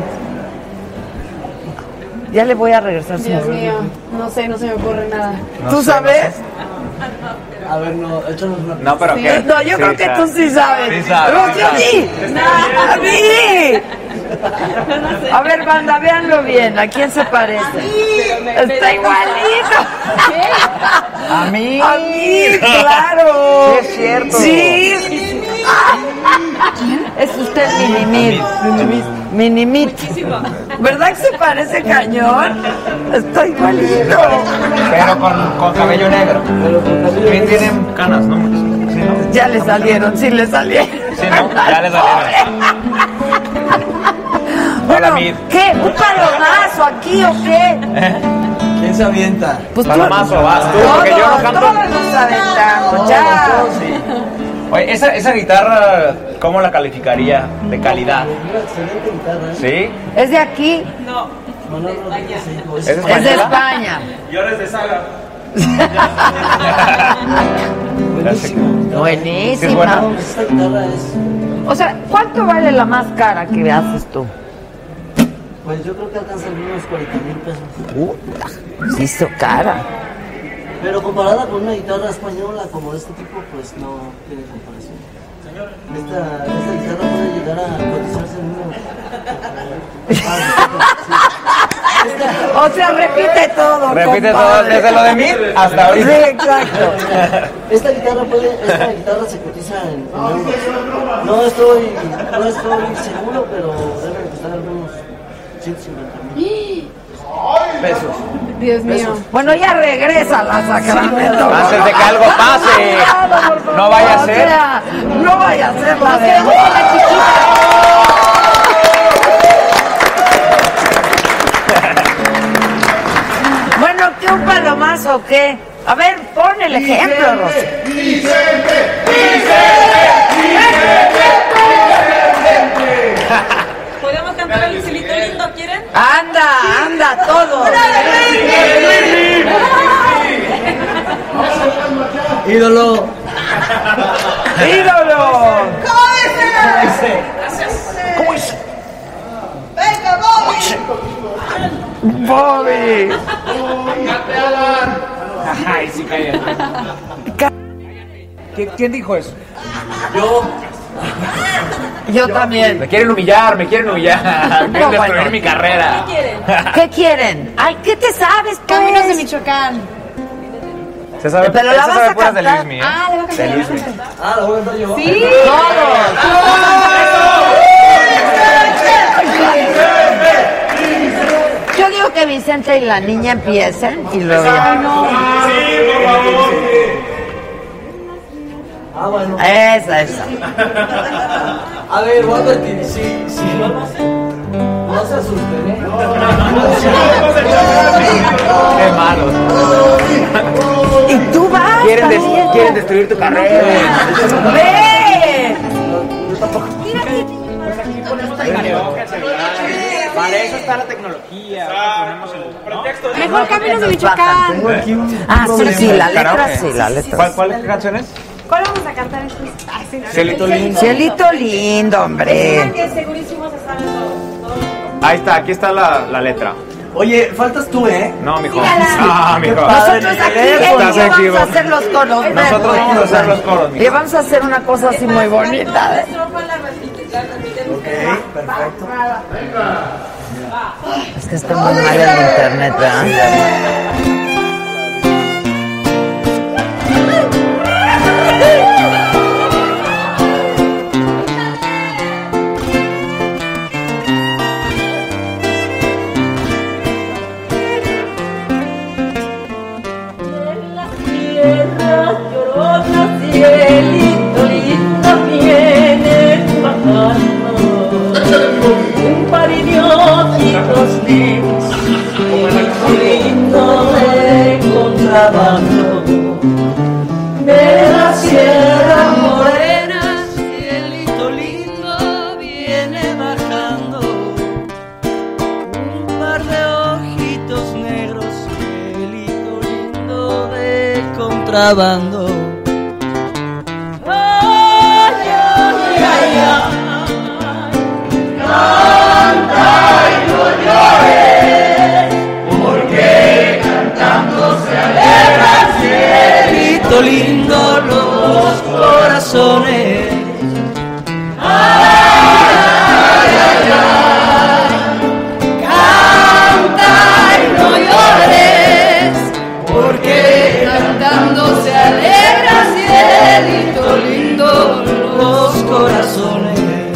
Ya le voy a regresar su Dios mío, no sé, no se me ocurre nada. No ¿Tú sé, sabes? no sé. A ver, no, échanos una. No, pero Sí. ¿qué? No, yo Sí, creo que sabe. tú sí sabes. Sí sabe, No, sí yo sabe. sí. A mí. A ver, banda, véanlo bien. ¿A quién se parece? Está igualito. A mí. A mí, claro. Sí, es cierto. Sí. Es usted Minimit. Minimit. ¿Verdad que se parece cañón? Está igualito. Pero con, con cabello negro. También tienen canas, ¿no? Sí, ¿no? Ya le salieron, sí le salieron. Sí, ¿no? Ya le salieron. Hola, Bueno, Mid. ¿qué? ¿Un palomazo aquí o qué? ¿Quién se avienta? Pues Palomazo, vas tú, porque yo no canto. Todos nos aventamos, ya. Oye, esa, esa guitarra, ¿cómo la calificaría de calidad? Excelente guitarra, ¿eh? ¿Sí? ¿Es de aquí? No. No, no, no, no, ¿Es Es de española? España. Y ahora es de Saga. buenísimo. Buenísima. Es buena. Esta guitarra es, O sea, ¿cuánto vale la más cara que haces tú? pues yo creo que alcanza unos cuarenta mil pesos. Puta, sí hizo cara. Pero comparada con una guitarra española como de este tipo, pues no tiene comparación. Esta, esta guitarra puede llegar a cotizarse en unos... O sea, repite todo. Repite compadre. todo, desde lo de mí hasta ahorita. Sí, exacto. Esta guitarra puede, esta guitarra se cotiza en, en euros. No estoy, no estoy seguro, pero debe costar algunos ciento cincuenta mil pesos. Dios mío. Bueno, ya regresa la Sacramento. Antes de que algo pase. No vaya a O ser. sea, no vaya a ser la de Bueno, ¿qué un palomazo o qué? A ver, pon el ejemplo, Rosy. ¿Podemos cantar el Cielito Lindo, quieren? Anda, anda, todo. Ídolo. ¡Ídolo! ¿Cómo dice? ¡Venga, Bobby! Bobby. Ay, sí, cállate. ¿Quién, ¿Quién dijo eso? Yo. Yo también. Me quieren humillar, me quieren humillar. Quieren No, destruir bueno. mi carrera. ¿Qué quieren? Ay, ¿qué te sabes, pues? Caminos de Michoacán. Se sabe, Pero él la se vas sabe a puras de cantar. Luismi, ¿eh? Ah, le va a cantar. De Luismi. Ah, lo voy a cantar yo. Sí. Yo digo que Vicente y la niña empiecen y luego ya. Ah, bueno. Esa, esa. A ver, voy a advertir. Sí, sí. No se asusten, ¿eh? Qué malos. Y tú vas. Quieren, des- también. quieren destruir tu carrera. ¡Ve! Para eso está la tecnología. Ponemos el Mejor Caminos de Michoacán. Ah, sí, sí, la letra sí, la letra. ¿Cuál, cuál canción es? ¿Cuál vamos a cantar después? Ay, sí, no. Cielito Lindo. Cielito lindo, hombre. Que segurísimo se sabe todo. Ahí está, aquí está la, la letra. Oye, faltas tú, ¿eh? No, mijo. Sígala. Ah, mijo. Nosotros aquí Estás vamos a equivocado. hacer los coros. Nosotros vamos a hacer los coros, Y mijo. vamos a hacer una cosa así muy bonita. ¿eh? Ok, perfecto. Es que está muy mal el internet, ¿verdad? Tierra llorona, cielito lindo, vienes bajando. Un par de idiotitos negros, muy lindo de contrabando. De la sierra grabando. Ay, ay, ay, ay. Canta y no llores, porque cantando se alegra el cielito lindo los corazones. Ay, ay, ay, ay. Canta y no llores, porque cantando se alegra el cielito lindo los corazones.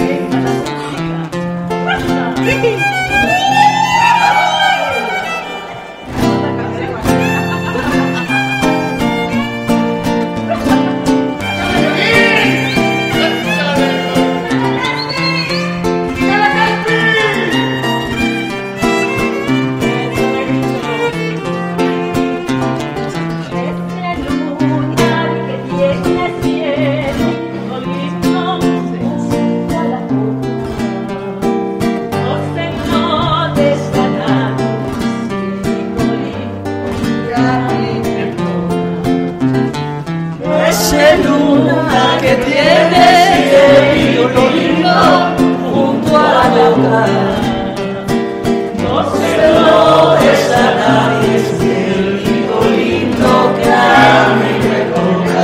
Que tiene el lindo junto a la boca, no se lo des a nadie, es el lindo que a mí me toca.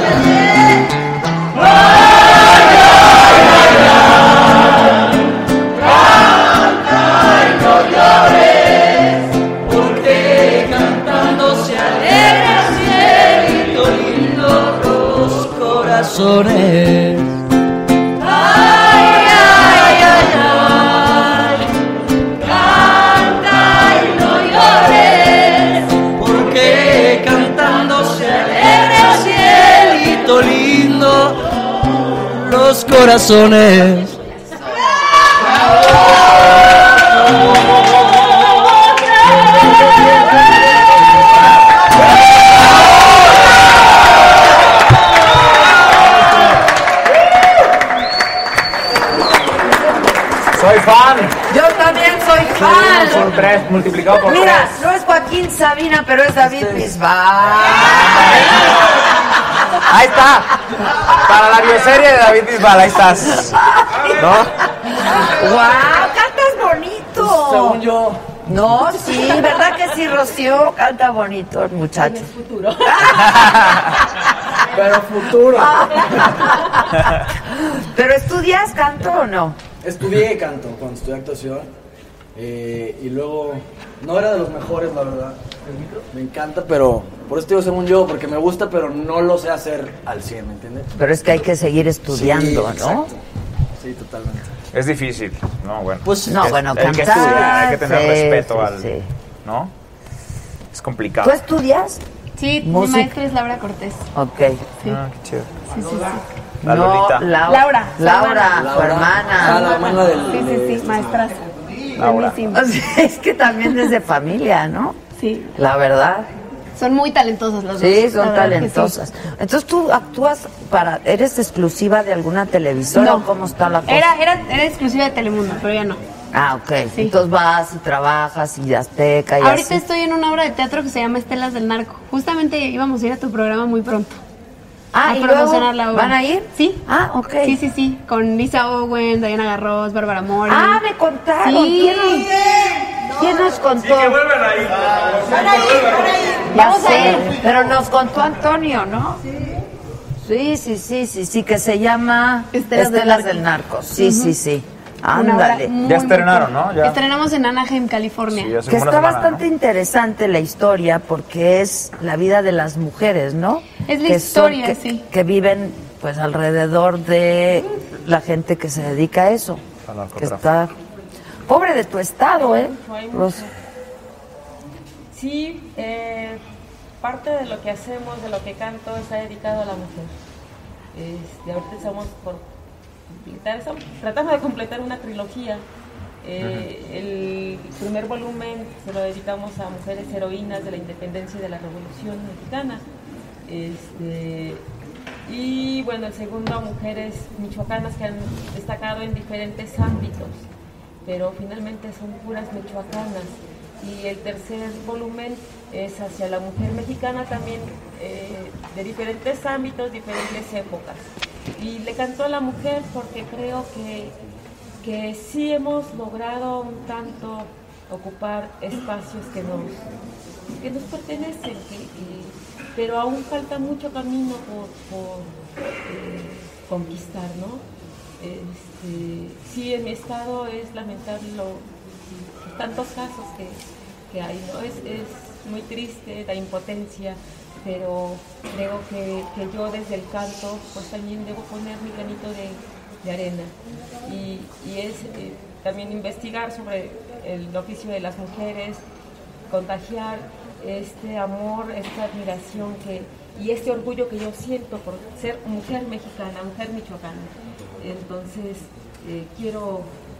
Ay, ay, ay, ay, canta y no llores, porque cantando se alegra el cielito lindo los corazones. Ay, ay, ay, ay, canta y no llores, porque cantando se alegra el cielito lindo los corazones. Soy fan. Yo también soy fan. Son tres, multiplicado por Mira, tres. no es Joaquín Sabina, pero es David Bisbal. Ahí está. Para la bioserie de David Bisbal, ahí estás. ¿No? ¡Guau! ¡Cantas bonito! Según yo. No, sí, ¿verdad que sí, Rocío? Canta bonito el muchacho. Futuro. Pero futuro. ¿Pero estudias canto o no? Estudié canto cuando estudié actuación. Eh, y luego, no era de los mejores, la verdad. Me encanta, pero por eso digo según yo, porque me gusta, pero no lo sé hacer al cien, ¿me entiendes? Pero es que hay que seguir estudiando, Sí, ¿no? exacto. Sí, totalmente. Es difícil, no, bueno. Pues no, Es- bueno, hay que cantar, estudiar, hay que tener sí, respeto sí, al, sí. ¿no? Es complicado. ¿Tú estudias? Sí, mi Música. maestra es Laura Cortés. Ok. Sí. Ah, qué chido. Sí, sí, sí. La No, Lolita. Lau- Laura. Laura, su su hermana. Ah, la hermana del... Sí, sí, sí, maestras. Laura. Buenísimo. O sea, es que también es de familia, ¿no? Sí. La verdad. Son muy talentosos los dos. Sí, la son verdad que talentosas. sí. Entonces tú actúas para, ¿eres exclusiva de alguna televisora No. o cómo está la cosa? Era, era, era exclusiva de Telemundo, pero ya no. Ah, ok. Sí. Entonces vas y trabajas y de Azteca y Ahorita así. estoy en una obra de teatro que se llama Estelas del Narco. Justamente íbamos a ir a tu programa muy pronto. Ah, a ¿y promocionar luego la obra. van a ir? Sí. Ah, ok. Sí, sí, sí. Con Lisa Owen, Diana Garros, Bárbara Mori. Ah, me contaron. Sí. ¿Quién nos, ¿quién nos contó? vuelven a ir. Van a ir, van a ir. Ya Vamos a sé, ir. pero nos contó Antonio, ¿no? Sí, sí, sí, sí, sí, que se llama Estelas Estelas, del del Narco. Narco. Sí, Ujú. sí, sí. Una obra Ándale. muy, Ya muy estrenaron, cool. ¿no? Ya. Estrenamos en Anaheim, California. Sí, hace Que como está una semana, bastante interesante la historia porque es la vida de las mujeres, ¿no? Es la que historia, que, sí. Que viven pues alrededor de la gente que se dedica a eso. Al Que narcotráfico. está pobre de tu estado, ¿eh? Hay Los- mucho. Sí, eh, parte de lo que hacemos, de lo que canto, está dedicado a la mujer. Este, ahorita estamos por completar, estamos tratando de completar una trilogía. Eh, el primer volumen se lo dedicamos a mujeres heroínas de la independencia y de la revolución mexicana. Este, y bueno, el segundo a mujeres michoacanas que han destacado en diferentes ámbitos, pero finalmente son puras michoacanas. Y el tercer volumen es hacia la mujer mexicana también, eh, de diferentes ámbitos, diferentes épocas. Y le cantó a la mujer porque creo que, que sí hemos logrado un tanto ocupar espacios que nos, que nos pertenecen, que, y, pero aún falta mucho camino por, por eh, conquistar, ¿no? Este, sí, en mi estado es lamentable lo, tantos casos que, que hay, ¿no? Es, es muy triste la impotencia, pero creo que, que yo desde el canto pues también debo poner mi granito de, de arena y, y es eh, también investigar sobre el oficio de las mujeres, contagiar este amor, esta admiración que, y este orgullo que yo siento por ser mujer mexicana, mujer michoacana. Entonces eh, quiero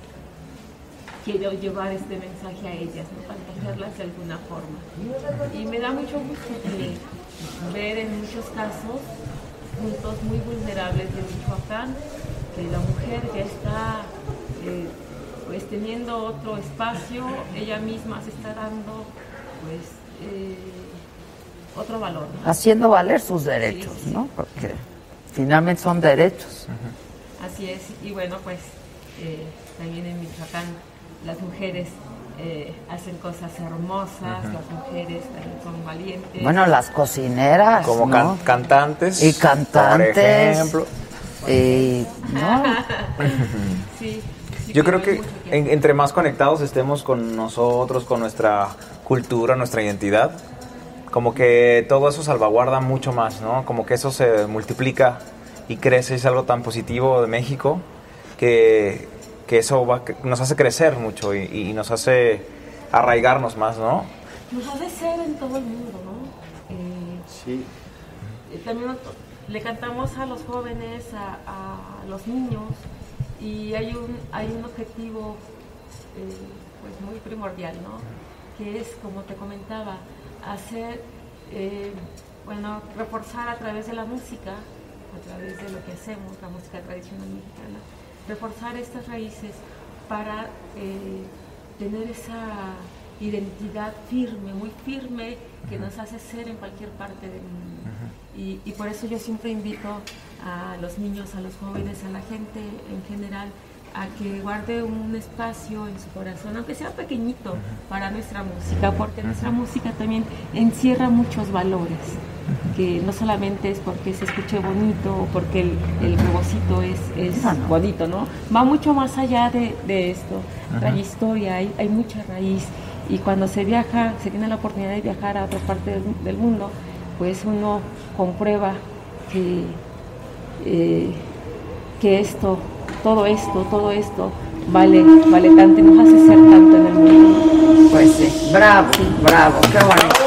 quiero llevar este mensaje a ellas, ¿no? Contagiarlas de alguna forma. Y me da mucho gusto que ver en muchos casos puntos muy vulnerables de Michoacán, que la mujer ya está eh, pues teniendo otro espacio, ella misma se está dando pues eh, otro valor, ¿no? Haciendo valer sus derechos, sí, sí. ¿no? Porque finalmente son derechos. Uh-huh. Así es, y bueno pues eh, también en Michoacán las mujeres eh, hacen cosas hermosas, uh-huh. las mujeres también son valientes. Bueno, las cocineras, como ¿no? can- cantantes, y cantantes, por ejemplo. Y, ¿no? sí, sí, yo creo que en, entre más conectados estemos con nosotros, con nuestra cultura, nuestra identidad, como que todo eso salvaguarda mucho más, ¿no? Como que eso se multiplica y crece, es algo tan positivo de México que, que eso va, que nos hace crecer mucho y, y nos hace arraigarnos más, ¿no? Nos hace ser en todo el mundo, ¿no? Eh, sí. Eh, también le cantamos a los jóvenes, a, a los niños, y hay un, hay un objetivo eh, pues muy primordial, ¿no? Que es, como te comentaba, hacer, eh, bueno, reforzar a través de la música, a través de lo que hacemos, la música tradicional mexicana, reforzar estas raíces para eh, tener esa identidad firme, muy firme, que nos hace ser en cualquier parte del mundo. Uh-huh. y, y por eso yo siempre invito a los niños, a los jóvenes, a la gente en general, a que guarde un espacio en su corazón, aunque sea pequeñito, uh-huh. para nuestra música, porque uh-huh. nuestra música también encierra muchos valores, uh-huh. que no solamente es porque se escuche bonito o porque el, el rebocito es, es uh-huh. bonito, ¿no? Va mucho más allá de, de esto, uh-huh. trae historia, hay, hay mucha raíz, y cuando se viaja, se tiene la oportunidad de viajar a otra parte del, del mundo, pues uno comprueba que, eh, que esto, todo esto, todo esto vale, vale tanto y nos hace ser tanto en el mundo. Pues sí, bravo, sí. bravo, qué bonito.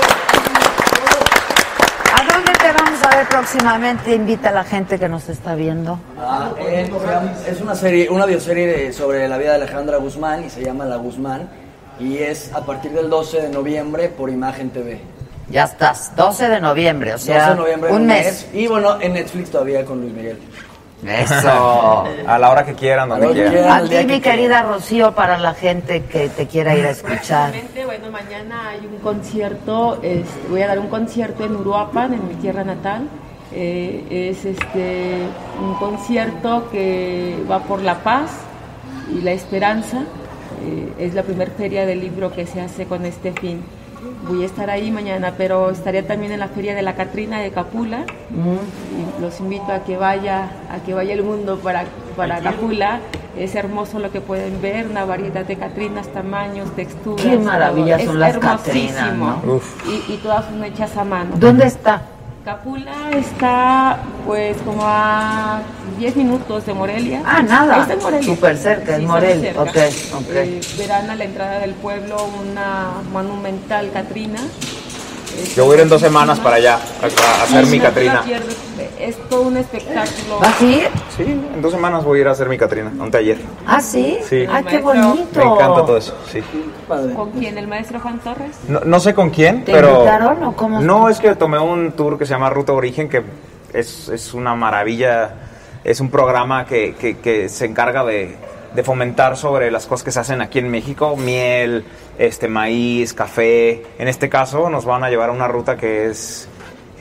¿A dónde te vamos a ver próximamente? Invita a la gente que nos está viendo. Ah, eh, es una serie, una bioserie de, sobre la vida de Alejandra Guzmán y se llama La Guzmán, y es a partir del doce de noviembre por Imagen T V. Ya estás, doce de noviembre, o sea, doce de noviembre, un mes. mes. Y bueno, en Netflix todavía con Luis Miguel. Eso, a la hora que quieran, donde quieran. quieran. A ti, mi querida Rocío, para la gente que te quiera ir a escuchar. Bueno, mañana hay un concierto, es, voy a dar un concierto en Uruapan, en mi tierra natal. Eh, es este un concierto que va por la paz y la esperanza. Eh, es la primera feria del libro que se hace con este fin. Voy a estar ahí mañana, pero estaré también en la feria de la Catrina de Capula. Mm. Y los invito a que vaya, a que vaya el mundo para, para Capula. Es hermoso lo que pueden ver, una variedad de Catrinas, tamaños, texturas. Qué maravilla son las Catrinas, ¿no? y, y todas son hechas a mano. ¿Dónde está? Capula está pues como a diez minutos de Morelia. Ah, nada, está en Morelia. Súper cerca, sí, en Morelia. Cerca. Okay, okay. Eh, verán a la entrada del pueblo una monumental Catrina. Yo voy a ir en dos semanas para allá, a, a hacer sí, mi no Catrina. Es todo un espectáculo. ¿Vas a ir? Sí, en dos semanas voy a ir a hacer mi Catrina, a un taller. ¿Ah, sí? Sí. ¡Ay, qué bonito! Me encanta todo eso, sí. ¿Con quién? ¿El maestro Juan Torres? No, no sé con quién, ¿Te pero... invitaron o cómo? No, es que tomé un tour que se llama Ruta Origen, que es, es una maravilla. Es un programa que, que, que se encarga de, de fomentar sobre las cosas que se hacen aquí en México, miel, este maíz, café. En este caso nos van a llevar a una ruta que es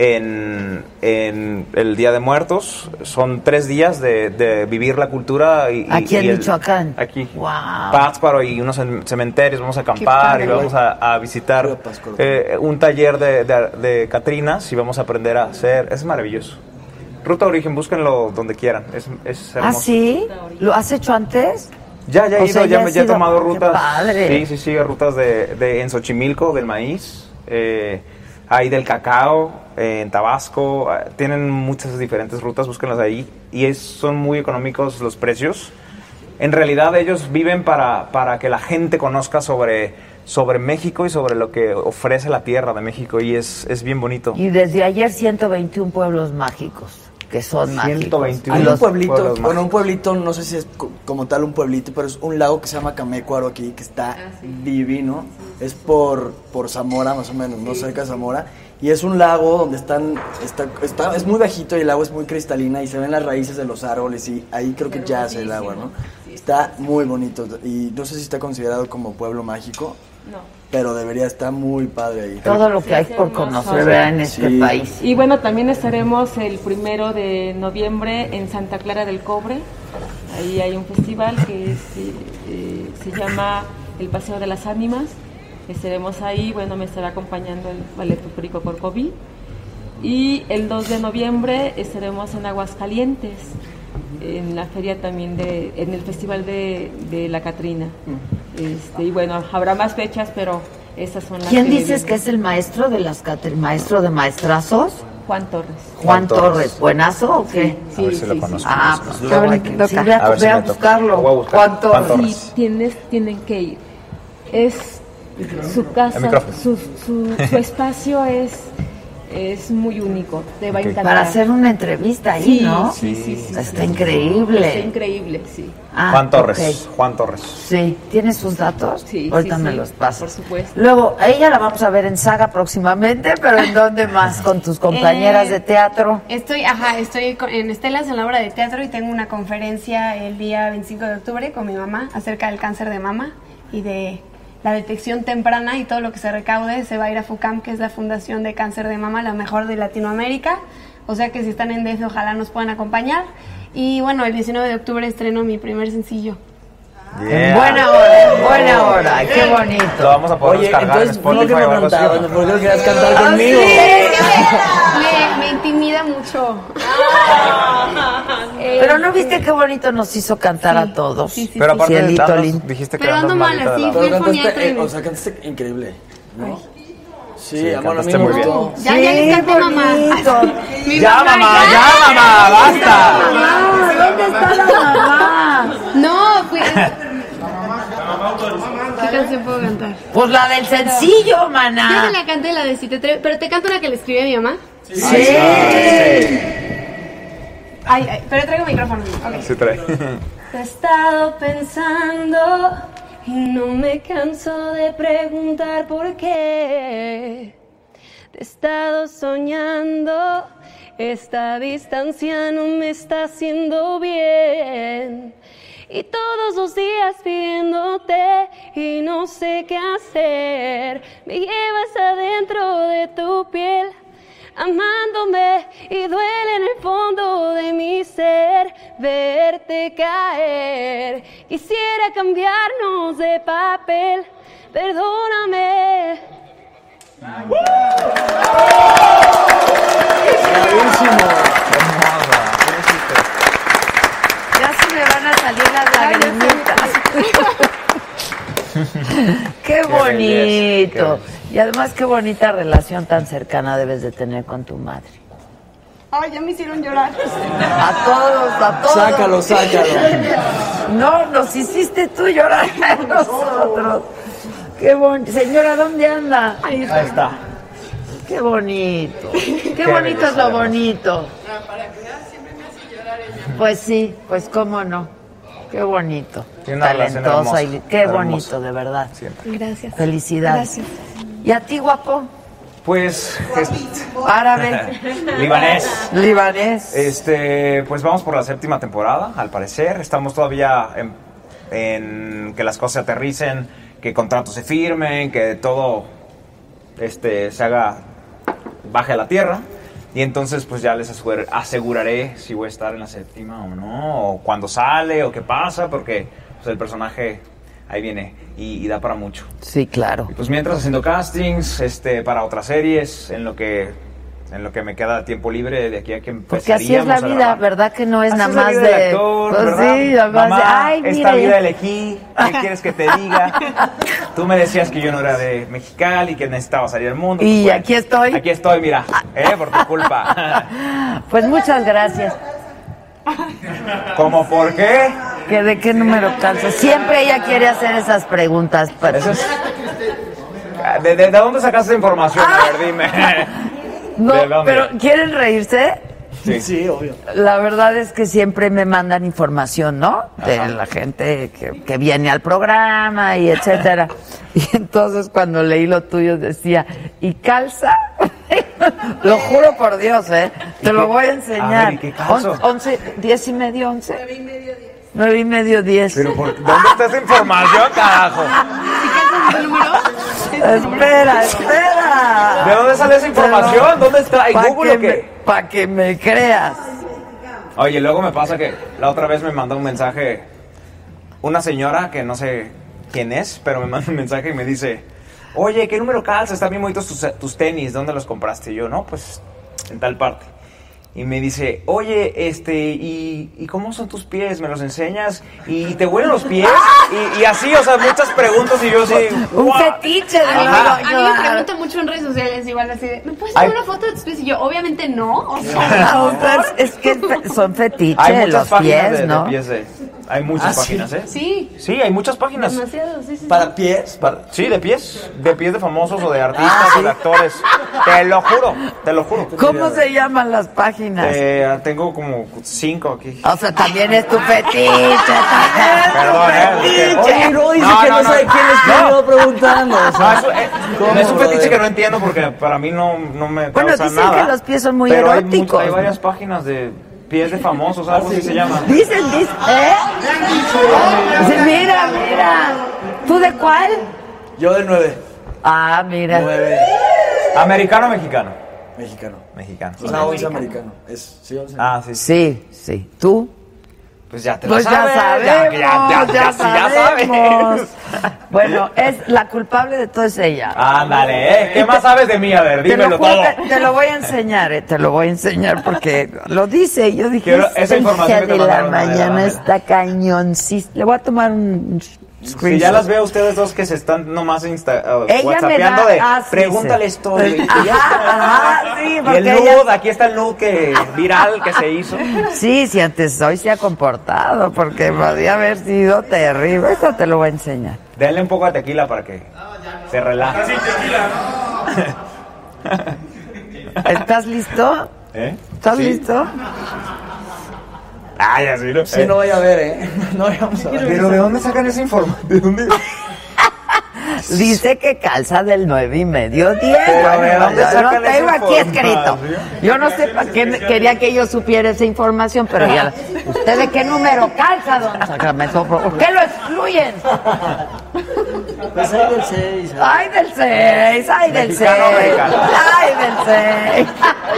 en, en el Día de Muertos. Son tres días de, de vivir la cultura. Y, aquí y en el, Michoacán. Aquí. Wow. Pátzcuaro y unos cementerios, vamos a acampar y vamos a, a visitar eh, un taller de, de, de Catrinas y vamos a aprender a hacer. Es maravilloso. Ruta Origen, búsquenlo donde quieran. Es, es hermoso. ¿Ah, sí? ¿Lo has hecho antes? Ya, ya he o ido, sea, ya, ya, me, ya he ido. tomado Qué rutas. padre. Sí, sí, sí, rutas de, de en Xochimilco, del maíz. Eh, hay del cacao, eh, en Tabasco. Eh, tienen muchas diferentes rutas, búsquenlas ahí. Y es, son muy económicos los precios. En realidad ellos viven para, para que la gente conozca sobre, sobre México y sobre lo que ofrece la tierra de México. Y es, es bien bonito. Y desde ayer ciento veintiún pueblos mágicos. Que son ciento veintiuno Hay un pueblito, pueblos bueno, un pueblito, no sé si es co- como tal un pueblito, pero es un lago que se llama Camécuaro aquí, que está divino. Es por, por Zamora, más o menos, ¿no? Cerca de Zamora. Y es un lago donde están, está, está, es muy bajito y el agua es muy cristalina y se ven las raíces de los árboles y ahí creo que yace el agua, ¿no? Está muy bonito y no sé si está considerado como pueblo mágico. No. Pero debería estar muy padre ahí. Todo lo que hay por conocer en este Sí. país. Y bueno, también estaremos el primero de noviembre en Santa Clara del Cobre. Ahí hay un festival que es, eh, se llama El Paseo de las Ánimas. Estaremos ahí, bueno, me estará acompañando el Ballet Folclórico Corcoví. Y el dos de noviembre estaremos en Aguascalientes, en la feria también de, en el festival de, de la Catrina. Este, y bueno, habrá más fechas, pero esas son las ¿Quién que dices vienen. que es el maestro de las catri- maestro de maestrazos? Juan Torres. Juan Torres, ¿buenazo o qué? Sí, A ver si sí, lo sí, conozco. Ah, sí. pues Qué luego hay bonito. que sí, ve a, A ver si ve a me toca. buscarlo. Lo voy a buscar. Juan Torres. Juan Torres. Sí, tienes, tienen que ir. Es su casa, El micrófono. su, su, su espacio es, es muy único. Te va a encantar. Para hacer una entrevista ahí, Sí, ¿no? sí, sí, sí, Está sí. increíble. Está increíble, sí. Ah, Juan Torres, ok. Juan Torres. Sí, ¿tiene sus datos? Sí, Ahorita sí, me sí, los pasas. por supuesto. Luego, a ella la vamos a ver en Saga próximamente, pero ¿en dónde más? ¿Con tus compañeras Eh, de teatro? Estoy, ajá, estoy con- en Estelas en la obra de teatro y tengo una conferencia el día veinticinco de octubre con mi mamá acerca del cáncer de mama y de la detección temprana y todo lo que se recaude se va a ir a FUCAM, que es la Fundación de Cáncer de Mama, la mejor de Latinoamérica. O sea que si están en D F, ojalá nos puedan acompañar. Y bueno, el diecinueve de octubre estreno mi primer sencillo. En buena hora, en buena hora, qué bonito. Lo vamos a poder Oye, descargar entonces, en Spotify ¿por qué o no algo así, ¿o cantabas? no? ¿Por qué no querías cantar Ah, conmigo? sí, es que me, me intimida mucho. Eh, Pero ¿no viste qué bonito nos hizo cantar a todos? sí, sí, Pero sí. aparte Cielito andas- lindo. dijiste que Pero andas ando mal, malita de así, la fui Pero al foniatra cantaste, y eh, me- o sea, cantaste increíble, ¿no? Sí, Sí, amor, a mí cantaste me muy bien. gustó. Ya, ya les canté, mamá. Mi Ya, mamá, ya, mamá, basta. ¿Dónde está la mamá? No, pues... ¿Qué canción puedo cantar? Pues la del sencillo, Yo maná. te la canté, la de Si te atreves, pero te canto una que le escribí a mi mamá. Sí. Ay, ay, pero traigo micrófono. Ok. Sí trae. Te he estado pensando y no me canso de preguntar por qué. Te he estado soñando, esta distancia no me está haciendo bien. Y todos los días pidiéndote y no sé qué hacer. Me llevas adentro de tu piel, amándome, y duele en el fondo de mi ser verte caer. Quisiera cambiarnos de papel, perdóname. Bravísimo. Ya se me van a salir las lagrimitas. Qué bonito. Y además qué bonita relación tan cercana debes de tener con tu madre. Ay, ya me hicieron llorar. A todos, a todos. Sácalo, sácalo. No, nos hiciste tú llorar a nosotros. Qué bonito. Señora, ¿dónde anda? Ahí Ahí está. Qué bonito. Qué, Qué bonito es lo belleza. bonito. Pues sí, pues cómo no. Qué bonito. Tiene una relación Talentosa hermosa, y qué hermosa. bonito, de verdad. Siempre. Gracias. Felicidades. Gracias. ¿Y a ti, guapo? Pues, es- Árabe. libanés. Libanés. Este, pues vamos por la séptima temporada, al parecer. Estamos todavía en, en que las cosas se aterricen, que contratos se firmen, que todo este se haga, baje a la tierra. Y entonces pues ya les asegur- aseguraré si voy a estar en la séptima o no, o cuándo sale, o qué pasa, porque pues, el personaje ahí viene y, y da para mucho. Sí, claro. Y pues mientras haciendo castings este, para otras series, en lo que en lo que me queda tiempo libre de aquí a que empezaríamos. Porque así es la vida, grabar. ¿verdad? Que no es Así nada es la más vida de... del actor, pues ¿verdad? sí, nada más Mamá, de... Ay, esta mira, vida ya- elegí, ¿qué quieres que te diga? Tú me decías que yo no era de Mexicali, que necesitaba salir al mundo. Y Pues, bueno, aquí estoy. Aquí estoy, mira, eh, por tu culpa. Pues muchas gracias. ¿Cómo por qué? ¿Que ¿De qué número calza? Siempre ella quiere hacer esas preguntas. Pero... Eso es... ¿De, de, de dónde sacaste esa información? A ver, dime. No, ¿De dónde? pero ¿quieren reírse? Sí. Sí, obvio. La verdad es que siempre me mandan información, ¿no? De Ajá. la gente que, que viene al programa y etcétera. Y entonces cuando leí lo tuyo decía, ¿y calza? Lo juro por Dios, ¿eh? Te lo voy a enseñar. A ver, ¿y qué calzo? On- once, diez y medio, once. Nueve y medio, diez. Nueve y medio, diez. Pero ¿por dónde está esa información, carajo? ¿Y calzas el número? Espera, espera. ¿De dónde sale esa información? ¿Dónde está? ¿En Pa' Google o que qué? me- Pa' que me creas. Oye, luego me pasa que la otra vez me mandó un mensaje una señora que no sé quién es, pero me manda un mensaje y me dice, oye, ¿qué número calza? Están bien bonitos tus, tus tenis, ¿dónde los compraste? Y yo, no, pues en tal parte. Y me dice, oye, este, ¿y, y cómo son tus pies? ¿Me los enseñas? ¿Y te huelen los pies? Y, y así, o sea, muchas preguntas y yo así, Un wow. fetiche de Ajá. A mí me preguntan mucho en redes sociales, igual así de, ¿me puedes Ay. hacer una foto de tus pies? Y yo, obviamente no. O sea, Ah, o sea, es que fe- son fetiches Hay muchas los páginas pies, de, de ¿no? pies de... Hay muchas Ah, ¿sí? páginas, ¿eh? sí, Sí, hay muchas páginas. demasiado, sí, sí. sí. Para pies, para... Sí, de pies. De pies de famosos o de artistas Ah, o ¿sí? de actores. Te lo juro, te lo juro. ¿Cómo se llaman las páginas? Eh, tengo como cinco aquí. O sea, también es tu fetiche, también es Perdón, eh, tu es que- fetiche. Oye, no, dice No, que no, no, no. sabe quién es, No. yo preguntando. O sea, No, eso, eh, ¿cómo, es un fetiche brother? que no entiendo porque para mí no, no me Bueno, causa dicen nada. que los pies son muy pero hay eróticos, mucho- Hay, ¿no? varias páginas de pies de famosos, algo así se llama. Dicen, dicen, ¿eh? Dice, mira, mira. ¿Tú de cuál? Yo del nueve. Ah, mira. nueve. ¿Americano o mexicano? Mexicano. Mexicano. Es una once americano. Es, sí, once. Ah, sí. Sí, sí. ¿Tú? Pues ya te Pues lo ya sabes. sabemos, ya, ya, ya, ya, sí, ya sabemos. sabes. Bueno, es la culpable de todo es ella. Ándale, ¿eh? ¿Qué más sabes de mí? A ver, Te lo, dímelo juro todo. que te lo voy a enseñar, eh, te lo voy a enseñar porque lo dice. Yo dije, Quiero esa esta información hija que te de la mandaron, a ver, mañana dámela. está cañoncísima. Le voy a tomar un screenshot. Si ya las veo a ustedes dos que se están nomás insta uh, Ella me whatsappeando da- de ah, sí, pregúntale sí. esto. y- y Ajá, ya. ajá, sí, Y porque el ella- nude, aquí está el nude que viral que se hizo. Sí, si antes hoy se ha comportado, porque podría haber sido terrible. Esto te lo voy a enseñar. Denle un poco de tequila para que se relaje. ¿Estás listo? ¿Eh? ¿Estás Sí. listo? Ay, así lo Sí, no vaya a ver, ¿eh? No vayamos a ver. Pero ¿de dónde sacan esa información? ¿De dónde? Dice que calza del nueve y medio diez. Pero, Bueno, ¿de dónde yo sacan lo tengo esa aquí escrito. información? Yo no sé para qué quería que yo supiera esa información, pero ya. ¿Usted de qué número calza, don Sacramento? ¿Por qué lo excluyen? Pues hay del seis. Ay, del seis, ay, del seis. Mexicano, americano. Ay, del seis.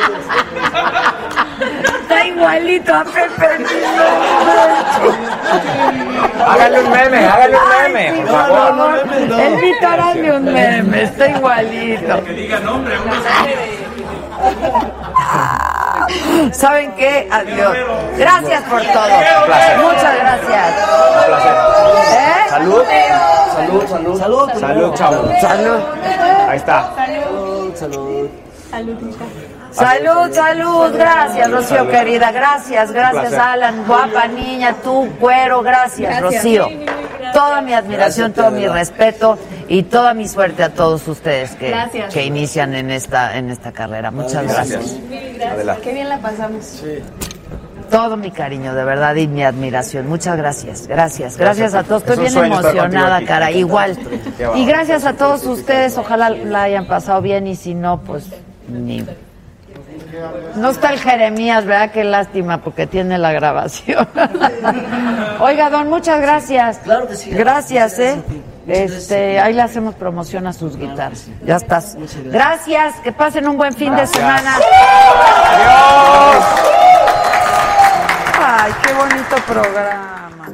Está igualito a Pepe. Hágale un meme, hágale un Ay, meme, sí, por por favor. favor. El Víctor, hazme un meme, está igualito. Que diga nombre, ¿Saben qué? Adiós. Gracias por todo. placer. Muchas gracias. Un placer. ¿Eh? Salud. Salud, salud. Salud. Salud, chavo. Salud. Ahí está. Salud, salud. Salud, salud. Gracias, Rocío Salud. querida. Gracias, gracias, placer. Alan. Guapa niña, tú, güero. Gracias, Rocío. Toda mi admiración, Gracias, todo de mi verdad. respeto y toda mi suerte a todos ustedes que, Gracias. que inician en esta, en esta carrera. Muchas gracias. Gracias. Adelante. Qué bien la pasamos. Sí. Todo mi cariño, de verdad, y mi admiración. Muchas gracias, gracias. Gracias a todos. Es Estoy un bien sueño estar emocionada, contigo aquí. cara, igual. Qué va. Y gracias a todos ustedes. Ojalá la hayan pasado bien y si no, pues ni... No está el Jeremías, ¿verdad? Qué lástima, porque tiene la grabación. Oiga, don, muchas gracias. Claro que sí. Gracias, ¿eh? Este, ahí le hacemos promoción a sus guitarras. Ya estás. Gracias, que pasen un buen fin Gracias. de semana. Adiós. Ay, qué bonito programa.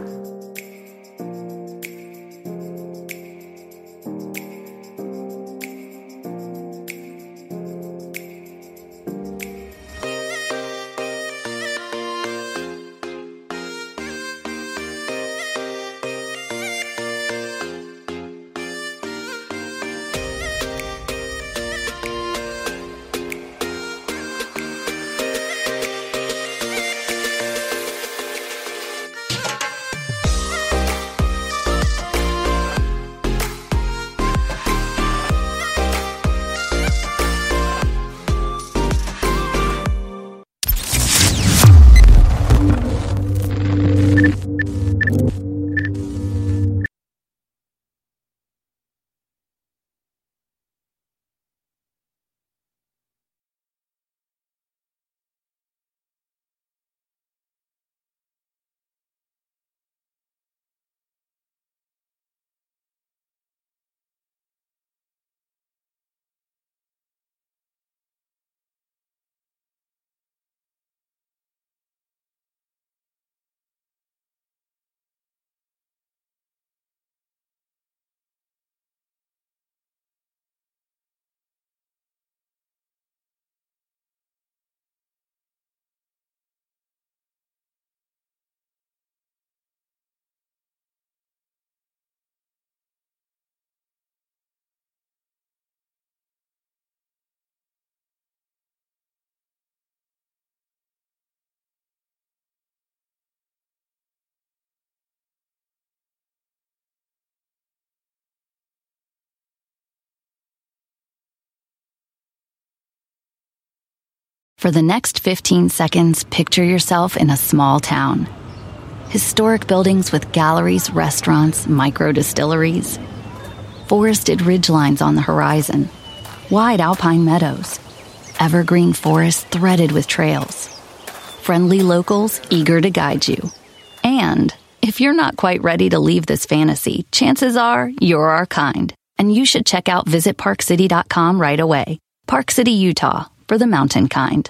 For the next fifteen seconds, picture yourself in a small town. Historic buildings with galleries, restaurants, micro-distilleries. Forested ridgelines on the horizon. Wide alpine meadows. Evergreen forests threaded with trails. Friendly locals eager to guide you. And if you're not quite ready to leave this fantasy, chances are you're our kind. And you should check out visit park city dot com right away. Park City, Utah, for the mountain kind.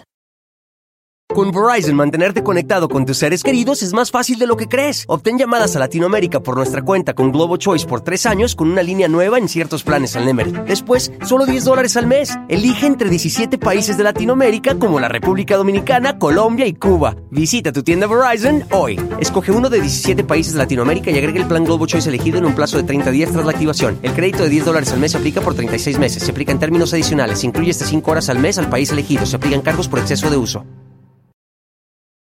Con Verizon, mantenerte conectado con tus seres queridos es más fácil de lo que crees. Obtén llamadas a Latinoamérica por nuestra cuenta con Globo Choice por tres años con una línea nueva en ciertos planes al Nemery. Después, solo diez dólares al mes. Elige entre diecisiete países de Latinoamérica como la República Dominicana, Colombia y Cuba. Visita tu tienda Verizon hoy. Escoge uno de diecisiete países de Latinoamérica y agrega el plan Globo Choice elegido en un plazo de treinta días tras la activación. El crédito de diez dólares al mes se aplica por treinta y seis meses. Se aplica en términos adicionales. Se incluye hasta cinco horas al mes al país elegido. Se aplican cargos por exceso de uso.